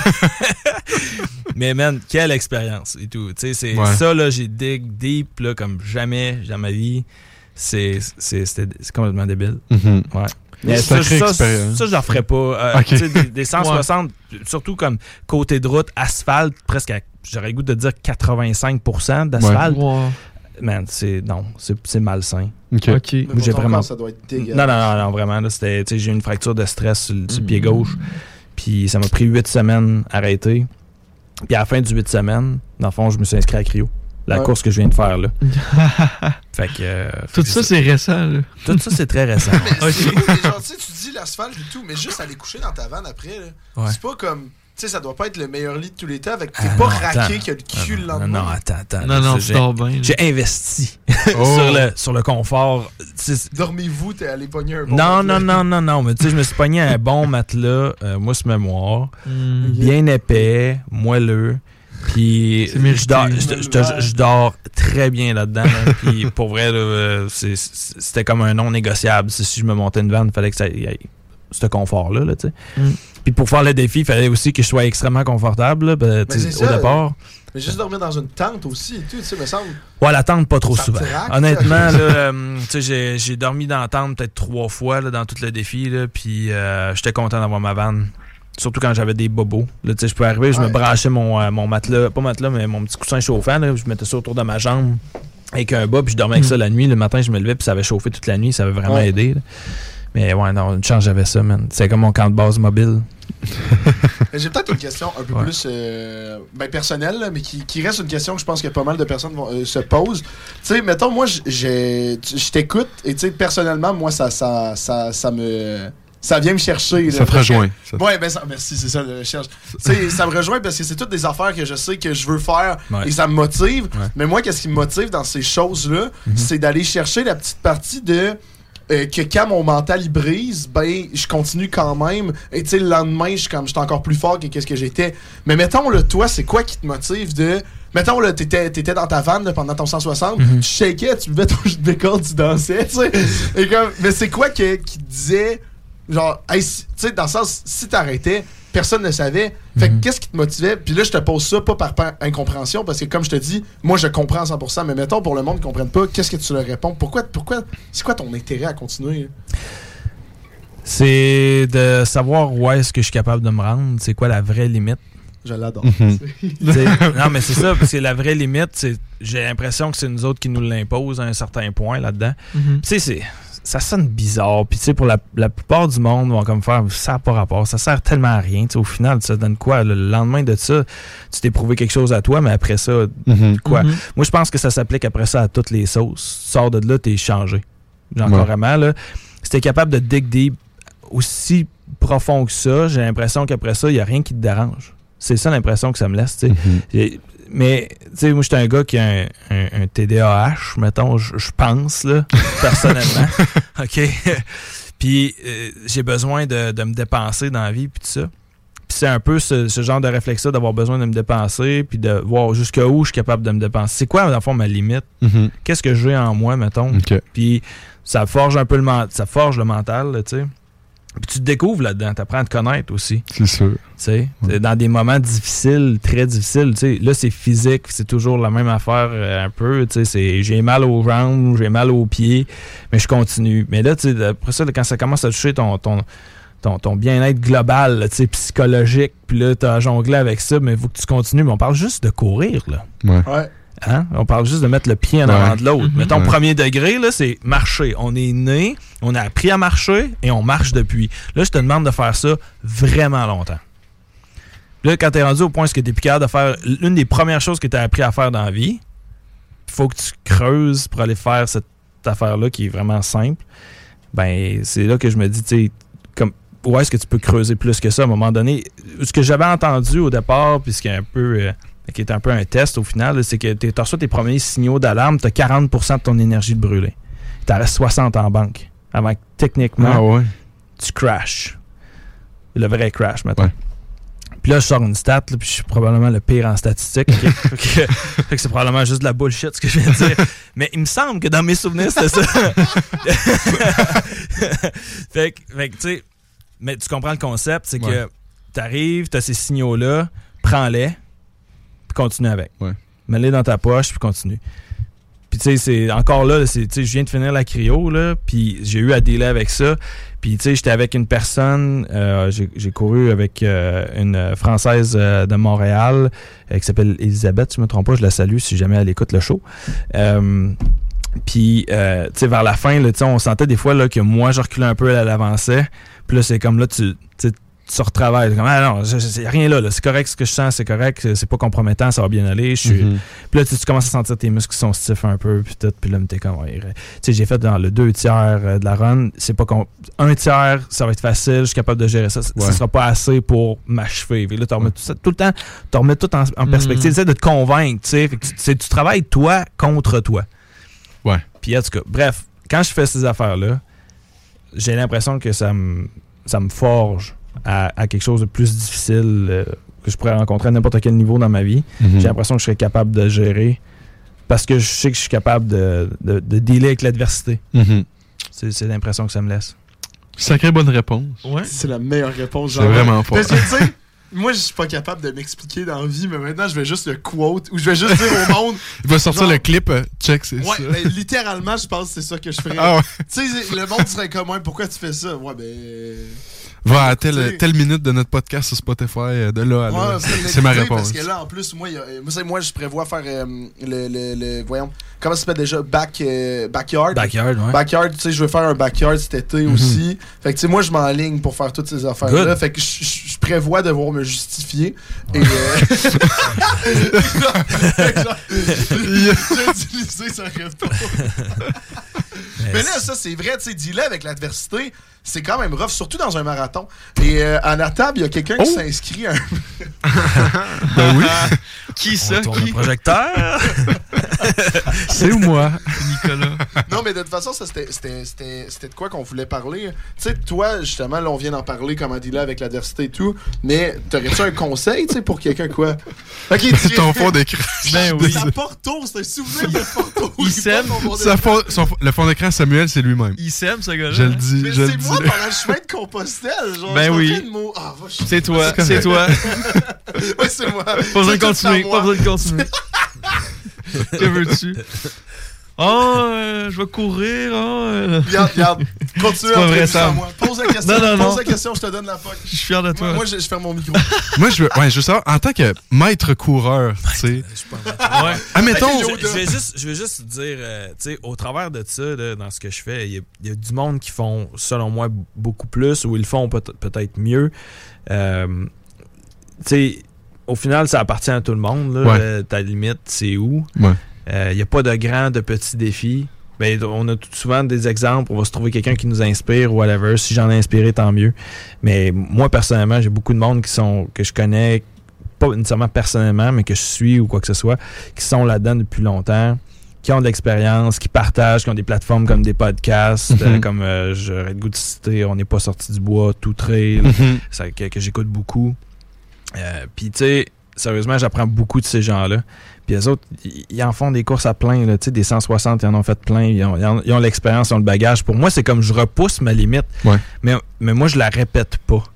Mais man, quelle expérience et tout. Tu sais, c'est Ouais. ça, là, j'ai dig deep, là, comme jamais dans ma vie. C'est, c'est, c'était- c'est complètement débile. Mhm. Ouais. Mais ça, Sacrée ça, expérience. ça, je n'en ferais pas. Euh, Ok. tu sais, des, des cent soixante, surtout comme côté de route, asphalte, presque à, j'aurais le goût de dire quatre-vingt-cinq pour cent d'asphalte. Wow. Man, c'est, non, c'est, c'est malsain. OK. OK. Mais J'ai pour ton vraiment- corps, ça doit être dégueulasse. Non, non, non, non, vraiment. Là, c'était, tu sais, j'ai eu une fracture de stress sur, le- sur le pied Mm. gauche. Puis ça m'a pris huit semaines à arrêter. Puis à la fin du huit semaines, dans le fond, je me suis inscrit à cryo. La ouais. course que je viens de faire, là. Fait que... Euh, tout fait ça, que c'est récent, là. Tout ça, c'est très récent. Mais c'est cool, mais genre, tu sais, tu dis l'asphalte et tout, mais juste aller coucher dans ta vanne après, là. Ouais. C'est pas comme... Tu sais, ça doit pas être le meilleur lit de tous les temps, avec t'es ah, pas non, raqué attends. Qu'il y a le cul le lendemain. Non, non, attends, attends. Non, non, c'est bien. J'ai investi oh. sur, le, sur le confort. C'est... Dormez-vous, t'es allé pogner un bon Non, matelas. non, non, non, non. Mais tu sais, je me suis pogné un bon matelas, euh, mousse mémoire, mm. bien épais, moelleux. Puis je dors, je, je, je, je dors très bien là-dedans. Là. Puis pour vrai, là, c'est, c'était comme un non négociable. Si je me montais une vanne, il fallait que ça y ait ce confort-là. Là, tu sais. Mm. Puis pour faire le défi, il fallait aussi que je sois extrêmement confortable là, ben, au ça, départ. Mais juste dormir dans une tente aussi, tu sais, me semble. Ouais, la tente, pas trop souvent. Raque, honnêtement, là, euh, tu sais, j'ai, j'ai dormi dans la tente peut-être trois fois là, dans tout le défi. Là, puis euh, j'étais content d'avoir ma vanne. Surtout quand j'avais des bobos. Là, je peux arriver, je ouais. me branchais mon, euh, mon matelas, pas matelas, mais mon petit coussin chauffant. Là, je mettais ça autour de ma jambe avec un bas, puis je dormais avec mm. ça la nuit. Le matin, je me levais, puis ça avait chauffé toute la nuit. Ça avait vraiment ouais. aidé. Là. Mais ouais, non, une chance, j'avais ça, man. C'est comme mon camp de base mobile. J'ai peut-être une question un peu ouais. plus euh, ben personnelle, là, mais qui, qui reste une question que je pense que pas mal de personnes vont, euh, se posent. Tu sais, mettons, moi, j'ai, je t'écoute, et tu sais, personnellement, moi, ça, ça, ça, ça me... Ça vient me chercher. Ça là, te rejoint. Que... Ouais, ben ça, merci, c'est ça, le cherche. T'sais, ça me rejoint parce que c'est toutes des affaires que je sais que je veux faire ouais. et ça me motive. Ouais. Mais moi, qu'est-ce qui me motive dans ces choses-là, mm-hmm. c'est d'aller chercher la petite partie de euh, que quand mon mental il brise, ben je continue quand même. Et tu sais, le lendemain, je suis comme j'étais encore plus fort que qu'est-ce que j'étais. Mais mettons, là, toi, c'est quoi qui te motive de. Mettons, là, t'étais, t'étais dans ta vanne là, pendant ton cent soixante, mm-hmm. tu shakais, tu buvais ton jus de bécon, tu dansais, tu sais. Et comme, mais c'est quoi que, qui te disait. Genre, hey, tu sais, dans le sens, si t'arrêtais, personne ne savait. Fait que mm-hmm. qu'est-ce qui te motivait? Puis là, je te pose ça pas par, par incompréhension, parce que comme je te dis, moi, je comprends à cent pour cent, mais mettons, pour le monde qui ne comprenne pas, qu'est-ce que tu leur réponds? Pourquoi, pourquoi, c'est quoi ton intérêt à continuer? C'est de savoir où est-ce que je suis capable de me rendre. C'est quoi la vraie limite? Je l'adore. Mm-hmm. Non, mais c'est ça, parce que la vraie limite, c'est, j'ai l'impression que c'est nous autres qui nous l'imposent à un certain point là-dedans. Mm-hmm. Tu sais, c'est... ça sonne bizarre. Puis, tu sais, pour la, la plupart du monde, vont comme faire ça n'a pas rapport. Ça sert tellement à rien. T'sais, au final, ça donne quoi? Le lendemain de ça, tu t'es prouvé quelque chose à toi, mais après ça, mm-hmm. quoi? Mm-hmm. Moi, je pense que ça s'applique après ça à toutes les sauces. Tu sors de là, t'es changé. Genre, ouais. carrément, là. Si t'es capable de dig deep aussi profond que ça, j'ai l'impression qu'après ça, il n'y a rien qui te dérange. C'est ça l'impression que ça me laisse, tu sais. Mm-hmm. Mais, tu sais, moi, j'étais un gars qui a un, un, un T D A H, mettons, je pense, là, personnellement. OK? Puis, euh, j'ai besoin de, de me dépenser dans la vie, puis tout ça. Puis, c'est un peu ce, ce genre de réflexe-là d'avoir besoin de me dépenser, puis de voir jusqu'où je suis capable de me dépenser. C'est quoi, dans le fond, ma limite? Mm-hmm. Qu'est-ce que j'ai en moi, mettons? Okay. Puis, ça forge un peu le mental, ça forge le mental, tu sais. Puis tu te découvres là-dedans, tu apprends à te connaître aussi. C'est sûr. Tu sais, ouais. Dans des moments difficiles, très difficiles, tu sais, là c'est physique, c'est toujours la même affaire euh, un peu, tu sais, c'est j'ai mal aux jambes, j'ai mal aux pieds, mais je continue. Mais là, tu sais, après ça, quand ça commence à toucher ton ton ton, ton bien-être global, tu sais, psychologique, puis là t'as jonglé avec ça, mais il faut que tu continues. Mais on parle juste de courir, là. Ouais. Ouais. Hein? On parle juste de mettre le pied en avant ouais. de l'autre. Mm-hmm. Mettons, ouais. premier degré, là, c'est marcher. On est né, on a appris à marcher et on marche depuis. Là, je te demande de faire ça vraiment longtemps. Là, quand tu es rendu au point où tu es plus capable de faire l'une des premières choses que tu as appris à faire dans la vie, il faut que tu creuses pour aller faire cette affaire-là qui est vraiment simple. Ben, c'est là que je me dis, tu sais, comme, où est-ce que tu peux creuser plus que ça à un moment donné? Ce que j'avais entendu au départ, puis ce qui est un peu... Euh, qui est un peu un test au final, là, c'est que tu reçois tes premiers signaux d'alarme, tu as quarante pour cent de ton énergie de brûler. Tu en restes soixante en banque. Avant que techniquement, ah ouais. tu crashes. Le vrai crash, maintenant. Ouais. Puis là, je sors une stat, là, puis je suis probablement le pire en statistique. Okay? fait, que, fait que c'est probablement juste de la bullshit ce que je viens de dire. Mais il me semble que dans mes souvenirs, c'était ça. fait que, fait que tu sais, mais tu comprends le concept, c'est ouais. que tu arrives, tu as ces signaux-là, prends-les, continue avec. Ouais. Mets-les dans ta poche, puis continue. Puis tu sais, c'est encore là, c'est, je viens de finir la cryo, là, puis j'ai eu à dealer avec ça. Puis tu sais, j'étais avec une personne, euh, j'ai, j'ai couru avec euh, une Française euh, de Montréal euh, qui s'appelle Elisabeth, si je me trompe pas, je la salue si jamais elle écoute le show. Euh, puis, euh, tu sais, vers la fin, là, on sentait des fois là, que moi, je reculais un peu, elle avançait. Puis là, c'est comme là, tu... tu retravailles. Comme, ah non, il n'y a rien là, là. C'est correct ce que je sens, c'est correct, c'est pas compromettant, ça va bien aller. Je suis... Mm-hmm. Puis là, tu, tu commences à sentir tes muscles qui sont stiffs un peu, puis tout. Puis là, t'es comme, ouais, tu sais, j'ai fait dans le deux tiers de la run. C'est pas con... Un tiers, ça va être facile, je suis capable de gérer ça. Ouais. Ça sera pas assez pour m'achever. Puis là, tu remets tout ça, tout le temps, tu remets tout en, en perspective, mm-hmm. tu sais, de te convaincre, tu sais. Tu, tu travailles toi contre toi. Ouais. Puis en tout cas, bref, quand je fais ces affaires-là, j'ai l'impression que ça me ça me forge à, à quelque chose de plus difficile euh, que je pourrais rencontrer à n'importe quel niveau dans ma vie. Mm-hmm. J'ai l'impression que je serais capable de gérer parce que je sais que je suis capable de, de, de dealer avec l'adversité. Mm-hmm. C'est, c'est l'impression que ça me laisse. Sacrée bonne réponse. Ouais. C'est la meilleure réponse. C'est genre, vraiment fort. Parce que tu sais, moi je suis pas capable de m'expliquer dans la vie, mais maintenant je vais juste le quote ou je vais juste dire au monde. Il va sortir genre, le clip, euh, check, c'est ouais, ça. Ouais, ben, littéralement, je pense que c'est ça que je ferais. Ah ouais. Tu sais, le monde serait comme, pourquoi tu fais ça? Ouais, ben. Va à telle, telle minute de notre podcast sur Spotify, de là à là. Ouais, c'est ma réponse. Parce que là, en plus, moi, y a, moi, moi je prévois faire euh, le, le, le. Voyons, comment ça s'appelle déjà? Back, euh, backyard. Backyard, ouais. Backyard, tu sais, je veux faire un backyard cet été mm-hmm. aussi. Fait que, tu sais, moi, je m'enligne pour faire toutes ces affaires-là. Good. Fait que je prévois devoir me justifier. Et. Euh... J'ai utilisé sa réponse. Mais là, ça, c'est vrai, tu sais, dis-le avec l'adversité. C'est quand même rough, surtout dans un marathon. Et euh, à la table, il y a quelqu'un oh. qui s'inscrit à un... Ben oui. Qui ça? On qui? Le projecteur? C'est où moi? Nicolas. Non, mais de toute façon, ça, c'était, c'était, c'était, c'était de quoi qu'on voulait parler. Tu sais, toi, justement, là, on vient d'en parler, comment dire là, avec l'adversité et tout. Mais t'aurais-tu un conseil, tu sais, pour quelqu'un, quoi? Ok, tu ton fond d'écran. Ben oui. Ça Porto, c'est un souvenir de Porto. Il s'aime. Fond, son, le fond d'écran, Samuel, c'est lui-même. Il s'aime, ce gars-là. Je le dis, mais je le dis. dis. Moi, pendant le chemin de Compostelle, genre, ben oui. Mot... Ah, va, c'est toi, c'est toi. Ouais, c'est moi. Pas besoin de continuer, pas besoin de continuer. Que veux-tu? Oh, euh, je vais courir. Oh, euh... Regarde, regarde. Continue à vrai, ça. Moi. Pose la question. Non, non, pose non. la question, je te donne la poque. Je suis fier de toi. Moi, moi je, je ferme mon micro. Moi, je veux, ouais, je veux savoir, en tant que maître coureur, tu sais. Ouais. Admettons. Je, je, vais juste, je vais juste dire, euh, tu sais, au travers de ça, là, dans ce que je fais, il y, y a du monde qui font, selon moi, beaucoup plus, ou ils le font peut- peut-être mieux. Euh, tu sais, au final, ça appartient à tout le monde. Là, ouais. euh, ta limite, c'est où? Ouais. Il euh, n'y a pas de grands, de petits défis. Ben, on a tout souvent des exemples. On va se trouver quelqu'un qui nous inspire ou whatever. Si j'en ai inspiré, tant mieux. Mais moi, personnellement, j'ai beaucoup de monde qui sont que je connais, pas nécessairement personnellement, mais que je suis ou quoi que ce soit, qui sont là-dedans depuis longtemps, qui ont de l'expérience, qui partagent, qui ont des plateformes comme des podcasts, mm-hmm. euh, comme euh, j'aurais le goût de citer On n'est pas sorti du bois, Tout Trail, mm-hmm. ça, que, que j'écoute beaucoup. Euh, Puis, tu sais, sérieusement, j'apprends beaucoup de ces gens-là. Puis les autres, ils en font des courses à plein, là, tu sais, des cent soixante, ils en ont fait plein, ils ont, ils ont, ils ont l'expérience, ils ont le bagage. Pour moi, c'est comme je repousse ma limite, ouais. mais, mais moi, je la répète pas.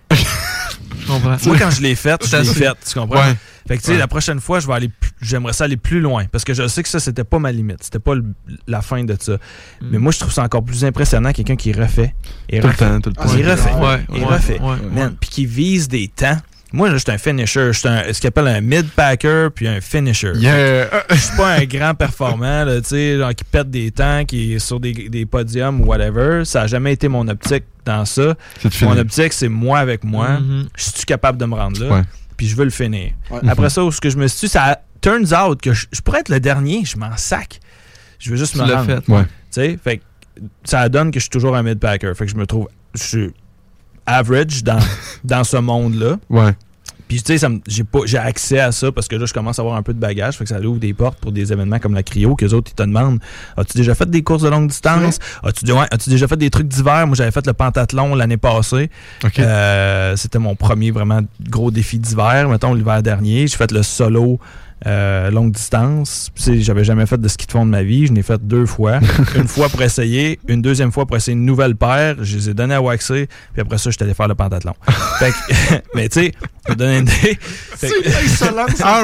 Je comprends. Moi, quand je l'ai faite, je l'ai faite, tu comprends? Ouais. Fait que, tu sais, ouais. la prochaine fois, je vais aller plus, j'aimerais ça aller plus loin, parce que je sais que ça, c'était pas ma limite, c'était pas le, la fin de ça. Mm. Mais moi, je trouve ça encore plus impressionnant, quelqu'un qui refait. Et tout refait. le temps, tout le temps. Il refait, ouais, il ouais, refait. Ouais, ouais. Puis qui vise des temps. Moi, je suis un finisher. Je suis un, ce qu'on appelle un mid-packer puis un finisher. Yeah. Je suis pas un grand performant, tu sais, genre qui pète des temps, qui est sur des, des podiums ou whatever. Ça a jamais été mon optique dans ça. Mon optique, c'est moi avec moi. Mm-hmm. Je suis capable de me rendre là. Ouais. Puis je veux le finir. Ouais. Après Mm-hmm. ça, où ce que je me suis dit, ça turns out que je, je pourrais être le dernier. Je m'en sac. Je veux juste tu me rendre. Fait, ouais. Tu sais, fait que ça donne que je suis toujours un mid-packer. Fait que je me trouve... Je suis average dans, dans ce monde-là. Ouais. Puis tu sais, ça me, j'ai pas j'ai accès à ça parce que là, je commence à avoir un peu de bagage. Fait que ça ouvre des portes pour des événements comme la cryo, qu'eux autres, ils te demandent as-tu déjà fait des courses de longue distance? Ouais. As-tu, ouais, as-tu déjà fait des trucs d'hiver? Moi, j'avais fait le pentathlon l'année passée. Okay. Euh, c'était mon premier vraiment gros défi d'hiver, mettons, l'hiver dernier. J'ai fait le solo euh, longue distance. Puis, j'avais jamais fait de ski de fond de ma vie. Je l'ai fait deux fois. Une fois pour essayer, une deuxième fois pour essayer une nouvelle paire. Je les ai donnés à waxer. Puis après ça, je suis allé faire le pentathlon. Fait que, mais tu sais, je vais donner une idée. C'est insolent, ça.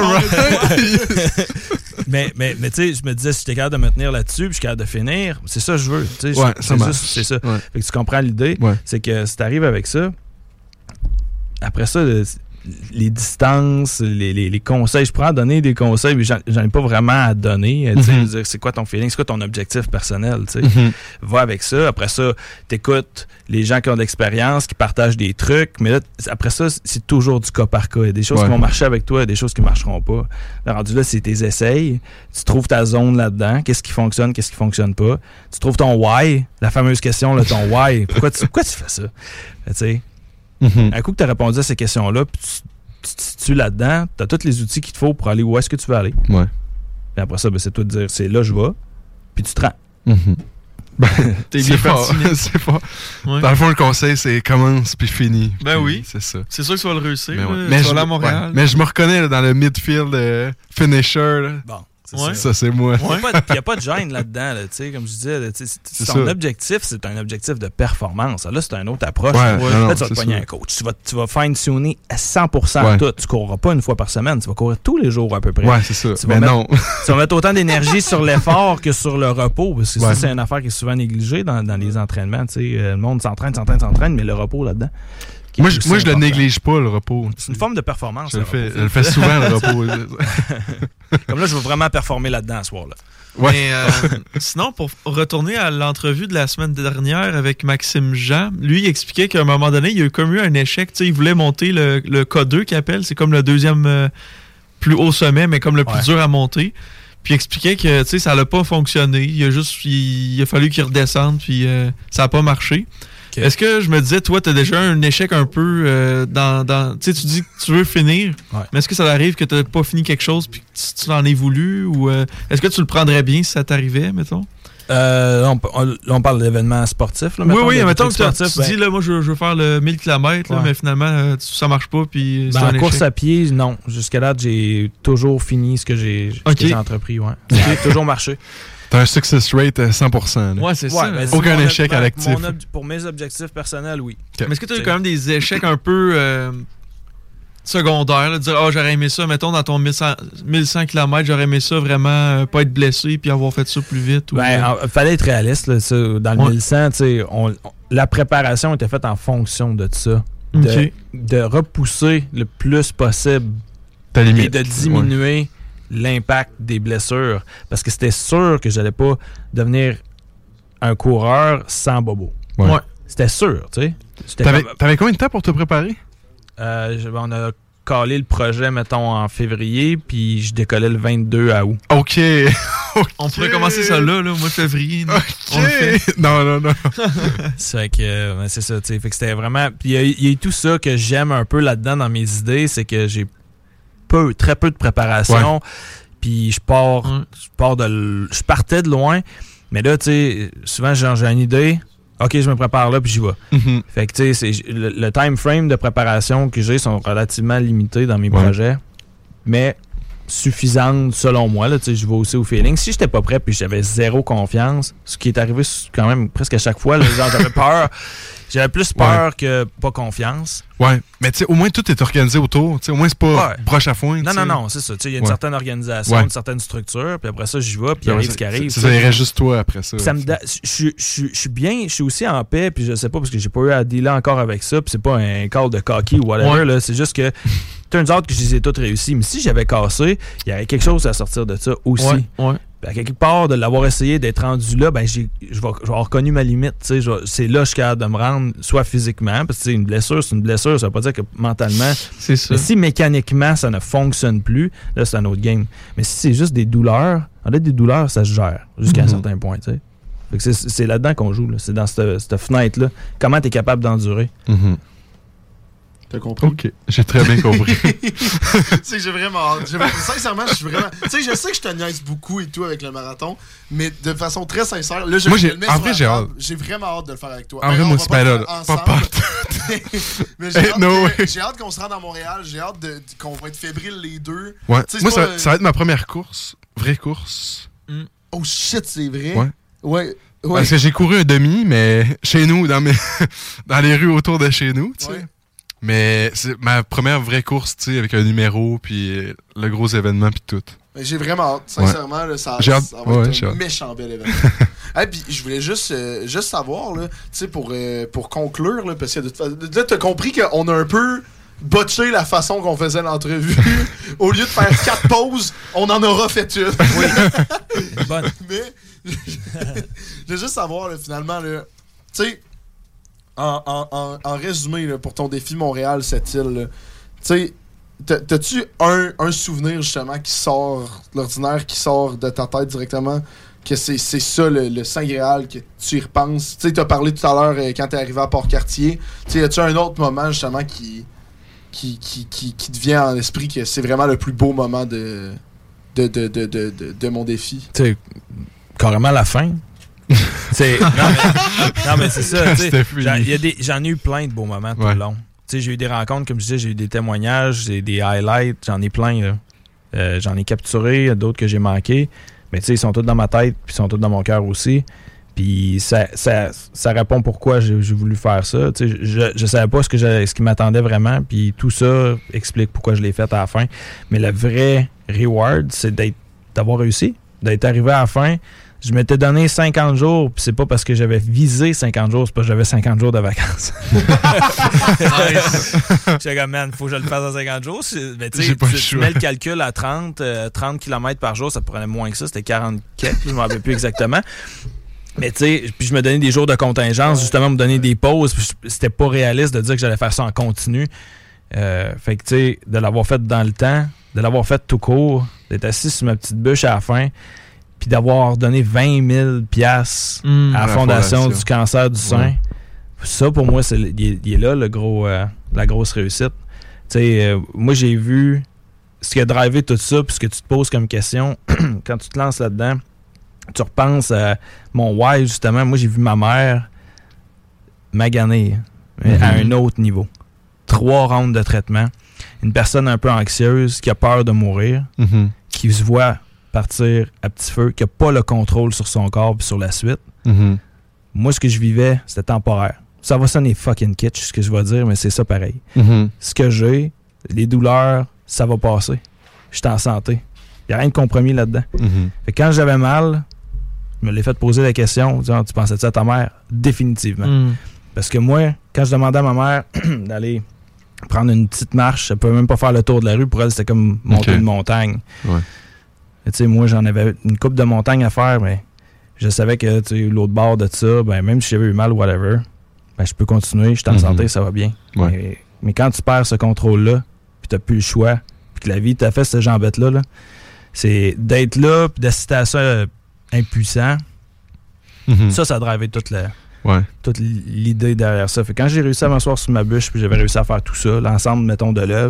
mais mais, mais tu sais, je me disais, si j'étais capable de me tenir là-dessus, puis je suis capable de finir, c'est ça que je veux. Ouais, c'est, c'est, ça juste, c'est ça. Ouais. Fait que tu comprends l'idée. Ouais. C'est que si t'arrives avec ça, après ça, les distances, les, les, les conseils. Je pourrais en donner des conseils, mais j'en, j'en ai pas vraiment à donner. Mm-hmm. Tu sais, je veux dire, c'est quoi ton feeling? C'est quoi ton objectif personnel? Tu sais? Mm-hmm. Va avec ça. Après ça, t'écoutes les gens qui ont de l'expérience, qui partagent des trucs. Mais là, après ça, c'est toujours du cas par cas. Il y a des choses ouais. qui vont marcher avec toi, il y a des choses qui marcheront pas. Le rendu là, c'est tes essais. Tu trouves ta zone là-dedans. Qu'est-ce qui fonctionne, qu'est-ce qui fonctionne pas. Tu trouves ton why, la fameuse question, là, ton why. Pourquoi tu, pourquoi tu fais ça? Tu sais, mm-hmm. un coup que tu as répondu à ces questions-là, puis tu, tu te situes là-dedans, tu as tous les outils qu'il te faut pour aller où est-ce que tu veux aller. Ouais. Puis après ça, ben, c'est toi de dire, c'est là je vais, puis tu te rends. Mm-hmm. Ben, T'es bien parti. C'est pas. Ouais. Dans le fond, le conseil, c'est commence puis finis. Ben puis oui. C'est ça. C'est sûr que tu vas le réussir. Mais, ouais. là, mais, je, je, à Montréal. Ouais. mais je me reconnais là, dans le midfield euh, finisher. Là. Bon. C'est ouais. ça. ça, c'est moi. Il ouais. n'y a pas de gêne là-dedans. Là, comme je disais, là, c'est ton ça. objectif, c'est un objectif de performance. Là, c'est une autre approche. Ouais, là, non, là non, tu vas te pogner un coach. Tu vas, tu vas fine-tuner à cent pour cent ouais. tout. Tu ne courras pas une fois par semaine. Tu vas courir tous les jours à peu près. Ouais, c'est ça. Tu mais mettre, non. tu vas mettre autant d'énergie sur l'effort que sur le repos. Parce que ouais. ça, c'est une affaire qui est souvent négligée dans, dans les entraînements. T'sais. Le monde s'entraîne, s'entraîne, s'entraîne, mais le repos là-dedans. Moi, je, moi je le néglige pas, le repos. C'est une forme de performance. Je le fais, je le fais souvent, le repos. Comme là, je veux vraiment performer là-dedans ce soir-là. Ouais. Mais euh, sinon, pour retourner à l'entrevue de la semaine dernière avec Maxime Jean, lui, il expliquait qu'à un moment donné, il y a eu comme eu un échec. Tu sais, il voulait monter le, le K deux qu'il appelle. C'est comme le deuxième euh, plus haut sommet, mais comme le plus ouais. dur à monter. Puis il expliquait que tu sais, ça n'a pas fonctionné. Il a juste il, il a fallu qu'il redescende, puis euh, ça n'a pas marché. Okay. Est-ce que je me disais, toi, tu as déjà un échec un peu euh, dans... dans tu sais, tu dis que tu veux finir, ouais. mais est-ce que ça arrive que tu n'as pas fini quelque chose puis que tu, tu en aies voulu? Ou euh, est-ce que tu le prendrais bien si ça t'arrivait, mettons? Euh, là, on, on, là, on parle d'événements sportifs. Là, oui, oui, mettons que sportifs, tu ben... dis, là, moi, je, je veux faire le mille kilomètres, ouais. mais finalement, euh, ça marche pas. Puis ben, en course échec. À pied, non. Jusqu'à là, j'ai toujours fini ce que j'ai, okay. ce que j'ai entrepris. Ouais. Ça a toujours marché. T'as un success rate à cent pour cent. Là. Ouais, c'est ouais, ça. Ben, Aucun échec ob- à l'actif. Ob- pour mes objectifs personnels, oui. Okay. Mais est-ce que tu as eu quand même des échecs un peu euh, secondaires? Là, de dire, oh, j'aurais aimé ça, mettons, dans ton mille cent kilomètres, j'aurais aimé ça vraiment euh, pas être blessé puis avoir fait ça plus vite. Ou, ben, euh... il fallait être réaliste. Là, ça, dans le ouais. mille cent, on, on, la préparation était faite en fonction de ça. De, okay. de repousser le plus possible Ta limite. Et de diminuer... Ouais. l'impact des blessures. Parce que c'était sûr que j'allais pas devenir un coureur sans bobo. Ouais. ouais. C'était sûr, tu sais. T'avais, comme... t'avais combien de temps pour te préparer? Euh, on a calé le projet, mettons, en février, puis je décollais le vingt-deux août. OK. okay. On pourrait commencer ça là, là, au mois de février. OK. On le fait. Non, non, non. c'est que, euh, c'est ça, tu sais. Fait que c'était vraiment... Puis il y, y a eu tout ça que j'aime un peu là-dedans dans mes idées, c'est que j'ai peu, très peu de préparation. Ouais. Puis je pars, ouais. je pars de, je partais de loin, mais là, tu sais, souvent j'ai, j'ai une idée. OK, je me prépare là, puis j'y vais. Mm-hmm. Fait que, tu sais, le, le time frame de préparation que j'ai sont relativement limités dans mes ouais. projets, mais suffisantes selon moi. Là, tu sais, je vais aussi au feeling. Si j'étais pas prêt, puis j'avais zéro confiance, ce qui est arrivé quand même presque à chaque fois, là, genre, j'avais peur. J'avais plus peur ouais. que pas confiance. Ouais, mais tu sais, au moins tout est organisé autour. T'sais, au moins c'est pas ouais. broche à foin. Non, t'sais. non, non, c'est ça. Il y a une ouais. certaine organisation, ouais. une certaine structure, puis après ça, j'y vais, puis il arrive ce qui arrive. Ça, ça irait juste toi après ça. ça me da- je, je, je suis bien, je suis aussi en paix, puis je sais pas, parce que j'ai pas eu à dealer encore avec ça, puis c'est pas un call de cocky ou whatever, ouais. là, c'est juste que turns out que je les ai toutes réussi. Mais si j'avais cassé, il y avait quelque chose à sortir de ça aussi. Ouais, ouais. À quelque part, de l'avoir essayé, d'être rendu là, ben j'ai, je vais avoir reconnu ma limite. C'est là que je suis capable de me rendre, soit physiquement, parce que une blessure, c'est une blessure, ça veut pas dire que mentalement. C'est ça. Mais si mécaniquement, ça ne fonctionne plus, là, c'est un autre game. Mais si c'est juste des douleurs, en fait, des douleurs, ça se gère jusqu'à mm-hmm. un certain point. Fait que c'est, c'est là-dedans qu'on joue. Là. C'est dans cette, cette fenêtre-là. Comment tu es capable d'endurer? Mm-hmm. T'as compris? OK, j'ai très bien compris. Tu sais, j'ai vraiment hâte. J'ai, sincèrement, je suis vraiment... Tu sais, je sais que je te niaise beaucoup et tout avec le marathon, mais de façon très sincère, là, je Moi, j'ai... le mets en sur vrai, la j'ai table. hâte. J'ai vraiment hâte de le faire avec toi. En vrai, moi, c'est pas là. Pas partout. Mais j'ai, hâte no que, j'ai hâte qu'on se rende à Montréal. J'ai hâte de, qu'on va être fébriles les deux. Ouais. Moi, pas, ça, euh... ça va être ma première course. Vraie course. Mm. Oh shit, c'est vrai? Ouais. Ouais. Ouais. Parce que j'ai couru un demi, mais chez nous, dans, mes dans les rues autour de chez nous, tu sais. Ouais. Mais c'est ma première vraie course, tu sais, avec un numéro, puis le gros événement, puis tout. Mais j'ai vraiment hâte, sincèrement, ouais. là, ça, ça va ouais, être un méchant bel événement. Et puis je voulais juste, euh, juste savoir, là, tu sais, pour, euh, pour conclure, là, parce que là, t'as compris qu'on a un peu botché la façon qu'on faisait l'entrevue. Au lieu de faire quatre pauses, on en aura fait une. Oui. Bonne. Mais, je veux juste savoir, là, finalement, tu sais, en, en, en, en résumé, là, pour ton défi Montréal, cette île, tu sais, t'as-tu un, un souvenir, justement, qui sort de l'ordinaire, qui sort de ta tête directement, que c'est, c'est ça, le, le Saint Graal, que tu y repenses? Tu sais, t'as parlé tout à l'heure, euh, quand t'es arrivé à Port-Cartier, tu sais, y a-tu un autre moment, justement, qui... Qui, qui, qui, qui te vient en esprit que c'est vraiment le plus beau moment de, de, de, de, de, de, de mon défi? Tu sais, carrément la fin. c'est, non, mais, non, mais c'est ça. J'en, y a des, j'en ai eu plein de beaux moments tout ouais. le long. T'sais, j'ai eu des rencontres, comme je disais, j'ai eu des témoignages, j'ai des highlights, j'en ai plein. Là. Euh, j'en ai capturé, d'autres que j'ai manqués. Mais tu sais, ils sont tous dans ma tête, puis ils sont tous dans mon cœur aussi. Puis ça, ça, ça répond pourquoi j'ai, j'ai voulu faire ça. Tu sais, je je savais pas ce, que je, ce qui m'attendait vraiment. Puis tout ça explique pourquoi je l'ai fait à la fin. Mais le vrai reward, c'est d'être, d'avoir réussi, d'être arrivé à la fin. Je m'étais donné cinquante jours, puis c'est pas parce que j'avais visé cinquante jours, c'est parce que j'avais cinquante jours de vacances. J'étais comme, man, faut que je le fasse en cinquante jours. Mais tu sais, tu, tu mets le calcul à trente, euh, trente kilomètres par jour, ça prenait moins que ça, c'était quarante quelques, je m'en rappelle plus exactement. Mais tu sais, puis je me donnais des jours de contingence, justement, me donner des pauses, puis c'était pas réaliste de dire que j'allais faire ça en continu. Euh, fait que tu sais, de l'avoir fait dans le temps, de l'avoir fait tout court, d'être assis sur ma petite bûche à la fin, puis d'avoir donné vingt mille piastres mmh, à la, la fondation, fondation du cancer du sein. Ouais. Ça, pour moi, c'est, il, est, il est là, le gros, euh, la grosse réussite. Tu sais, euh, moi, j'ai vu ce qui a drivé tout ça, puis ce que tu te poses comme question, quand tu te lances là-dedans, tu repenses à mon why, justement. Moi, j'ai vu ma mère maganer, mais mm-hmm. à un autre niveau. Trois rounds de traitement. Une personne un peu anxieuse, qui a peur de mourir, mm-hmm. qui se voit partir à petit feu, qui n'a pas le contrôle sur son corps et sur la suite. Mm-hmm. Moi, ce que je vivais, c'était temporaire. Ça va sonner fucking kitsch, ce que je vais dire, mais c'est ça pareil. Mm-hmm. Ce que j'ai, les douleurs, ça va passer. Je suis en santé. Il n'y a rien de compromis là-dedans. Mm-hmm. Fait que quand j'avais mal, je me l'ai fait poser la question, disant, tu pensais-tu à ta mère? Définitivement. Mm. Parce que moi, quand je demandais à ma mère d'aller prendre une petite marche, elle ne pouvait même pas faire le tour de la rue. Pour elle, c'était comme monter okay. une montagne. Ouais. Tu sais, moi, j'en avais une coupe de montagne à faire, mais je savais que l'autre bord de ça, ben, même si j'avais eu mal ou whatever, ben, je peux continuer, je suis en mm-hmm. santé, ça va bien. Ouais. Mais, mais quand tu perds ce contrôle-là, puis tu n'as plus le choix, puis que la vie t'a fait cette jambette-là, là, c'est d'être là, puis d'assister à ça euh, impuissant. Mm-hmm. Ça, ça a drivé toute, la, ouais. toute l'idée derrière ça. Fait que quand j'ai réussi à m'asseoir sur ma bûche, puis j'avais réussi à faire tout ça, l'ensemble, mettons, de l'œuvre,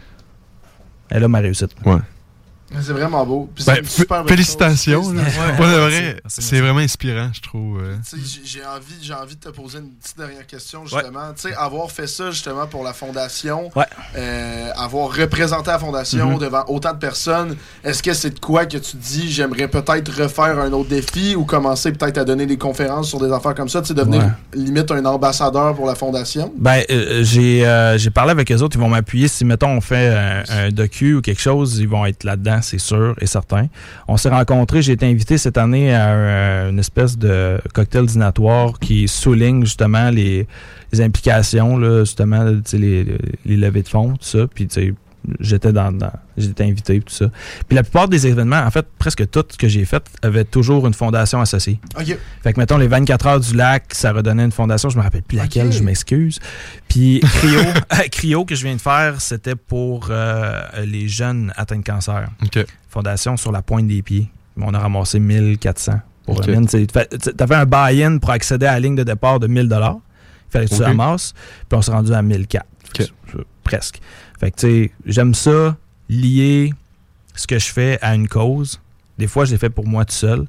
elle a ma réussite. Ouais. C'est vraiment beau. Puis ben, c'est super félicitations. Ouais, ouais, ouais, vrai, c'est, c'est vraiment inspirant, je trouve. Euh. J'ai, envie, j'ai envie de te poser une petite dernière question, justement. Ouais. Avoir fait ça, justement, pour la Fondation, ouais. euh, avoir représenté la Fondation mm-hmm. devant autant de personnes, est-ce que c'est de quoi que tu te dis, j'aimerais peut-être refaire un autre défi ou commencer peut-être à donner des conférences sur des affaires comme ça, devenir ouais. limite un ambassadeur pour la Fondation? Ben, euh, j'ai, euh, j'ai parlé avec eux autres, ils vont m'appuyer. Si, mettons, on fait un, un docu ou quelque chose, ils vont être là-dedans. C'est sûr et certain. On s'est rencontrés, j'ai été invité cette année à un, une espèce de cocktail dînatoire qui souligne justement les, les implications, là, justement, les, les levées de fonds, tout ça. Puis, tu sais, j'étais dans, dans j'étais invité, tout ça. Puis la plupart des événements, en fait, presque tout ce que j'ai fait avait toujours une fondation associée. OK. Fait que, mettons, les vingt-quatre heures du lac, ça redonnait une fondation. Je me rappelle plus laquelle, okay. je m'excuse. Puis Cryo, Cryo que je viens de faire, c'était pour euh, les jeunes atteints de cancer. OK. Fondation sur la pointe des pieds. On a ramassé mille quatre cents pour okay. une. Tu avais un buy-in pour accéder à la ligne de départ de mille dollars. Il fallait que tu okay. ramasses. Puis on s'est rendu à mille quatre. Okay. Presque. Fait que, tu sais, j'aime ça, lier ce que je fais à une cause. Des fois, je l'ai fait pour moi tout seul.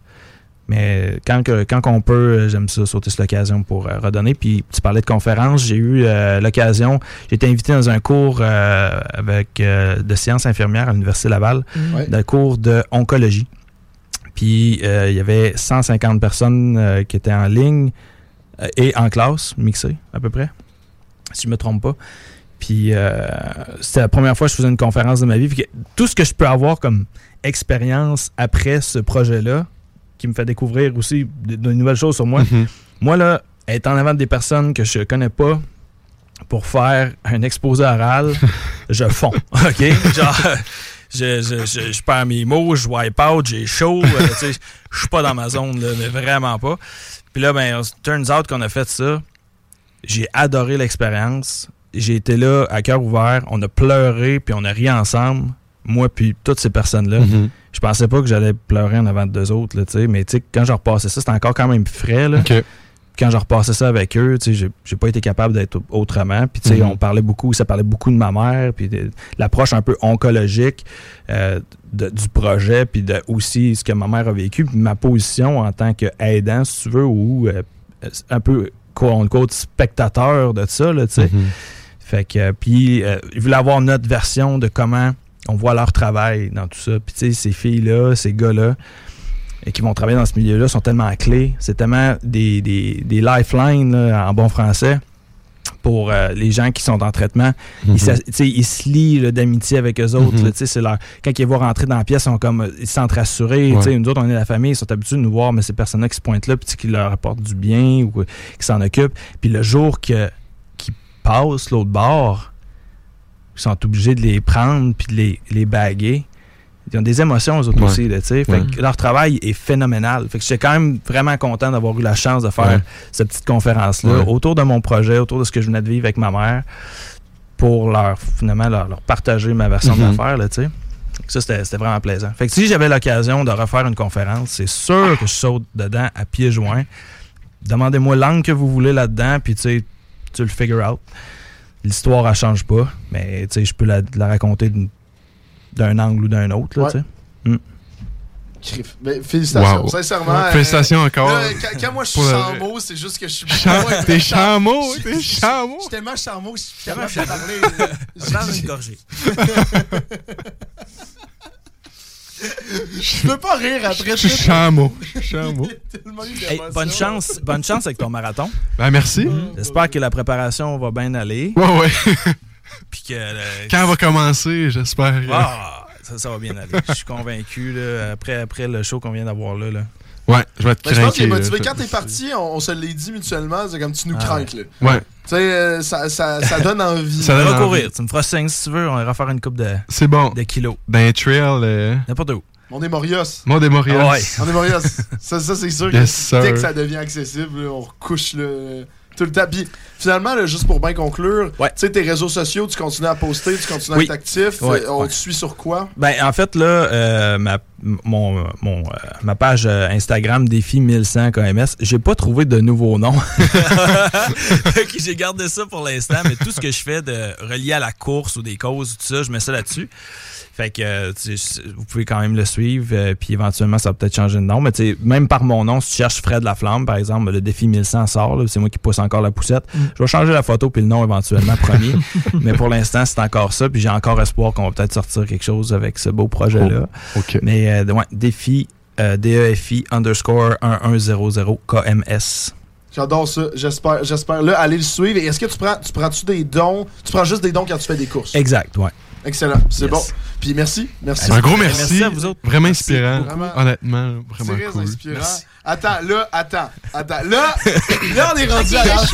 Mais quand, que, quand on peut, j'aime ça, sauter sur l'occasion pour euh, redonner. Puis, tu parlais de conférence. J'ai eu euh, l'occasion, j'ai été invité dans un cours euh, avec euh, de sciences infirmières à l'Université Laval, mmh. d'un cours de oncologie. Puis, euh, il y avait cent cinquante personnes euh, qui étaient en ligne euh, et en classe, mixées à peu près, si je ne me trompe pas. Puis euh, c'était la première fois que je faisais une conférence de ma vie. Puis tout ce que je peux avoir comme expérience après ce projet-là, qui me fait découvrir aussi de, de nouvelles choses sur moi. Mm-hmm. Moi, là, être en avant des personnes que je connais pas, pour faire un exposé oral, je fonds. OK? Genre, je, je, je, je perds mes mots, je wipe out, j'ai chaud. Euh, tu sais, je suis pas dans ma zone, là, mais vraiment pas. Puis là, ben, turns out qu'on a fait ça. J'ai adoré l'expérience. J'ai été là à cœur ouvert. On a pleuré, puis on a ri ensemble. Moi, puis toutes ces personnes-là. Mm-hmm. Je pensais pas que j'allais pleurer en avant de deux autres, là, t'sais. Mais t'sais, quand je repassais ça, c'était encore quand même frais. Là. Okay. Quand je repassais ça avec eux, j'ai, j'ai pas été capable d'être autrement. Puis, mm-hmm. on parlait beaucoup, ça parlait beaucoup de ma mère, puis de, de l'approche un peu oncologique euh, de, du projet, puis de aussi ce que ma mère a vécu, puis ma position en tant qu'aidant, si tu veux, ou euh, un peu, quote, spectateur de ça, là, tu sais. Mm-hmm. Fait que, puis, euh, je voulais avoir notre version de comment on voit leur travail dans tout ça. Puis, tu sais, ces filles-là, ces gars-là, et qui vont travailler dans ce milieu-là sont tellement clés. C'est tellement des, des, des lifelines, là, en bon français, pour euh, les gens qui sont en traitement. Mm-hmm. Ils, ils se lient là, d'amitié avec eux autres. Mm-hmm. Là, c'est leur, quand ils vont rentrer dans la pièce, ils, sont comme, ils se sentent rassurés. Ouais. Nous autres, on est la famille, ils sont habitués de nous voir, mais ces personnes-là qui se pointent là, puis qui leur apportent du bien ou qui s'en occupent. Puis le jour que, qu'ils passent l'autre bord, ils sont obligés de les prendre puis de les, les baguer. Ils ont des émotions, eux autres ouais. aussi. Là, fait ouais. que leur travail est phénoménal. Fait que j'étais quand même vraiment content d'avoir eu la chance de faire ouais. cette petite conférence-là ouais. autour de mon projet, autour de ce que je venais de vivre avec ma mère, pour leur finalement leur, leur partager ma version mm-hmm. de l'affaire. Là, ça, c'était, c'était vraiment plaisant. Fait que si j'avais l'occasion de refaire une conférence, c'est sûr que je saute dedans à pieds joints. Demandez-moi l'angle que vous voulez là-dedans, puis tu le figure out. L'histoire, elle change pas, mais je peux la, la raconter d'une d'un angle ou d'un autre. Là, ouais. mm. Mais félicitations, wow. sincèrement. Ouais. Félicitations euh, encore. Là, quand, quand moi je suis charmeau, c'est juste que je suis... Cham- ouais, t'es charmeau, t'es charmeau. Je suis tellement charmeau que je suis capable de parler. Dans une gorgée. Je peux pas rire après. Je suis charmeau. charmeau. Hey, bonne chance, bonne chance avec ton marathon. Ben merci. Mm. J'espère que la préparation va bien aller. Ouais, ouais. Puis que, euh, quand elle va commencer, j'espère. Ah, ça, ça va bien aller. Je suis convaincu, là, après, après le show qu'on vient d'avoir là. là. Ouais, je vais te ben, craquer. Je pense qu'il est motivé. Quand t'es parti, on, on se l'est dit mutuellement, c'est comme tu nous ah, craques. Là. Ouais. Tu sais, euh, ça, ça, ça donne envie. Ça donne envie. Tu me feras signe si tu veux, on ira faire une coupe de, c'est bon. de kilos. D'un trail. Euh... N'importe où. On est Morios. Mon des Morios. Ah ouais. On est Morios. ça, ça, c'est sûr yes, que dès que ça devient accessible, là, on recouche le... tout le temps. Puis finalement, là, juste pour bien conclure, ouais. tu sais, tes réseaux sociaux, tu continues à poster, tu continues oui. à être actif. Ouais, on ouais. te suit sur quoi? Ben, en fait, là, euh, ma, mon, mon, euh, ma page Instagram Défi mille cent K M S, j'ai pas trouvé de nouveau nom. J'ai gardé ça pour l'instant, mais tout ce que je fais de relié à la course ou des causes, tout ça, je mets ça là-dessus. Fait que euh, vous pouvez quand même le suivre, euh, puis éventuellement, ça va peut-être changer de nom. Mais même par mon nom, si tu cherches Fred Laflamme, par exemple, le Défi mille cent sort, là, c'est moi qui pousse encore la poussette. Mm. Je vais changer la photo puis le nom éventuellement, premier. Mais pour l'instant, c'est encore ça. Puis j'ai encore espoir qu'on va peut-être sortir quelque chose avec ce beau projet-là. Oh, okay. Mais euh, ouais, Défi, euh, D E F I underscore mille K M S. J'adore ça. J'espère, j'espère. Là, aller le suivre. Et est-ce que tu prends, tu prends-tu des dons? Tu prends juste des dons quand tu fais des courses? Exact, ouais. Excellent, c'est yes. bon. Puis merci, merci. Un gros merci. Merci à vous autres. Vraiment merci inspirant. Vraiment, honnêtement, vraiment très cool. Inspirant. Merci. Attends, là, attends, attends. Là, là on est rendu à l'âge.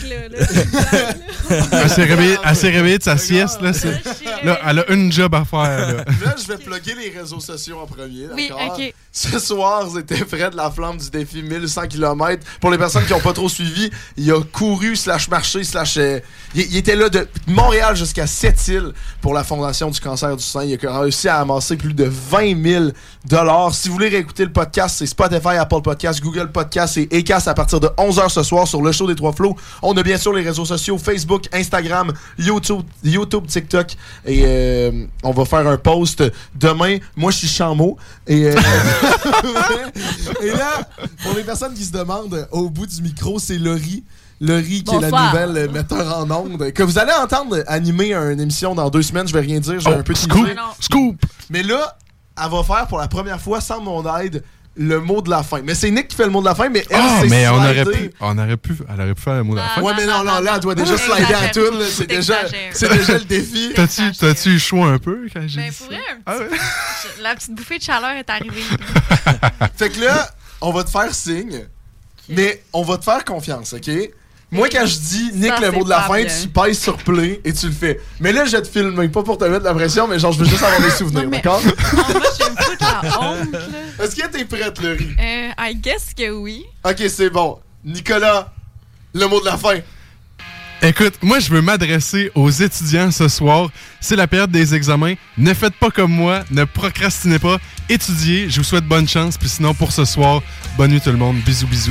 Elle s'est réveillée, elle s'est réveillée de sa sieste. Là, c'est, là, elle a une job à faire. Là, là je vais plugger les réseaux sociaux en premier. Oui, d'accord? OK. Ce soir, c'était Fred Laflamme du défi mille cent kilomètres. Pour les personnes qui n'ont pas trop suivi, il a couru, slash marché, slash... Euh, il, il était là de Montréal jusqu'à Sept-Îles pour la Fondation du cancer du sein. Il a réussi à amasser plus de vingt mille dollars. Si vous voulez réécouter le podcast, c'est Spotify, Apple Podcast, Google Podcast et Acast à partir de onze heures ce soir sur le show des Trois Flots. On a bien sûr les réseaux sociaux Facebook, Instagram, YouTube, YouTube, TikTok et euh, on va faire un post demain. Moi, je suis Chameau et, euh, et là, pour les personnes qui se demandent, au bout du micro, c'est Laurie. Laurie, qui Bonsoir. est la nouvelle euh, metteur en ondes, que vous allez entendre animer une émission dans deux semaines. Je vais rien dire, j'ai oh, un peu de scoop, scoop. Mais là, elle va faire pour la première fois, sans mon aide, le mot de la fin. Mais c'est Nick qui fait le mot de la fin, mais elle, oh, c'est mais on aurait, pu, on aurait pu, elle aurait pu faire le mot de la ah, fin. Ouais, mais non, non, là, elle doit déjà slider à tout. Là. C'est, déjà, c'est déjà le défi. T'as-tu, t'as-tu eu chaud un peu quand j'ai ben, dit pour vrai, ça? Un petit, ah ouais? La petite bouffée de chaleur est arrivée. Fait que là, on va te faire signe, okay. mais on va te faire confiance, OK? Moi, quand je dis Nick, Ça, le mot c'est de la pas fin, bien. tu pèses sur play et tu le fais. Mais là, je vais te filmer, pas pour te mettre la pression, mais genre, je veux juste avoir des souvenirs, Non, mais- d'accord? Non, moi, je vais me foutre la honte, là. Est-ce que t'es prête, Laurie? Euh, I guess que oui. Ok, c'est bon. Nicolas, le mot de la fin. Écoute, moi, je veux m'adresser aux étudiants ce soir. C'est la période des examens. Ne faites pas comme moi. Ne procrastinez pas. Étudiez. Je vous souhaite bonne chance. Puis sinon, pour ce soir, bonne nuit tout le monde. Bisous, bisous.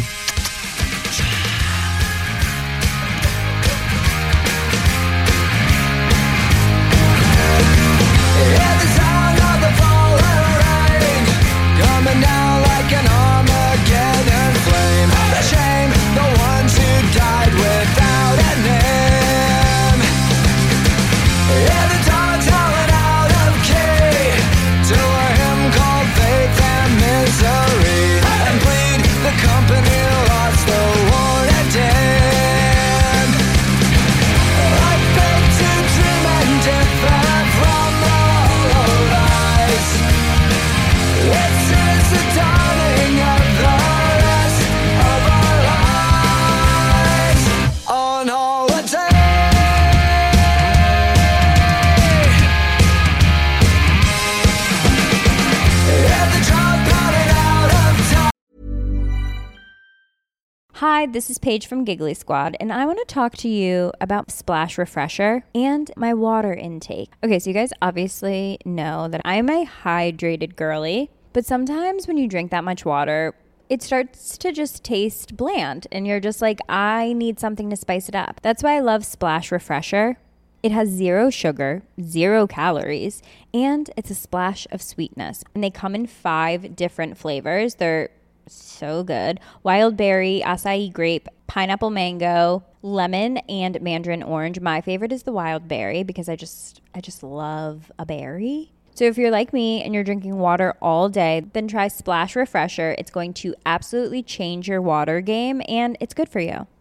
Coming down like an Armageddon flame. The shame, the ones who died without a name. Yeah, the dogs howling out of key to a hymn called faith and misery. And bleed, the company lost the war and dead. I beg to dream and differ from the hollow lies. This is the dawning of the rest of our lives on holiday. Yeah, the drum pounded out of time. Hi, this is Paige from Giggly Squad, and I want to talk to you about Splash Refresher and my water intake. Okay, so you guys obviously know that I'm a hydrated girly, but sometimes when you drink that much water, it starts to just taste bland, and you're just like, I need something to spice it up. That's why I love Splash Refresher. It has zero sugar, zero calories, and it's a splash of sweetness. And they come in five different flavors. They're so good. Wild berry, acai grape, pineapple mango, lemon, and mandarin orange. My favorite is the wild berry because I just I just love a berry. So if you're like me and you're drinking water all day, then try Splash Refresher. It's going to absolutely change your water game, and it's good for you.